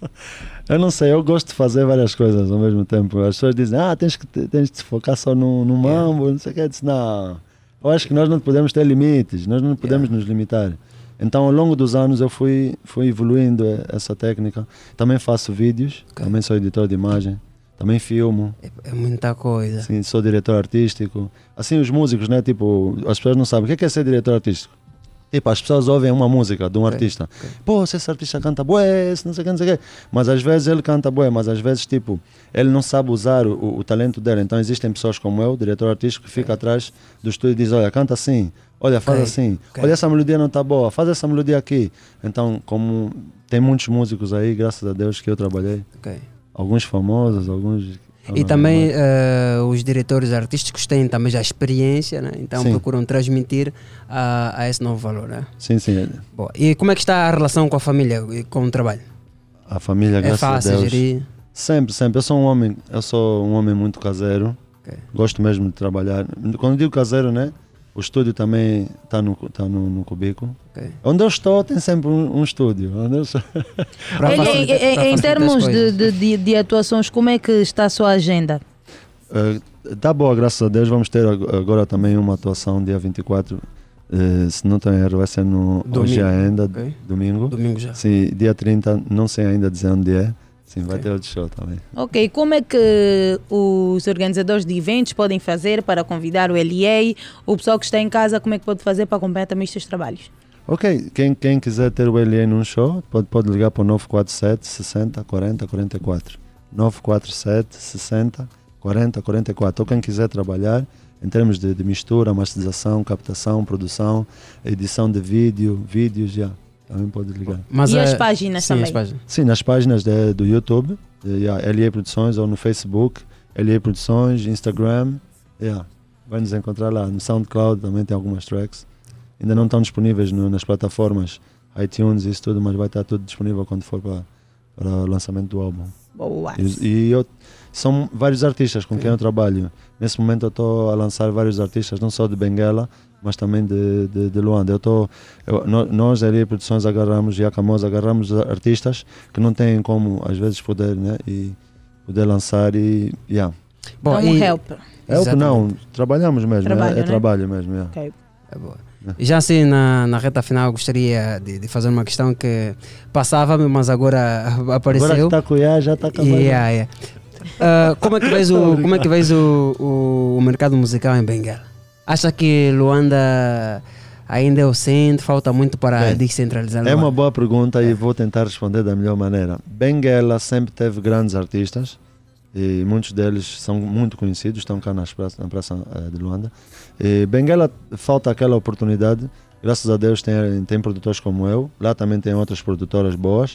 Speaker 2: Eu não sei, eu gosto de fazer várias coisas ao mesmo tempo. As pessoas dizem, ah, tens que te, tens de te focar só no, no mambo, não sei o que. Eu disse, não, eu acho que nós não podemos ter limites, nós não podemos nos limitar. Então, ao longo dos anos, eu fui, fui evoluindo eh, essa técnica. Também faço vídeos, também sou editor de imagem, também filmo.
Speaker 5: É muita coisa.
Speaker 2: Sim, sou diretor artístico. Assim, os músicos, né? Tipo, as pessoas não sabem o que é ser diretor artístico. Tipo, as pessoas ouvem uma música de um artista. Pô, se esse artista canta bué, esse não sei o que, não sei o que. Mas às vezes ele canta bué, mas às vezes, tipo, ele não sabe usar o, o, o talento dele. Então existem pessoas como eu, diretor artístico, que fica atrás do estúdio e diz, olha, canta assim, olha, faz
Speaker 5: Ok,
Speaker 2: assim,
Speaker 5: ok.
Speaker 2: olha, essa melodia não está boa, faz essa melodia aqui. Então, como tem muitos músicos aí, graças a Deus que eu trabalhei.
Speaker 5: Ok.
Speaker 2: Alguns famosos, alguns...
Speaker 5: E também eh, os diretores artísticos têm também já experiência, né? Então
Speaker 2: Sim.
Speaker 5: procuram transmitir a, a esse novo valor. Né?
Speaker 2: Sim, sim.
Speaker 5: Bom, e como é que está a relação com a família e com o trabalho?
Speaker 2: A família,
Speaker 5: É
Speaker 2: graças
Speaker 5: fácil
Speaker 2: a Deus.
Speaker 5: gerir?
Speaker 2: Sempre, sempre. Eu sou um homem, eu sou um homem muito caseiro.
Speaker 5: Ok.
Speaker 2: Gosto mesmo de trabalhar. Quando digo caseiro, né? O estúdio também está no, tá no, no cubículo.
Speaker 5: Ok.
Speaker 2: Onde eu estou tem sempre um, um estúdio. Onde eu estou...
Speaker 7: Ele, em, em- em termos de, de, de, de atuações, como é que está a sua agenda?
Speaker 2: Uh, Tá boa, graças a Deus. Vamos ter agora também uma atuação dia vinte e quatro. Uh, se não tenho erro, vai ser no, hoje ainda,
Speaker 5: okay.
Speaker 2: domingo.
Speaker 5: Domingo já.
Speaker 2: Sim, dia trinta, não sei ainda dizer onde é. Sim, vai okay. ter outro show também.
Speaker 7: Ok, como é que os organizadores de eventos podem fazer para convidar o L A? O pessoal que está em casa, como é que pode fazer para acompanhar também os seus trabalhos?
Speaker 2: Ok, quem, quem quiser ter o L A num show, pode, pode ligar para o nove quatro sete, sessenta, quarenta, quarenta e quatro. nove quatro sete, sessenta, quarenta, quarenta e quatro. Ou quem quiser trabalhar em termos de, de mistura, masterização, captação, produção, edição de vídeo, vídeos, já, também pode ligar.
Speaker 7: Mas e é, as páginas sim, também? As páginas.
Speaker 2: Sim, nas páginas de, do YouTube, de, yeah, L A Produções, ou no Facebook, L A Produções, Instagram, yeah, vai nos encontrar lá. No SoundCloud também tem algumas tracks. Ainda não estão disponíveis no, nas plataformas iTunes e isso tudo, mas vai estar tudo disponível quando for para, para o lançamento do álbum.
Speaker 7: Boa.
Speaker 2: E, e eu, são vários artistas com okay. quem eu trabalho. Nesse momento eu estou a lançar vários artistas, não só de Benguela, mas também de, de, de Luanda. Eu tô, eu, nós, ali, Produções, agarramos, e a Camosa, agarramos artistas que não têm como, às vezes, poder, né, e poder lançar e... Yeah.
Speaker 7: Bom, então, e... help.
Speaker 2: Help não, trabalhamos mesmo, trabalho, é, é né? trabalho mesmo. Yeah.
Speaker 7: Okay.
Speaker 5: É boa. E já assim, na, na reta final, gostaria de, de fazer uma questão que passava, mas agora apareceu.
Speaker 2: Agora que está a cuidar, já está acabando.
Speaker 5: Yeah, yeah. Uh, como é que vês, o, como é que vês o, o, o mercado musical em Benguela? Acha que Luanda ainda é o centro, falta muito para Bem, descentralizar Luanda?
Speaker 2: É uma boa pergunta e vou tentar responder da melhor maneira. Benguela sempre teve grandes artistas e muitos deles são muito conhecidos, estão cá nas praça, na praça uh, de Luanda. E Benguela falta aquela oportunidade, graças a Deus tem, tem produtores como eu, lá também tem outras produtoras boas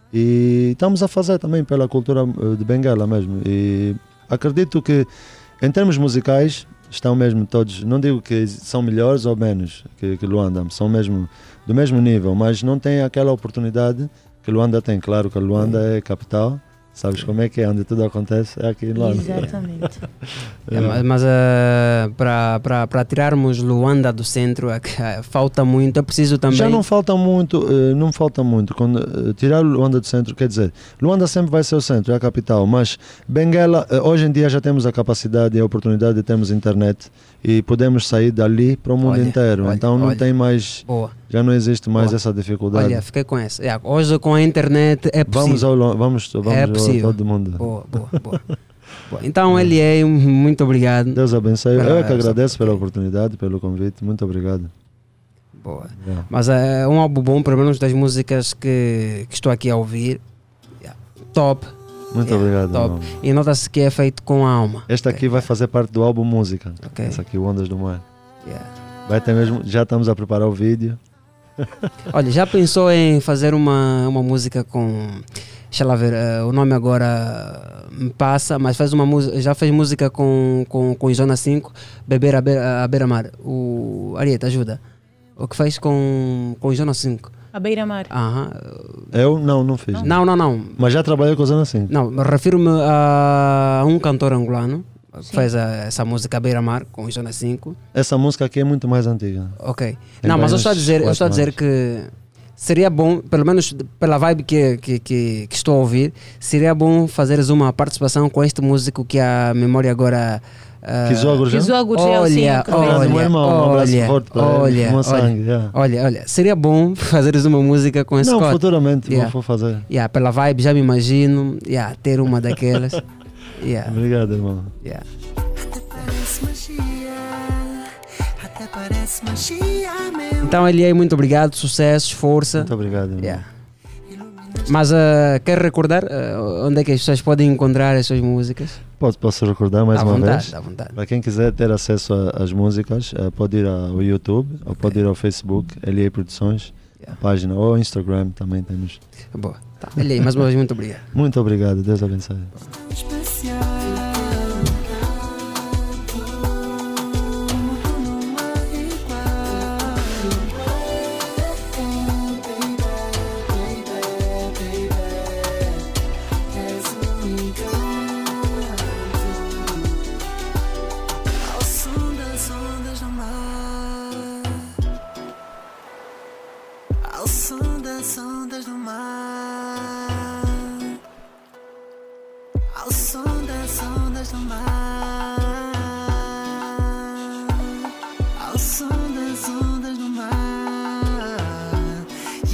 Speaker 2: e estamos a fazer também pela cultura uh, de Benguela mesmo. E acredito que em termos musicais estão mesmo todos, não digo que são melhores ou menos que, que Luanda, são mesmo do mesmo nível, mas não tem aquela oportunidade que Luanda tem. Claro que Luanda é capital. Sabes como é que é, onde tudo acontece, é aqui em Luanda.
Speaker 7: Exatamente.
Speaker 5: é, mas mas uh, para tirarmos Luanda do centro, uh, falta muito, é preciso também...
Speaker 2: Já não falta muito, uh, não falta muito. Quando, uh, tirar Luanda do centro, quer dizer, Luanda sempre vai ser o centro, é a capital, mas Benguela, uh, hoje em dia já temos a capacidade e a oportunidade de termos internet e podemos sair dali para o mundo
Speaker 5: olha,
Speaker 2: inteiro.
Speaker 5: Olha,
Speaker 2: então não
Speaker 5: olha.
Speaker 2: tem mais...
Speaker 5: Boa.
Speaker 2: Já não existe mais
Speaker 5: Boa.
Speaker 2: essa dificuldade.
Speaker 5: Olha, fiquei com essa. Yeah, hoje com a internet é possível.
Speaker 2: Vamos ao, vamos, vamos
Speaker 5: é possível.
Speaker 2: ao todo mundo.
Speaker 5: Boa, boa, boa. boa. Então, L A, muito obrigado.
Speaker 2: Deus abençoe. Eu é que agradeço pela oportunidade, pelo convite. Muito obrigado.
Speaker 5: Boa. Yeah. Mas é um álbum bom, pelo menos das músicas que, que estou aqui a ouvir. Yeah. Top.
Speaker 2: Muito
Speaker 5: yeah,
Speaker 2: obrigado.
Speaker 5: Top.
Speaker 2: Irmão.
Speaker 5: E nota-se que é feito com a alma.
Speaker 2: Esta aqui okay. vai fazer parte do álbum Música. Okay. Essa aqui, Ondas do Mar.
Speaker 5: Yeah.
Speaker 2: Vai ter mesmo, já estamos a preparar o vídeo.
Speaker 5: Olha, já pensou em fazer uma, uma música com, deixa lá ver, uh, o nome agora me passa, mas faz uma música, já fez música com, com, com Zona cinco, Beber a Beira, a Beira Mar. O Arieta, ajuda. O que fez com, com Zona cinco?
Speaker 7: A Beira Mar.
Speaker 5: Aham.
Speaker 2: Eu não, não fiz.
Speaker 5: Não, não, não.
Speaker 2: Mas já trabalhei com a Zona cinco.
Speaker 5: Não, refiro-me a um cantor angolano. Sim. Fez a, essa música Beira Mar com Zona cinco.
Speaker 2: Essa música aqui é muito mais antiga.
Speaker 5: Ok. Tem não, mas eu estou a dizer, eu estou a dizer que seria bom, pelo menos pela vibe que, que, que, que estou a ouvir, seria bom fazeres uma participação com este músico que a memória agora... Uh,
Speaker 2: Kizua Gurgel?
Speaker 7: Kizua Gurgel,
Speaker 5: olha,
Speaker 7: sim,
Speaker 5: olha,
Speaker 2: meu irmão, um abraço forte para
Speaker 5: olha,
Speaker 2: ele,
Speaker 5: olha,
Speaker 2: sangue, yeah.
Speaker 5: olha, olha, seria bom fazeres uma música com esse
Speaker 2: Não,
Speaker 5: Scott.
Speaker 2: futuramente
Speaker 5: yeah.
Speaker 2: vou fazer.
Speaker 5: Yeah, pela vibe já me imagino yeah, ter uma daquelas. Yeah.
Speaker 2: Obrigado, irmão.
Speaker 5: Yeah. Então, L A, muito obrigado, sucesso, força.
Speaker 2: Muito obrigado.
Speaker 5: Yeah. Mas uh, quer recordar uh, onde é que as pessoas podem encontrar as suas músicas?
Speaker 2: Posso, posso recordar mais
Speaker 5: à
Speaker 2: uma
Speaker 5: vontade,
Speaker 2: vez?
Speaker 5: À vontade.
Speaker 2: Para quem quiser ter acesso às músicas, uh, pode ir ao YouTube, okay. ou pode ir ao Facebook, L A Produções, yeah. a página, ou ao Instagram também temos.
Speaker 5: Boa. Tá. L A, mais uma vez, muito obrigado.
Speaker 2: Muito obrigado, Deus abençoe.
Speaker 8: Ao som das ondas do mar. som das ondas do mar.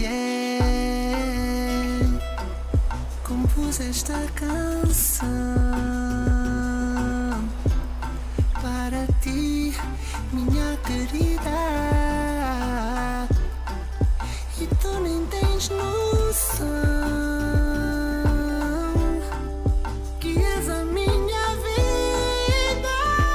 Speaker 8: Yeah. Compus esta canção para ti, minha querida. E tu nem tens noção que és a minha vida.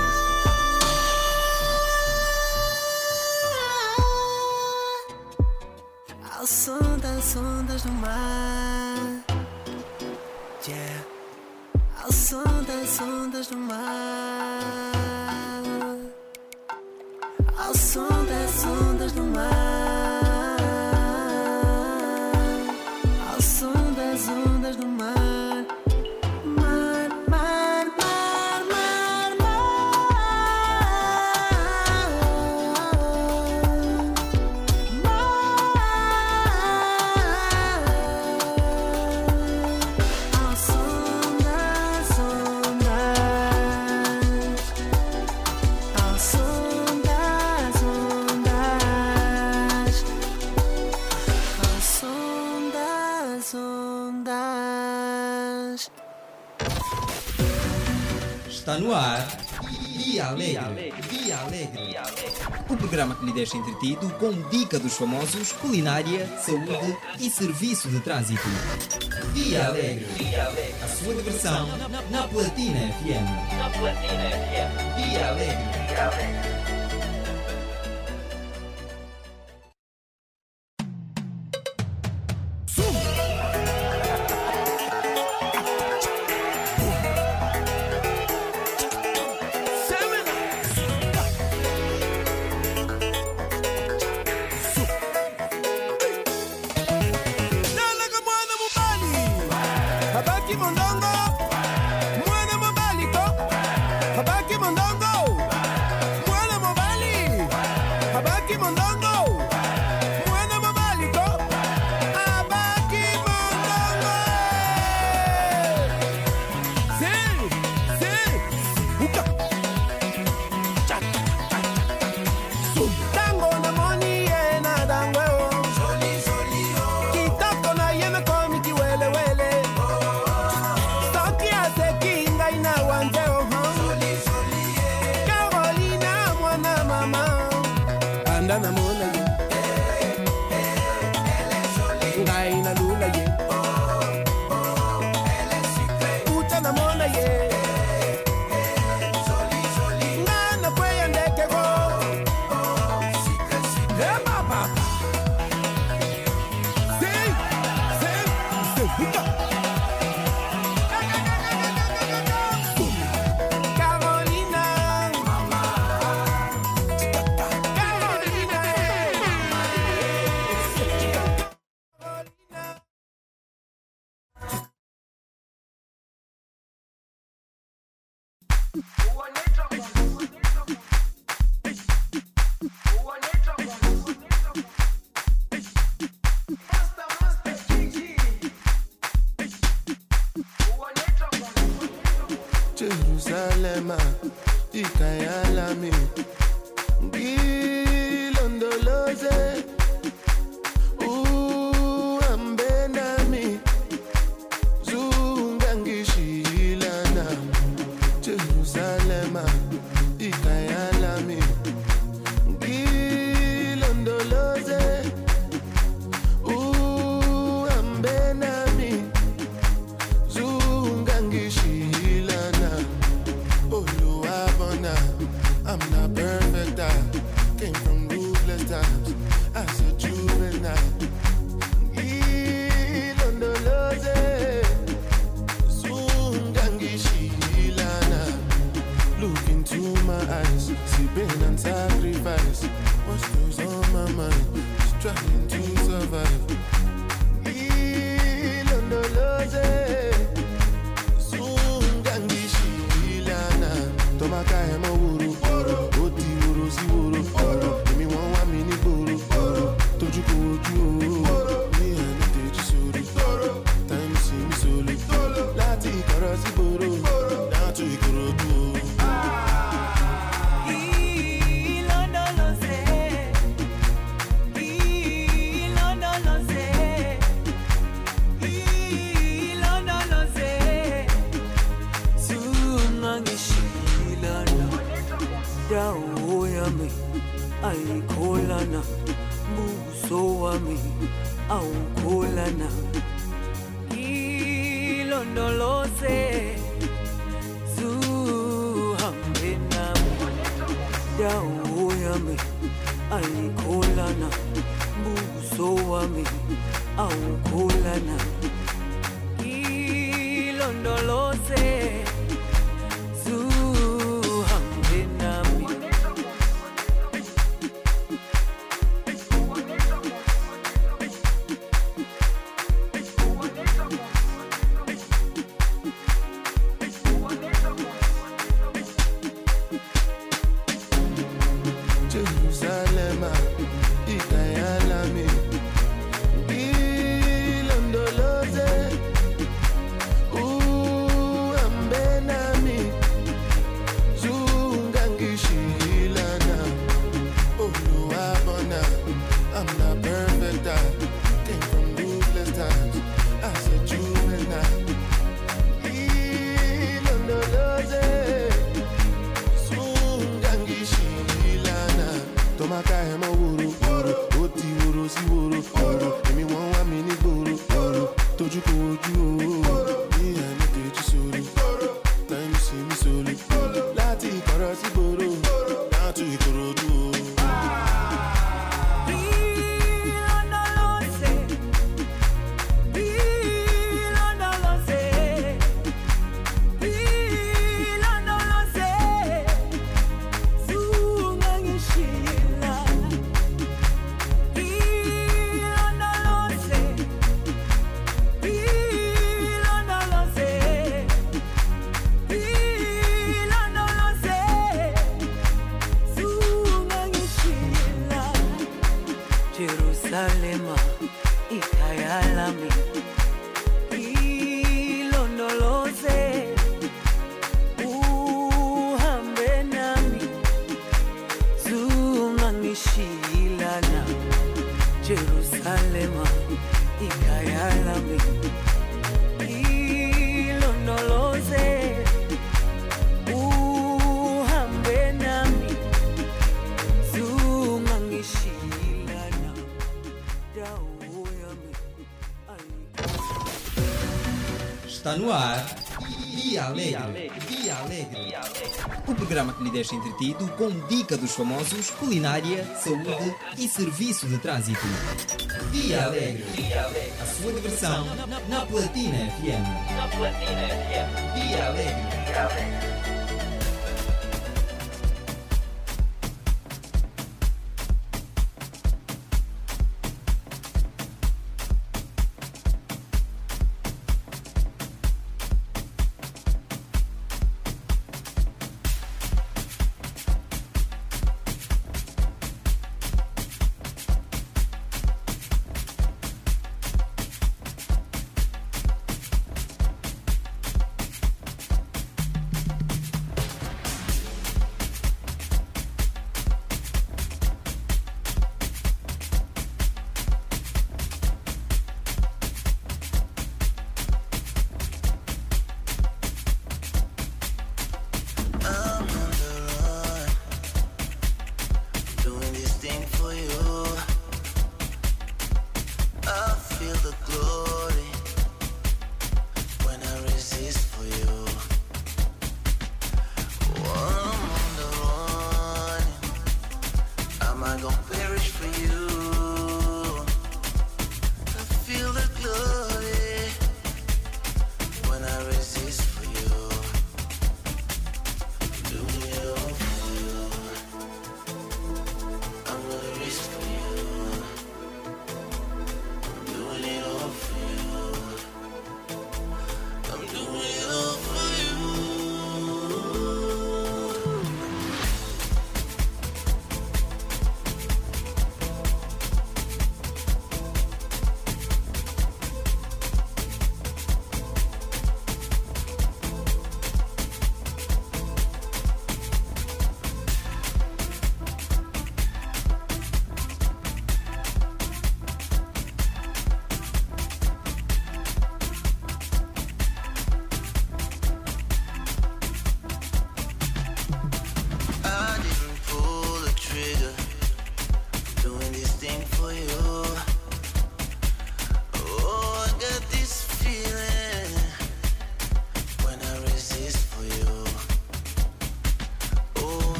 Speaker 8: Ao som das ondas do mar. Yeah. Ao som das ondas do mar. Ao som das ondas do mar. Ao som das ondas do mar. Mar, mar, mar, mar, ao som das ondas, ao som das ondas, ao som das ondas.
Speaker 1: Está no ar Dia Alegre. Dia Alegre. O programa que lhe deixa entretido com dica dos famosos, culinária, saúde e serviço de trânsito. Dia Alegre. A sua diversão na Platina F M. Na Platina F M. Dia Alegre. Dia Alegre.
Speaker 13: Habaki mondongo, mwana mobaliko. Habaki mondongo, mwana mobali. Habaki mondongo, mwana mobaliko. Habaki mondongo. Si, si, uka. Cha, cha, cha, cha. Sum. Tango na moni ye na dangweo. Soli, soli, oh. Kitoko na yeme komi kiwele wele. Carolina, mwana mama, andana mona ye. Ngai na lula ye. Uta na mona ye. Nana kweya ndeke go. Hey papa. Si, si, si, uka.
Speaker 22: Jerusalem, ikayalami, ngilondoloze, uhambenami, zungangishilana. Jerusalem, ikayalami, ngilondoloze, uhambenami, zungangishilana. Oluwabona, I'm not perfect, I came from ruthless times as a juvenile. Ilondoloze, zungangishilana. Look into my eyes, see pain and sacrifice. What's goes on my mind, just trying to survive. Ilondoloze, zungangishilana. Tomaka emo wuru, oti wuru si wuru. Emi won wa mi ni gboro, toju ko oju o. Mi eni teji sori, time see me solo. Lati ikoro si boro, down to Ikorodu.
Speaker 10: Ilondoloze, yami ayikholana buso wami awukholana ilondoloze zuhambe nami dawo yami ayikholana buso wami awukholana ilondoloze zuhambe nami
Speaker 22: Jerusalem, ikayalami, ilondoloze, uhambe nami, zungangishilana, oluwabona. I'm not perfect, I came from ruthless times, as a juvenile. Ilondoloze, zungangishilana. Tomaka emo wuru wuru, oti wuru si wuru wuru. Emi won wa mi ni gboro gboro, toju ko oju o. Ni ẹni kejì sórí, time sí mi sórí. Láti ìkọ̀rọ̀ sí gbòòrò, náà tún Ìkòròdú o.
Speaker 10: Jerusalema ikayalami ilondoloze uhambe nami zungangishilana Jerusalema ikayalami ilondoloze uhambe nami zungangishilana.
Speaker 1: Está no ar Dia Alegre. Dia Alegre. O programa que lhe deixa entretido com dica dos famosos, culinária, saúde e serviço de trânsito. Dia Alegre. A sua diversão na Platina F M. Na Platina F M. Dia Alegre. Dia Alegre.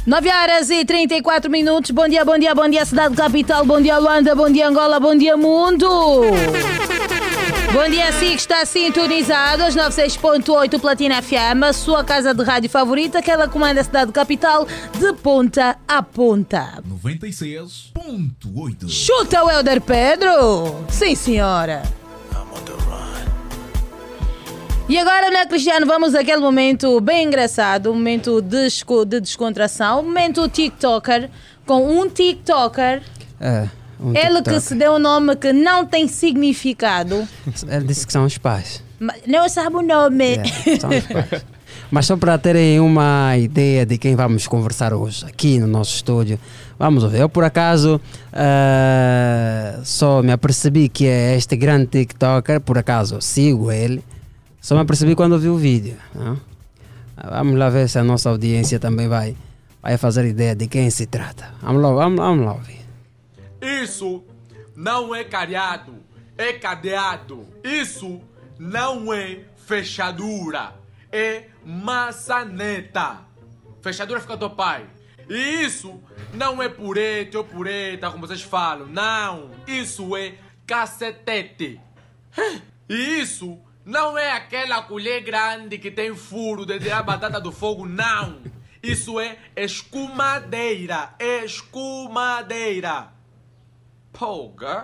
Speaker 7: nove horas e trinta e quatro minutos. Bom dia, bom dia, bom dia, cidade capital. Bom dia, Luanda. Bom dia, Angola. Bom dia, mundo. Bom dia, sim, que está sintonizado às noventa e seis ponto oito Platina F M, a sua casa de rádio favorita, que ela comanda a cidade capital de ponta a ponta.
Speaker 3: noventa e seis ponto oito.
Speaker 7: Chuta o Helder Pedro. Sim, senhora. E agora, né, Cristiano, vamos àquele momento bem engraçado, um momento de, de descontração, um momento TikToker, com um TikToker.
Speaker 5: É. Um
Speaker 7: Ele
Speaker 5: TikTok.
Speaker 7: que se deu um nome que não tem significado.
Speaker 5: Ele disse que são os pais.
Speaker 7: Mas não sabe o nome.
Speaker 5: É, são os pais. Mas só para terem uma ideia de quem vamos conversar hoje aqui no nosso estúdio, vamos ouvir. Eu, por acaso, uh, só me apercebi que é este grande TikToker, por acaso eu sigo ele, só me apercebi quando vi o vídeo. Não? Vamos lá ver se a nossa audiência também vai, vai fazer ideia de quem se trata. Vamos lá, vamos, vamos lá ouvir.
Speaker 14: Isso não é cadeado, é cadeado. Isso não é fechadura, é maçaneta. Fechadura fica do pai. E isso não é purete ou pureta, como vocês falam. Não, isso é cacetete. E isso não é aquela colher grande que tem furo de tirar a batata do fogo, não. Isso é escumadeira, escumadeira. Polga.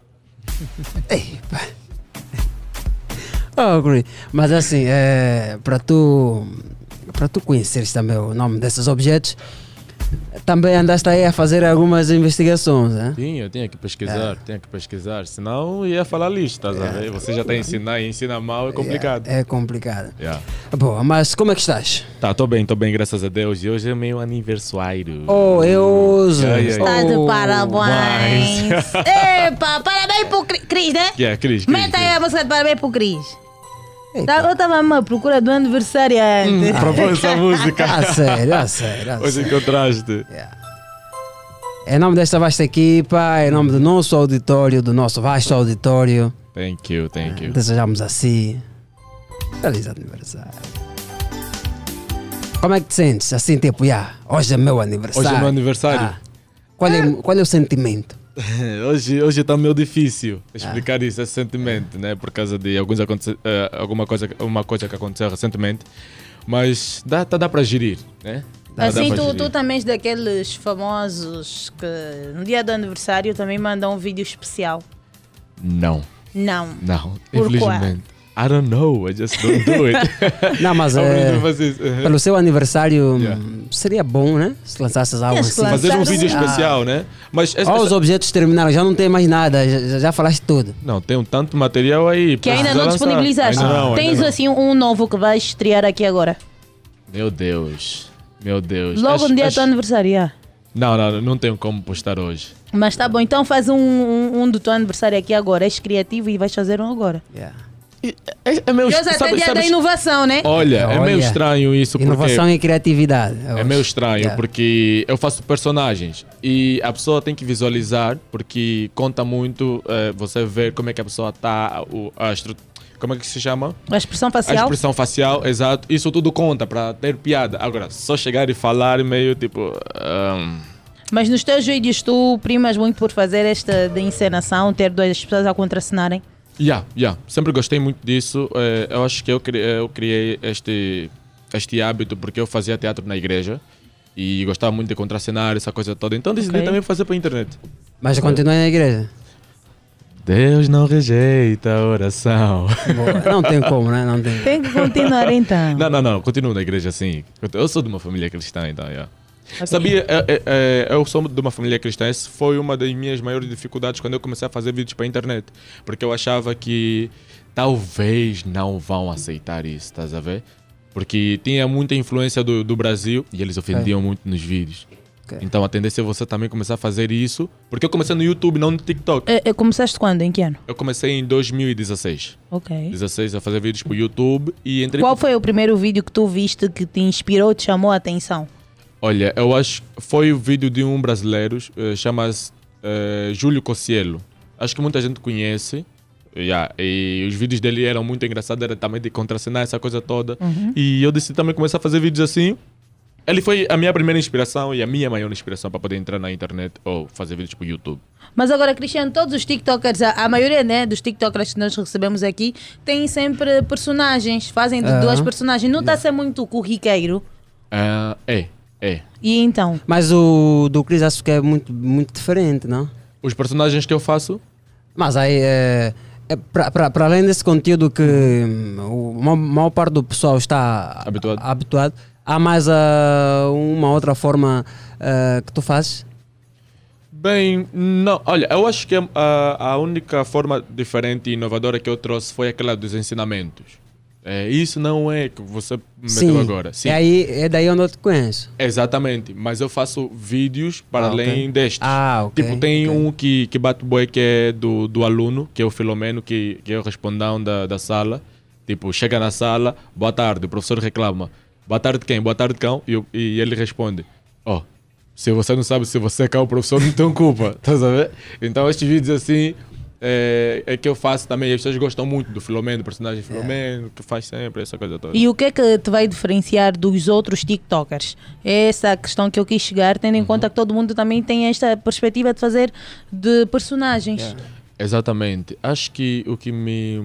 Speaker 5: Oh, Guri, mas assim, é, para tu, para tu conheceres também o nome desses objetos, também andaste aí a fazer algumas investigações, né?
Speaker 16: Sim, eu tinha que pesquisar, é. tinha que pesquisar, senão ia falar lixo, estás a ver? Você já está a ensinar e ensina mal, é complicado.
Speaker 5: É, é complicado.
Speaker 16: Yeah.
Speaker 5: Bom, mas como é que estás?
Speaker 16: Tá, tô bem, tô bem, graças a Deus. E hoje é meu aniversário.
Speaker 5: Oh, eu...
Speaker 7: Está de parabéns. Epa, parabéns pro Cris, né?
Speaker 16: Yeah, Cris, Cris.
Speaker 7: Meta aí a música de parabéns pro Cris. Tá, eu estava à procura do aniversariante.
Speaker 16: Hum, propôs essa música.
Speaker 5: Ah, sério, ah, sério. Ah,
Speaker 16: Hoje
Speaker 5: sério.
Speaker 16: encontraste.
Speaker 5: Yeah. Em nome desta vasta equipa, em nome do nosso auditório, do nosso vasto auditório.
Speaker 16: Thank you, thank you.
Speaker 5: Desejamos assim. Feliz aniversário. Como é que te sentes? Assim, tipo, yeah, hoje é meu aniversário.
Speaker 16: Hoje é meu aniversário.
Speaker 5: Ah, qual, é, qual é o sentimento?
Speaker 16: Hoje, hoje está meio difícil explicar ah. isso, esse sentimento, né? Por causa de alguns aconte uh, alguma coisa, uma coisa que aconteceu recentemente. Mas dá, tá, dá para gerir, né? Dá,
Speaker 7: assim,
Speaker 16: dá
Speaker 7: tu,
Speaker 16: gerir.
Speaker 7: tu também és daqueles famosos que no dia do aniversário também mandam um vídeo especial.
Speaker 16: Não.
Speaker 7: Não.
Speaker 16: Não,
Speaker 7: Por
Speaker 16: infelizmente. Qual? I don't know, I just don't do it.
Speaker 5: Não, mas é, pelo seu aniversário yeah. seria bom, né? Se lançasses algo assim.
Speaker 16: Fazer um vídeo especial, ah. né? Mas
Speaker 5: essa, oh, os objetos terminaram, já não tem mais nada, já, já falaste tudo.
Speaker 16: Não, tem um tanto material aí.
Speaker 7: Que ainda não disponibilizaste.
Speaker 16: Ainda não,
Speaker 7: Tens
Speaker 16: ainda não.
Speaker 7: assim um novo que vais estrear aqui agora.
Speaker 16: Meu Deus, meu Deus.
Speaker 7: Logo
Speaker 16: acho,
Speaker 7: no dia
Speaker 16: acho...
Speaker 7: do teu aniversário, yeah.
Speaker 16: Não, não, não tenho como postar hoje.
Speaker 7: Mas tá bom, então faz um, um, um do teu aniversário aqui agora. És criativo e vais fazer um agora.
Speaker 5: Yeah.
Speaker 16: É, é meio,
Speaker 7: Deus até
Speaker 16: sabe,
Speaker 7: dia
Speaker 16: sabes,
Speaker 7: da inovação, né?
Speaker 16: Olha,
Speaker 5: Olha,
Speaker 16: é meio estranho isso.
Speaker 5: Inovação
Speaker 16: porque
Speaker 5: e criatividade.
Speaker 16: É meio estranho yeah. porque eu faço personagens e a pessoa tem que visualizar porque conta muito uh, você ver como é que a pessoa está, a estrutura. Como é que se chama?
Speaker 7: A expressão facial.
Speaker 16: A expressão facial, exato. Isso tudo conta para ter piada. Agora, só chegar e falar meio tipo... Um...
Speaker 7: Mas nos teus vídeos tu primas muito por fazer esta de encenação, ter duas pessoas a contracenarem?
Speaker 16: Yeah, yeah. Sempre gostei muito disso. É, eu acho que eu criei, eu criei este, este hábito porque eu fazia teatro na igreja e gostava muito de contracenar, essa coisa toda. Então decidi okay. também fazer para a internet.
Speaker 5: Mas continua na igreja?
Speaker 16: Deus não rejeita a oração.
Speaker 5: Boa. Não tem como, né? Não tem.
Speaker 7: Tem que continuar então.
Speaker 16: Não, não, não. Continuo na igreja sim. Eu sou de uma família cristã, então, yeah. Okay. Sabia, é, é, eu sou de uma família cristã. Essa foi uma das minhas maiores dificuldades quando eu comecei a fazer vídeos para a internet. Porque eu achava que talvez não vão aceitar isso, estás a ver? Porque tinha muita influência do, do Brasil e eles ofendiam okay. muito nos vídeos. Okay. Então a tendência é você também começar a fazer isso. Porque eu comecei no YouTube, não no TikTok.
Speaker 7: É, é, começaste quando? Em que ano?
Speaker 16: Eu comecei em dois mil e dezesseis.
Speaker 7: Ok.
Speaker 16: dezesseis a fazer vídeos para o YouTube e entrei...
Speaker 7: Qual foi o primeiro vídeo que tu viste que te inspirou, te chamou a atenção?
Speaker 16: Olha, eu acho que foi o vídeo de um brasileiro, uh, chama-se uh, Júlio Cossielo. Acho que muita gente conhece. Yeah, e os vídeos dele eram muito engraçados, era também de contracenar essa coisa toda. Uhum. E eu decidi também começar a fazer vídeos assim. Ele foi a minha primeira inspiração e a minha maior inspiração para poder entrar na internet ou fazer vídeos para o YouTube.
Speaker 7: Mas agora, Cristiano, todos os TikTokers, a, a maioria, né, dos TikTokers que nós recebemos aqui, têm sempre personagens, fazem de
Speaker 5: Aham.
Speaker 7: duas personagens. Não está a ser muito corriqueiro?
Speaker 16: Ah, é, é.
Speaker 7: E então?
Speaker 5: Mas o do Chris acho que é muito, muito diferente, não?
Speaker 16: Os personagens que eu faço?
Speaker 5: Mas aí, é, é para além desse conteúdo que hum, a maior, maior parte do pessoal está
Speaker 16: habituado,
Speaker 5: habituado há mais uh, uma outra forma uh, que tu fazes?
Speaker 16: Bem, não. Olha, eu acho que a, a única forma diferente e inovadora que eu trouxe foi aquela dos ensinamentos. É, isso não é que você meteu
Speaker 5: Sim.
Speaker 16: agora. Sim.
Speaker 5: É, aí, é daí onde eu te conheço.
Speaker 16: Exatamente, mas eu faço vídeos para
Speaker 5: Ah,
Speaker 16: além
Speaker 5: ok.
Speaker 16: destes.
Speaker 5: Ah, ok,
Speaker 16: Tipo, tem
Speaker 5: ok.
Speaker 16: um que, que bate boi que é do, do aluno, que é o Filomeno, que, que é o respondão da, da sala. Tipo, chega na sala, boa tarde, o professor reclama. Boa tarde quem? Boa tarde cão. E, eu- e ele responde, ó, oh, se você não sabe se você é cão, o professor não tem culpa. Estás a ver? Então estes vídeos assim é, é que eu faço também. As pessoas gostam muito do Filomeno, do personagem Filomeno, que faz sempre essa coisa toda.
Speaker 7: E o que é que te vai diferenciar dos outros TikTokers? É essa a questão que eu quis chegar, tendo em
Speaker 16: Uhum.
Speaker 7: conta que todo mundo também tem esta perspectiva de fazer de personagens.
Speaker 16: Exatamente. Acho que o que me,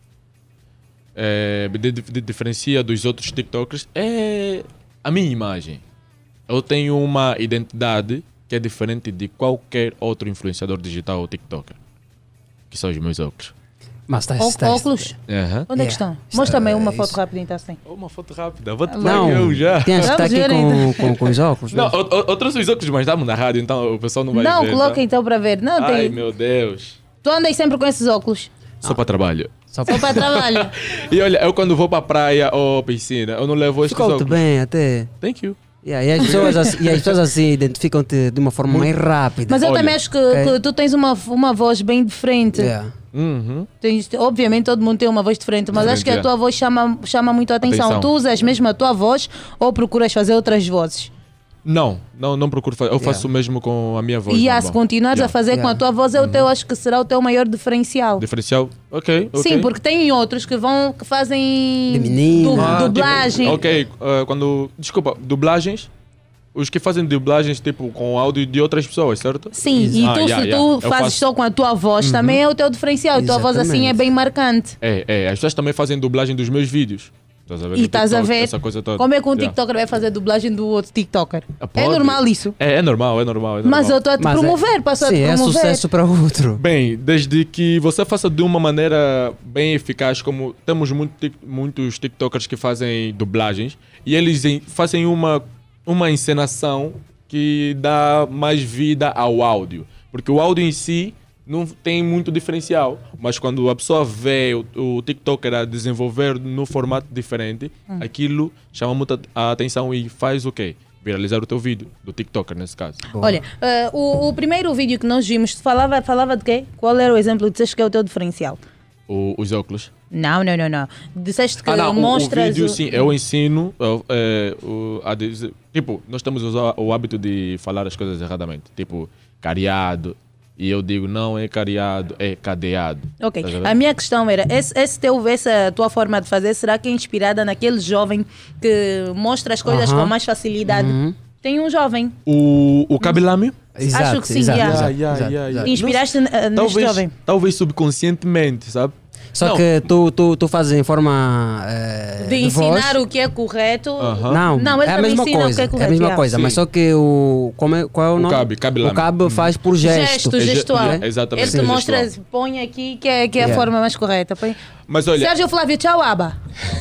Speaker 16: é, me di- di- diferencia dos outros TikTokers é a minha imagem. Eu tenho uma identidade que é diferente de qualquer outro influenciador digital ou TikToker, que são os meus óculos.
Speaker 5: Mas tá,
Speaker 7: Ó- óculos?
Speaker 16: Aham.
Speaker 7: Onde é que estão? Mostra-me uma foto rápida então assim.
Speaker 16: Uma foto rápida, vou-te
Speaker 5: Não,
Speaker 16: dar eu já.
Speaker 5: tens que estar
Speaker 7: Vamos
Speaker 5: aqui
Speaker 7: ver
Speaker 5: com,
Speaker 7: ainda.
Speaker 5: com, com os óculos.
Speaker 16: Não, eu, eu, eu trouxe os óculos, mas estamos na rádio, então o pessoal não vai
Speaker 7: Não,
Speaker 16: ver.
Speaker 7: coloca
Speaker 16: tá?
Speaker 7: então para ver. Não,
Speaker 16: Ai,
Speaker 7: tem...
Speaker 16: meu Deus.
Speaker 7: Tu andas sempre com esses óculos?
Speaker 16: Só para trabalho.
Speaker 5: Só
Speaker 7: para trabalho.
Speaker 16: E olha, eu quando vou para a praia ou piscina, eu não levo estes
Speaker 5: Ficou-te
Speaker 16: óculos.
Speaker 5: bem até.
Speaker 16: Thank you.
Speaker 5: Yeah, e, as pessoas, assim- e as pessoas assim identificam-te de uma forma mais rápida.
Speaker 7: Mas eu também acho que,
Speaker 5: Ok?
Speaker 7: que tu tens uma, uma voz bem diferente.
Speaker 5: Yeah.
Speaker 16: Uhum.
Speaker 7: Tens- obviamente todo mundo tem uma voz diferente, mas acho que a
Speaker 16: Diferente,
Speaker 7: tua voz chama, chama muito a atenção.
Speaker 16: Atenção.
Speaker 7: Tu usas mesmo a tua voz ou procuras fazer outras vozes?
Speaker 16: Não, não, não procuro fazer. Eu faço mesmo com a minha voz.
Speaker 7: e ah,
Speaker 16: normal.
Speaker 7: se continuares
Speaker 16: Yeah.
Speaker 7: a fazer com a tua voz, é o teu, acho que será o teu maior diferencial.
Speaker 16: Diferencial? Ok, ok.
Speaker 7: Sim, porque tem outros que vão que fazem
Speaker 5: menina.
Speaker 7: du-
Speaker 16: Ah,
Speaker 7: dublagem.
Speaker 16: tipo, ok, ah, quando. Desculpa, dublagens. Os que fazem dublagens tipo com áudio de outras pessoas, certo?
Speaker 7: Sim, e
Speaker 16: Ah,
Speaker 7: tu,
Speaker 16: yeah,
Speaker 7: se
Speaker 16: yeah.
Speaker 7: tu
Speaker 16: Eu
Speaker 7: fazes
Speaker 16: faço-
Speaker 7: só com a tua voz,
Speaker 16: Uhum.
Speaker 7: também é o teu diferencial. A tua voz assim é
Speaker 16: Exatamente.
Speaker 7: bem marcante.
Speaker 16: É, é, as pessoas também fazem dublagem dos meus vídeos. Estás a ver?
Speaker 7: E
Speaker 16: No
Speaker 7: estás a
Speaker 16: TikTok,
Speaker 7: ver
Speaker 16: essa coisa toda.
Speaker 7: como é que um
Speaker 16: Yeah.
Speaker 7: TikToker vai fazer dublagem do outro TikToker? É
Speaker 16: Pode.
Speaker 7: normal isso.
Speaker 16: É, é normal, é normal. É normal.
Speaker 7: Mas eu estou a te
Speaker 5: Mas é-
Speaker 7: promover, passo a te
Speaker 5: Sim, é
Speaker 7: promover.
Speaker 5: sucesso para outro.
Speaker 16: Bem, desde que você faça de uma maneira bem eficaz, como temos muito, tik- muitos TikTokers que fazem dublagens, e eles em- fazem uma, uma encenação que dá mais vida ao áudio. Porque o áudio em si não tem muito diferencial, mas quando a pessoa vê o, o TikToker a desenvolver no formato diferente,
Speaker 7: Hum.
Speaker 16: aquilo chama muito a a atenção e faz o quê? Viralizar o teu vídeo, do TikToker nesse caso.
Speaker 7: Olha, eh, o, o primeiro vídeo que nós vimos, falava, falava de quê? Qual era o exemplo que disseste que é o teu diferencial?
Speaker 16: O- os óculos.
Speaker 7: Não, não, não, não. Disseste que
Speaker 16: Ah, não, o-
Speaker 7: mostras...
Speaker 16: o vídeo,
Speaker 7: o-
Speaker 16: sim, eu ensino eu, é, o, a dizer, tipo, nós temos o, o hábito de falar as coisas erradamente, tipo, cariado, e eu digo, não é cariado, é cadeado.
Speaker 7: Ok,
Speaker 16: Estás a ver?
Speaker 7: a minha questão era, esse, esse teu, essa tua forma de fazer, será que é inspirada naquele jovem que mostra as coisas
Speaker 16: Aham.
Speaker 7: com mais facilidade?
Speaker 16: Uhum.
Speaker 7: Tem um jovem.
Speaker 16: O, o Kabilami?
Speaker 7: Acho que sim,
Speaker 16: exato,
Speaker 7: yeah.
Speaker 16: exato, yeah, yeah, yeah.
Speaker 7: Inspiraste
Speaker 16: Não-
Speaker 7: n- neste
Speaker 16: talvez,
Speaker 7: jovem.
Speaker 16: talvez subconscientemente, sabe?
Speaker 5: Só
Speaker 16: Não.
Speaker 5: que tu, tu, tu fazes em forma eh,
Speaker 7: De ensinar
Speaker 5: voz.
Speaker 7: o que é correto.
Speaker 5: Não,
Speaker 7: não ele
Speaker 5: é a
Speaker 7: também
Speaker 5: mesma
Speaker 7: ensina
Speaker 5: coisa.
Speaker 7: o que é
Speaker 5: É
Speaker 7: correto.
Speaker 5: a mesma
Speaker 7: yeah.
Speaker 5: coisa, mas só que o. Como é, qual é o
Speaker 16: O
Speaker 5: nome?
Speaker 16: Cabe, Cabe
Speaker 5: o Cabe faz por gesto.
Speaker 7: Gesto, gestual.
Speaker 16: É, exatamente.
Speaker 7: Ele te mostra,
Speaker 16: gestual.
Speaker 7: põe aqui que é, que é a
Speaker 16: Yeah.
Speaker 7: forma mais correta. Põe.
Speaker 16: Mas olha,
Speaker 7: Sérgio Flávio, tchau, aba.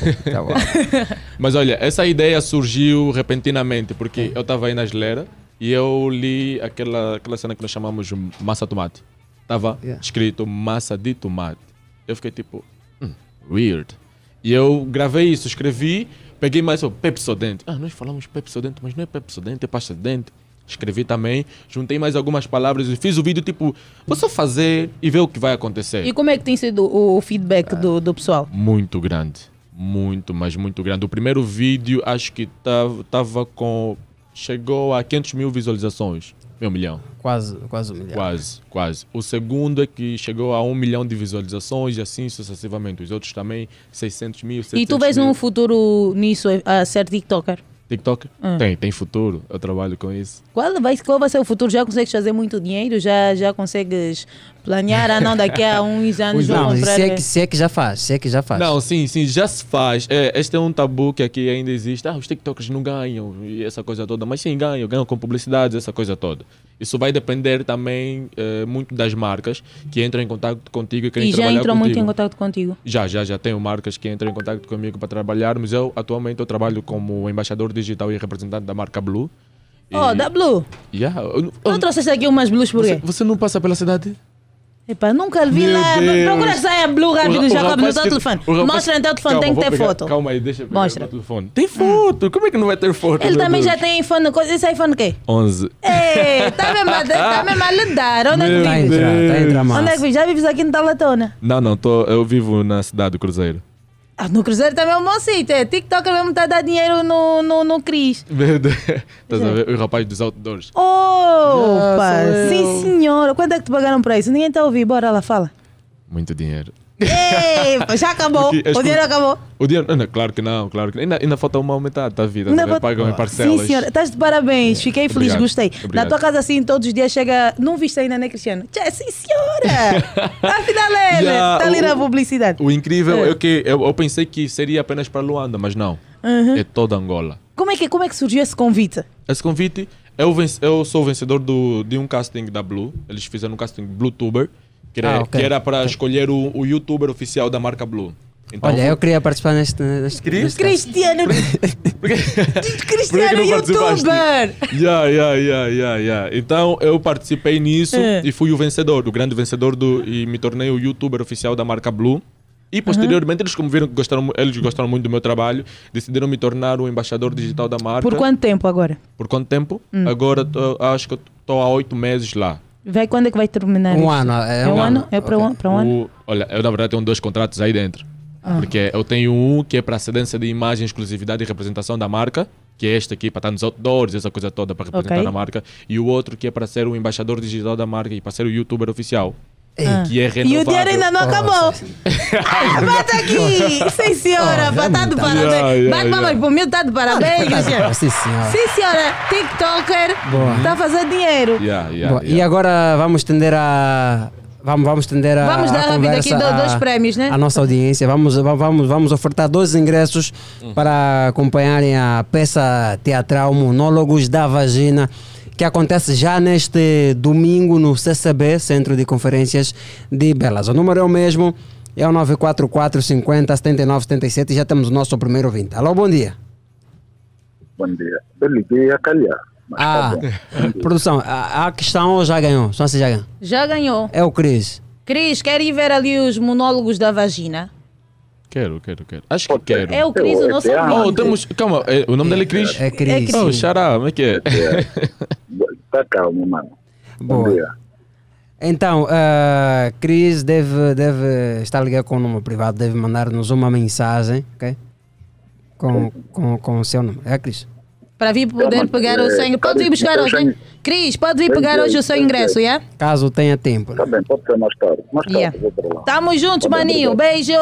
Speaker 16: Mas olha, essa ideia surgiu repentinamente, porque eu estava aí na geleira e eu li aquela, aquela cena que nós chamamos de massa tomate. Estava
Speaker 5: Yeah.
Speaker 16: escrito massa de tomate. Eu fiquei tipo, hum, weird. E eu gravei isso, escrevi, peguei mais o Pepsodente. Ah, nós falamos Pepsodente, mas não é Pepsodente, é pasta de dente. Escrevi também, juntei mais algumas palavras e fiz o vídeo tipo, vou só fazer e ver o que vai acontecer.
Speaker 7: E como é que tem sido o o feedback do, do pessoal?
Speaker 16: Muito grande. Muito, mas muito grande. O primeiro vídeo acho que tava, tava com. Chegou a quinhentos mil visualizações. Meio milhão.
Speaker 5: Quase, quase um milhão.
Speaker 16: Quase, quase. O segundo é que chegou a um milhão de visualizações e assim sucessivamente. Os outros também, seiscentos mil,
Speaker 7: E
Speaker 16: setecentos
Speaker 7: tu vês
Speaker 16: mil.
Speaker 7: um futuro nisso a ser TikToker?
Speaker 16: TikTok?
Speaker 7: Hum.
Speaker 16: Tem, tem futuro. Eu trabalho com isso.
Speaker 7: Qual vai, qual vai ser o futuro? Já consegues fazer muito dinheiro? Já, já consegues planear? Ah, não, daqui a uns anos vou
Speaker 5: Não,
Speaker 7: comprar...
Speaker 5: se é, que, se é que já faz, se é que já faz.
Speaker 16: Não, sim, sim, já se faz. É, este é um tabu que aqui ainda existe. Ah, os TikTokers não ganham e essa coisa toda. Mas sim, ganham, ganham com publicidades, essa coisa toda. Isso vai depender também eh, muito das marcas que entram em contato contigo e querem
Speaker 7: E já
Speaker 16: trabalhar
Speaker 7: entrou
Speaker 16: contigo.
Speaker 7: muito em contato contigo?
Speaker 16: Já, já, já tenho marcas que entram em contato comigo para trabalharmos. Eu, atualmente, eu trabalho como embaixador digital e representante da marca Blue. E-
Speaker 7: Oh, da Blue.
Speaker 16: Yeah. Eu-
Speaker 7: Não trouxeste aqui umas blues por
Speaker 16: Você,
Speaker 7: quê?
Speaker 16: você não passa pela cidade?
Speaker 7: Epá, nunca vi
Speaker 16: Meu
Speaker 7: lá.
Speaker 16: Deus.
Speaker 7: Procura que saia Blue rápido,
Speaker 16: O ra- o
Speaker 7: Jacob, no
Speaker 16: rapaz
Speaker 7: teu
Speaker 16: que-
Speaker 7: telefone.
Speaker 16: o rapaz-
Speaker 7: Mostra no teu telefone,
Speaker 16: Calma,
Speaker 7: tem que
Speaker 16: vou
Speaker 7: ter
Speaker 16: pegar-
Speaker 7: foto.
Speaker 16: Calma aí, deixa eu pegar
Speaker 7: Mostra.
Speaker 16: o meu telefone. Tem foto? Como é que não vai ter foto?
Speaker 7: Ele
Speaker 16: meu
Speaker 7: também
Speaker 16: Deus?
Speaker 7: já tem iPhone. coisa- Esse iPhone o quê?
Speaker 16: onze.
Speaker 7: Ei, tá mesmo, a- tá mesmo a lidar. Onde é que
Speaker 16: Meu
Speaker 7: vives?
Speaker 16: Deus. Tá a entrar, tá a entrar
Speaker 7: Onde é que
Speaker 16: massa.
Speaker 7: vives? Já vives aqui no Talatona?
Speaker 16: Não, não, tô, eu vivo na cidade do Cruzeiro.
Speaker 7: Ah, no Cruzeiro também é um bom sítio. É TikToker mesmo está a dar dinheiro no, no, no Cris.
Speaker 16: Meu Deus. Estás a ver? O rapaz dos outdoors.
Speaker 7: Opa!
Speaker 16: Já sou eu.
Speaker 7: Sim, senhora. Quanto é que te pagaram para isso? Ninguém está a ouvir. Bora lá, fala.
Speaker 16: Muito dinheiro.
Speaker 7: Ei, já acabou.
Speaker 16: Porque as
Speaker 7: O dinheiro
Speaker 16: coisas-
Speaker 7: acabou.
Speaker 16: O dinheiro, não, claro que não, claro que não. Ainda, ainda falta uma metade da vida.
Speaker 7: Ainda
Speaker 16: Ainda
Speaker 7: falta-
Speaker 16: pagam em parcelas.
Speaker 7: Sim, senhora. Estás de parabéns. Fiquei feliz,
Speaker 16: Obrigado.
Speaker 7: gostei. Na
Speaker 16: Obrigado.
Speaker 7: tua casa, assim, todos os dias chega. Não viste ainda, né, Cristiano? Tchê, sim, senhora. Afinal, é, ele.
Speaker 16: Yeah,
Speaker 7: Está ali
Speaker 16: o-
Speaker 7: na publicidade.
Speaker 16: O incrível
Speaker 7: É.
Speaker 16: é que eu, eu pensei que seria apenas para Luanda, mas não.
Speaker 7: Uhum.
Speaker 16: É toda Angola.
Speaker 7: Como é, que, como é que surgiu esse convite?
Speaker 16: Esse convite, eu, venci- eu sou o vencedor do, de um casting da Blue. Eles fizeram um casting Bluetuber, que era,
Speaker 5: Ah, ok.
Speaker 16: que era para escolher o, o youtuber oficial da marca Blue. Então,
Speaker 5: Olha, eu queria participar neste. neste,
Speaker 16: Querias?
Speaker 5: neste caso.
Speaker 7: Cristiano.
Speaker 16: Por que
Speaker 7: Cristiano
Speaker 16: não participaste?
Speaker 7: YouTuber.
Speaker 16: Yeah, yeah, yeah, yeah, yeah. Então eu participei nisso
Speaker 7: É.
Speaker 16: e fui o vencedor, o grande vencedor do, e me tornei o youtuber oficial da marca Blue. E posteriormente eles, como viram que gostaram, mu- eles gostaram muito do meu trabalho, decidiram me tornar o embaixador digital da marca.
Speaker 7: Por quanto tempo agora?
Speaker 16: Por quanto tempo?
Speaker 7: Hum.
Speaker 16: Agora tô- acho que estou há oito meses lá.
Speaker 7: Vai, quando é que vai terminar?
Speaker 5: Um
Speaker 7: isto?
Speaker 5: ano, é
Speaker 7: É um
Speaker 5: um
Speaker 7: ano?
Speaker 5: ano.
Speaker 7: É para um, para um ano?
Speaker 16: O- olha, eu na verdade tenho dois contratos aí dentro.
Speaker 7: Ah.
Speaker 16: Porque eu tenho um que é para cedência de imagem, exclusividade e representação da marca, que é este aqui, para estar nos outdoors, essa coisa toda, para representar
Speaker 7: Ok.
Speaker 16: a marca. E o outro que é para ser o embaixador digital da marca e para ser o youtuber oficial.
Speaker 7: Ah.
Speaker 16: Que é
Speaker 7: E
Speaker 16: renovável.
Speaker 7: o dinheiro ainda não acabou. Ai, bate aqui! Sim, senhora,
Speaker 5: Oh,
Speaker 7: pá, tá de
Speaker 5: já
Speaker 7: parabéns.
Speaker 16: Yeah, yeah,
Speaker 7: Bate palmas
Speaker 16: yeah.
Speaker 7: pro meu, tá de parabéns, Cristiano.
Speaker 5: Sim, senhora.
Speaker 7: Sim, senhora, TikToker,
Speaker 5: Boa.
Speaker 7: está a fazer dinheiro.
Speaker 16: Yeah, yeah,
Speaker 5: Bom,
Speaker 16: yeah.
Speaker 5: E agora vamos tender a. Vamos, vamos tender a.
Speaker 7: Vamos dar
Speaker 5: a
Speaker 7: rápido aqui
Speaker 5: conversa
Speaker 7: do- dois
Speaker 5: à-
Speaker 7: prémios, né?
Speaker 5: à nossa audiência. Vamos, va- vamos, vamos ofertar dois ingressos para acompanharem a peça teatral Monólogos da Vagina, que acontece já neste domingo no C C B, Centro de Conferências de Belas. O número é o mesmo, é o nove quatro quatro, cinquenta, setenta e nove, setenta e sete e já temos o nosso primeiro ouvinte. Alô, bom dia.
Speaker 9: Bom dia. Eu liguei a calhar. Mas
Speaker 5: Ah,
Speaker 9: tá bom.
Speaker 5: produção, a, a questão ou já ganhou? Só se já ganhou.
Speaker 7: Já ganhou.
Speaker 5: É o Cris.
Speaker 7: Cris, quer ir ver ali os monólogos da vagina?
Speaker 16: Quero, quero, quero. Acho que quero.
Speaker 7: É o Cris, o nosso
Speaker 16: Oh,
Speaker 7: ouvinte.
Speaker 16: temos, calma, é- o nome dele é Cris?
Speaker 5: É Cris.
Speaker 16: Oh, xará, como é que é?
Speaker 9: Tá calmo, mano. Bom
Speaker 5: Boa.
Speaker 9: dia.
Speaker 5: Então, uh, Cris deve, deve estar ligado com o número privado, deve mandar-nos uma mensagem, ok? Com, com, com o seu número. É, Cris?
Speaker 7: Para vir poder pegar o seu ingresso. Pode vir buscar hoje, hein? Cris, pode vir pegar hoje o seu ingresso, já?
Speaker 5: Caso tenha tempo.
Speaker 9: Tá bem, pode ser mais tarde. Mais tarde,
Speaker 7: Yeah.
Speaker 9: vou para lá.
Speaker 7: Tamo juntos, maninho. Beijo!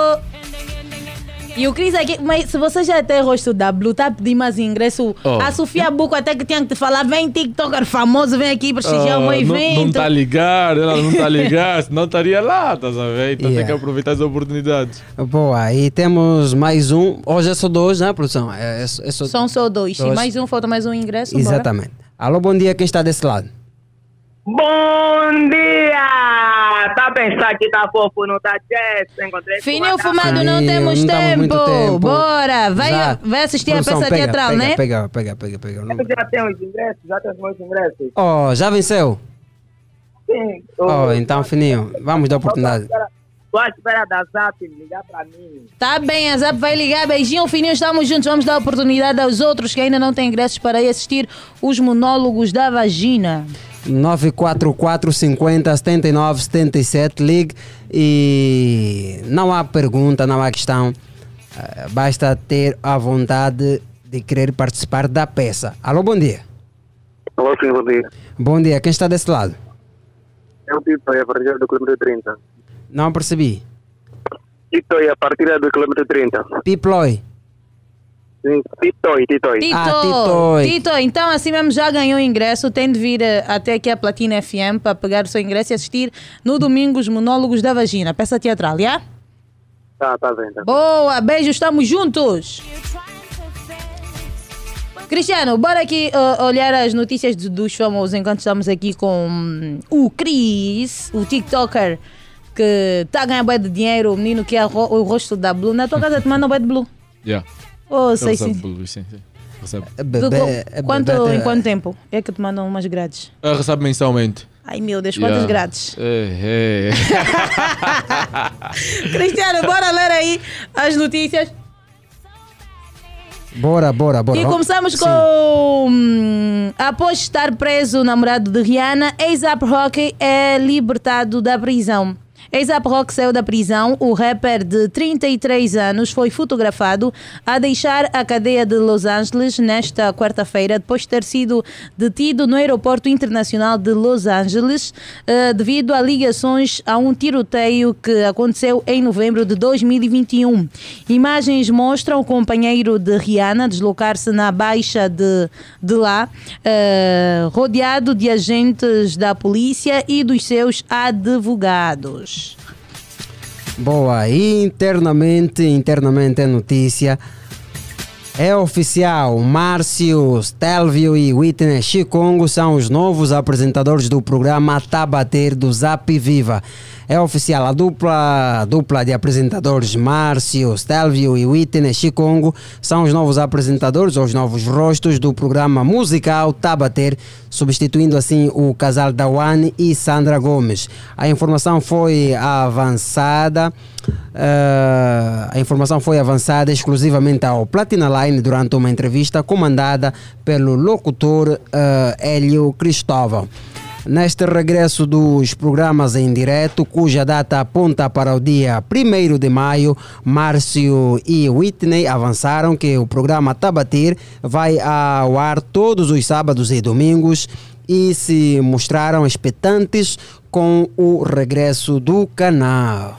Speaker 7: E o Cris aqui, mas se você já tem rosto da Blue, tá pedindo mais ingresso.
Speaker 16: Oh.
Speaker 7: A Sofia Buco até que tinha que te falar: vem TikToker famoso, vem aqui prestigiar o meu
Speaker 16: Ah, não,
Speaker 7: evento.
Speaker 16: não tá ligado, ela não tá ligada, senão estaria lá, tá sabendo? Então
Speaker 5: Yeah.
Speaker 16: tem que aproveitar as oportunidades.
Speaker 5: Boa, e temos mais um. Hoje é só dois, né, produção? É, é, só- é só...
Speaker 7: São só dois.
Speaker 5: Dois.
Speaker 7: E mais um, falta mais um ingresso. bora.
Speaker 5: Exatamente. Alô, bom dia, quem está desse lado?
Speaker 17: Bom dia! Tá a pensar que tá fofo, não tá Jess? Encontrei
Speaker 7: Fininho
Speaker 17: com a-
Speaker 7: fumado, não
Speaker 5: Fininho,
Speaker 7: temos
Speaker 5: não tamo
Speaker 7: tempo.
Speaker 5: muito tempo.
Speaker 7: Bora, vai,
Speaker 5: Já.
Speaker 7: vai assistir
Speaker 5: Produção,
Speaker 7: a peça
Speaker 5: pega,
Speaker 7: teatral,
Speaker 5: pega,
Speaker 7: né?
Speaker 5: Pega, pega, pega, pega. o número.
Speaker 17: Eu já tenho os ingressos, já tenho os meus ingressos.
Speaker 5: Oh, já venceu?
Speaker 17: Sim.
Speaker 5: Oh, então, Fininho, vamos dar oportunidade.
Speaker 17: Tô à espera da Zap ligar pra mim.
Speaker 7: Tá bem, a Zap vai ligar. Beijinho, Fininho, estamos juntos. Vamos dar oportunidade aos outros que ainda não têm ingressos para ir assistir os monólogos da vagina.
Speaker 5: nove quatro quatro, cinquenta, setenta e nove, setenta e sete, ligue e não há pergunta, não há questão, eh, basta ter a vontade de querer participar da peça. Alô, bom dia.
Speaker 18: Alô, sim, bom dia.
Speaker 5: Bom dia, quem está desse lado?
Speaker 18: É o Tito, a partir do quilômetro trinta.
Speaker 5: Não percebi.
Speaker 18: Tito, a partir do quilômetro trinta.
Speaker 5: Piploy.
Speaker 18: Sim, Titoi, Titoi.
Speaker 7: Tito,
Speaker 5: Ah, Titoi.
Speaker 7: Tito, então assim mesmo já ganhou o ingresso, tem de vir eh, até aqui a Platina F M para pegar o seu ingresso e assistir no domingo os Monólogos da Vagina, peça teatral, já?
Speaker 18: Tá, tá bem, tá.
Speaker 7: Boa, beijo, estamos juntos. Cristiano, bora aqui uh, olhar as notícias do- dos famosos enquanto estamos aqui com hum, o Cris, o TikToker que está a ganhar bué de dinheiro, o menino que é ro- o rosto da Blue. Na tua casa te mandam bué de Blue?
Speaker 16: Yeah.
Speaker 7: Oh,
Speaker 16: Eu
Speaker 7: sei
Speaker 16: recebo
Speaker 7: sim.
Speaker 16: Blue, sim, sim. Recebo.
Speaker 7: Do- qu- quanto, em quanto tempo é que te mandam umas grades?
Speaker 16: Eu recebo mensalmente.
Speaker 7: Ai meu Deus, quantas
Speaker 16: Yeah.
Speaker 7: grades?
Speaker 16: É, é.
Speaker 7: Cristiano, bora ler aí as notícias.
Speaker 5: Bora, bora, bora.
Speaker 7: E começamos com. hum, após estar preso o namorado de Rihanna, A$AP Rocky é libertado da prisão. A$AP Rocky saiu da prisão. O rapper de trinta e três anos foi fotografado a deixar a cadeia de Los Angeles nesta quarta-feira, depois de ter sido detido no aeroporto internacional de Los Angeles eh, devido a ligações a um tiroteio que aconteceu em novembro de dois mil e vinte e um. Imagens mostram o companheiro de Rihanna deslocar-se na baixa de, de lá, eh, rodeado de agentes da polícia e dos seus advogados.
Speaker 5: Boa, e internamente, internamente é notícia. É oficial, Márcio, Stelvio e Whitney Chikongo são os novos apresentadores do programa Tá Bater do Zap Viva. É oficial, a dupla, a dupla de apresentadores Márcio, Stelvio e Whitney Chikongo são os novos apresentadores, ou os novos rostos do programa musical Tá Bater, substituindo assim o casal Dawane e Sandra Gomes. A informação foi avançada, uh, a informação foi avançada exclusivamente ao Platina Line durante uma entrevista comandada pelo locutor uh, Hélio Cristóvão. Neste regresso dos programas em direto, cuja data aponta para o dia primeiro de maio, Márcio e Whitney avançaram que o programa Tá Bater vai ao ar todos os sábados e domingos e se mostraram expectantes com o regresso do canal.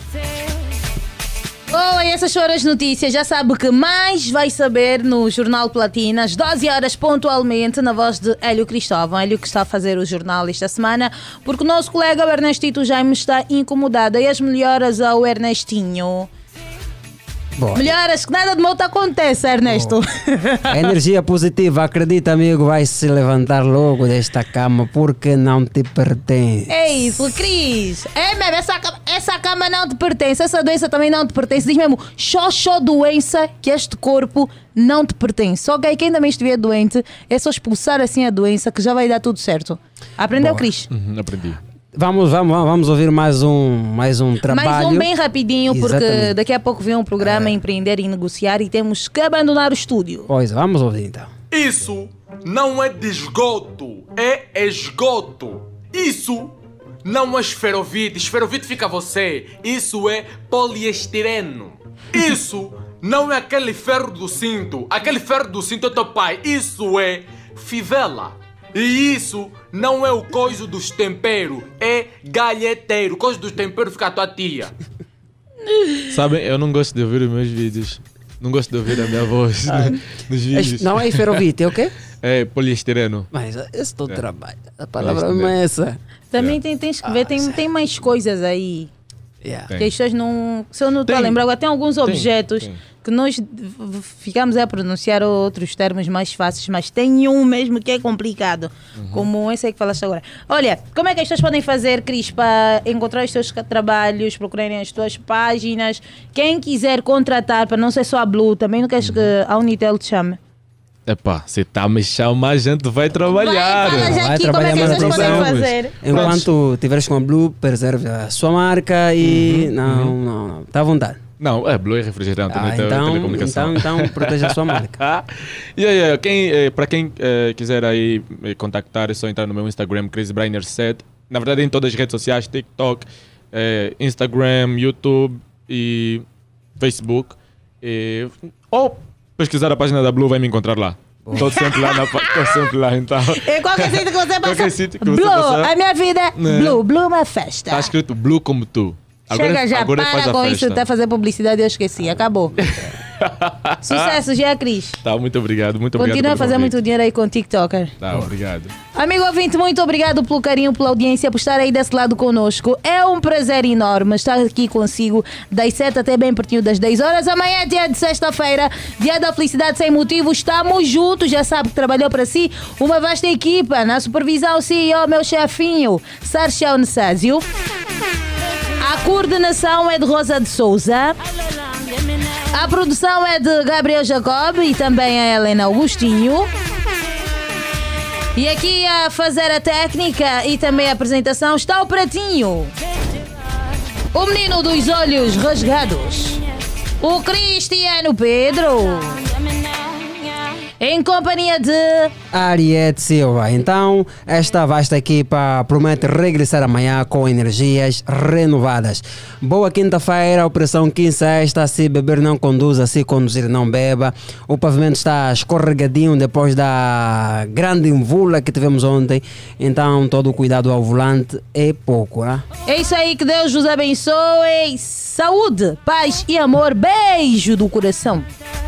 Speaker 7: Oh, e essas foram as notícias. Já sabe que mais vai saber no Jornal Platina, às doze horas pontualmente, na voz de Hélio Cristóvão. Hélio que está a fazer o jornal esta semana, porque o nosso colega o Ernestito Jaime está incomodado. E as melhoras ao Ernestinho.
Speaker 5: Boa.
Speaker 7: Melhoras que nada de mal acontece, Ernesto.
Speaker 5: A energia positiva, acredita amigo, vai se levantar logo desta cama porque não te pertence.
Speaker 7: É isso, Cris. É mesmo, essa, cama- essa cama não te pertence, essa doença também não te pertence. Diz mesmo, só, só doença que este corpo não te pertence. Só que quem também estiver doente, é só expulsar assim a doença que já vai dar tudo certo. Aprendeu,
Speaker 5: Boa.
Speaker 7: Cris?
Speaker 16: Uhum, aprendi.
Speaker 5: Vamos, vamos, vamos ouvir mais um, mais um trabalho.
Speaker 7: Mais um bem rapidinho, porque
Speaker 5: Exatamente.
Speaker 7: daqui a pouco vem um programa Empreender e Negociar e temos que abandonar o estúdio.
Speaker 5: Pois, vamos ouvir então.
Speaker 14: Isso não é de esgoto, é esgoto. Isso não é esferovite, esferovite fica você. Isso é poliestireno. Isso não é aquele ferro do cinto, aquele ferro do cinto é teu pai. Isso é fivela. E isso não é o coiso dos temperos, é galheteiro. O coiso dos temperos fica a tua tia.
Speaker 16: Sabem, eu não gosto de ouvir os meus vídeos. Não gosto de ouvir a minha voz
Speaker 5: Ah.
Speaker 16: no- nos vídeos.
Speaker 5: Não é esferovite, é o quê?
Speaker 16: É poliestireno.
Speaker 5: Mas esse teu
Speaker 16: É.
Speaker 5: trabalho, a palavra
Speaker 16: Poliestireno.
Speaker 5: é essa.
Speaker 7: Também tem, tens que ver, tem, tem mais coisas aí.
Speaker 5: Yeah.
Speaker 7: Que as pessoas não. Se eu não estou a
Speaker 16: Tem.
Speaker 7: lembrar, agora tem alguns
Speaker 16: Tem,
Speaker 7: objetos
Speaker 16: tem.
Speaker 7: que nós v- v- ficamos a pronunciar outros termos mais fáceis, mas tem um mesmo que é complicado,
Speaker 16: Uhum.
Speaker 7: como esse aí que falaste agora. Olha, como é que as pessoas podem fazer, Cris, para encontrar os teus ca- trabalhos, procurarem as tuas páginas? Quem quiser contratar, para não ser só a Blue, também não queres que a Unitel te chame?
Speaker 16: Epá, se tá me chamando, a gente vai trabalhar.
Speaker 7: Vai, fala já
Speaker 5: Vai
Speaker 7: aqui como é
Speaker 5: trabalhar
Speaker 7: que as
Speaker 5: mais
Speaker 7: pessoas podem
Speaker 5: atenção.
Speaker 7: fazer.
Speaker 5: Enquanto tiveres com a Blue, preserve a sua marca e não, não, não, está à vontade.
Speaker 16: Não, é Blue e refrigerante,
Speaker 5: Ah,
Speaker 16: não é tele-
Speaker 5: então,
Speaker 16: telecomunicação.
Speaker 5: então, então proteja a sua marca.
Speaker 16: yeah, yeah. Quem, eh, para quem eh, quiser aí me contactar, é só entrar no meu Instagram, Chris Brainer sete. Na verdade, em todas as redes sociais, TikTok, eh, Instagram, YouTube e Facebook. E, ou pesquisar a página da Blue, vai me encontrar lá. Estou sempre lá, na, pa- tô sempre lá, então.
Speaker 7: Em qualquer sítio que você passa,
Speaker 16: Qualquer sítio que você
Speaker 7: Blue,
Speaker 16: passar.
Speaker 7: a minha vida é
Speaker 16: Né?
Speaker 7: Blue, Blue é uma festa.
Speaker 16: Está escrito Blue como tu.
Speaker 7: Chega já,
Speaker 16: agora faz
Speaker 7: para
Speaker 16: a
Speaker 7: com
Speaker 16: festa.
Speaker 7: isso, tá fazer publicidade, eu esqueci, acabou. Sucesso, Gia Cris.
Speaker 16: Tá, muito obrigado, muito obrigado.
Speaker 7: Continua a
Speaker 16: pelo
Speaker 7: fazer
Speaker 16: convite.
Speaker 7: muito dinheiro aí com o TikToker.
Speaker 16: Tá, obrigado.
Speaker 7: Amigo ouvinte, muito obrigado pelo carinho, pela audiência, por estar aí desse lado conosco. É um prazer enorme estar aqui consigo das sete até bem pertinho das dez horas. Amanhã é dia de sexta-feira, dia da felicidade sem motivo. Estamos juntos, já sabe que trabalhou para si uma vasta equipa. Na supervisão, o C E O, meu chefinho, Sarchel Nessásio. A coordenação é de Rosa de Souza. A produção é de Gabriel Jacob e também a Helena Augustinho. E aqui a fazer a técnica e também a apresentação está o Pratinho. O menino dos olhos rasgados. O Cristiano Pedro. Em companhia de
Speaker 5: Ariete Silva. Então, esta vasta equipa promete regressar amanhã com energias renovadas. Boa quinta-feira, Operação quinze Sexta. Se beber não conduza, se conduzir não beba. O pavimento está escorregadinho depois da grande invula que tivemos ontem. Então, todo o cuidado ao volante é pouco, né?
Speaker 7: É isso aí, que Deus vos abençoe. Saúde, paz e amor. Beijo do coração.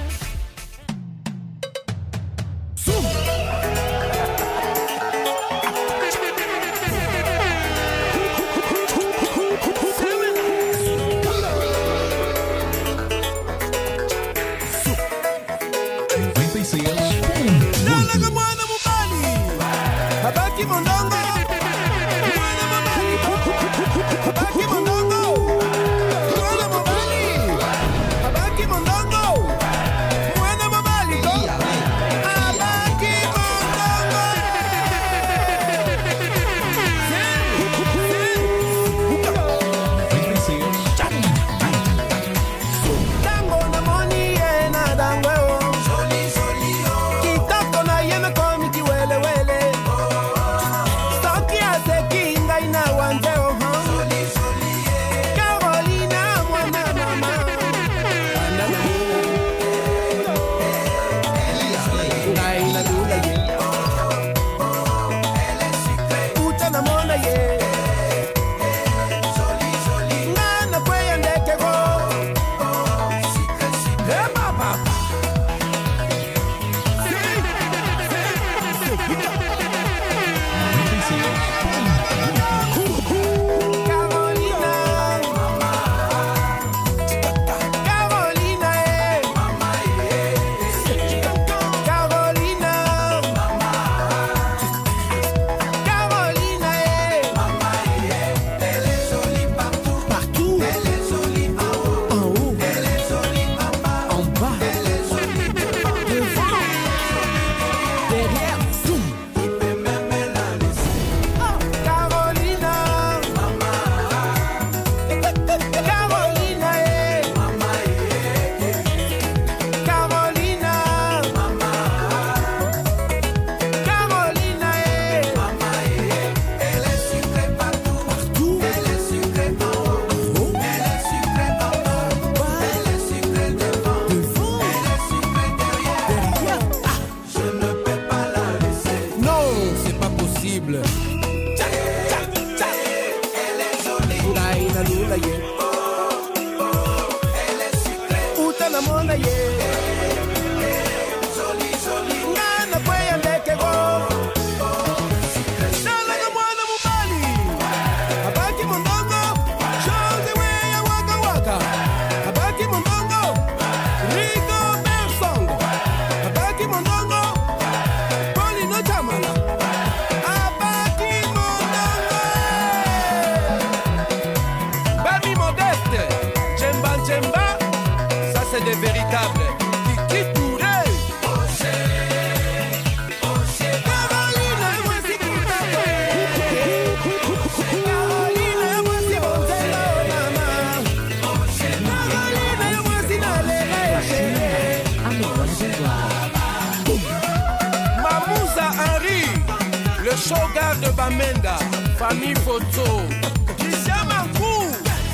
Speaker 13: Shogar de Bamenda, famille photo, Christian Marcou.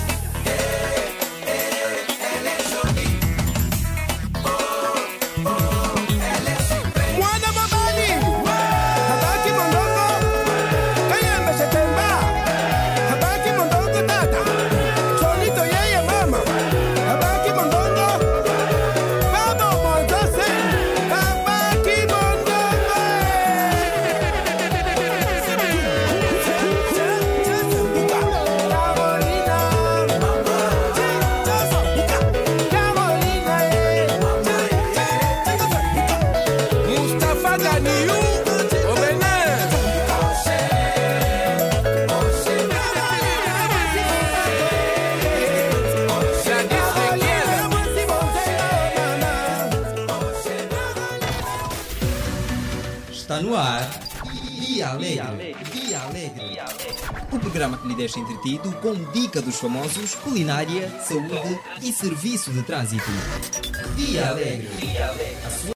Speaker 13: Elle est jolie. Oh, oh, elle est suprême. Mwana Mabali, Habaki Mondongo, Kayembe Shetemba, Habaki Mondongo Tata, Cholito Yeye Mama, Habaki Mondongo,
Speaker 1: Está no ar Dia Alegre. Dia Alegre. O programa que lhe deixa entretido com dica dos famosos, culinária, saúde e serviço de trânsito. Dia Alegre. A sua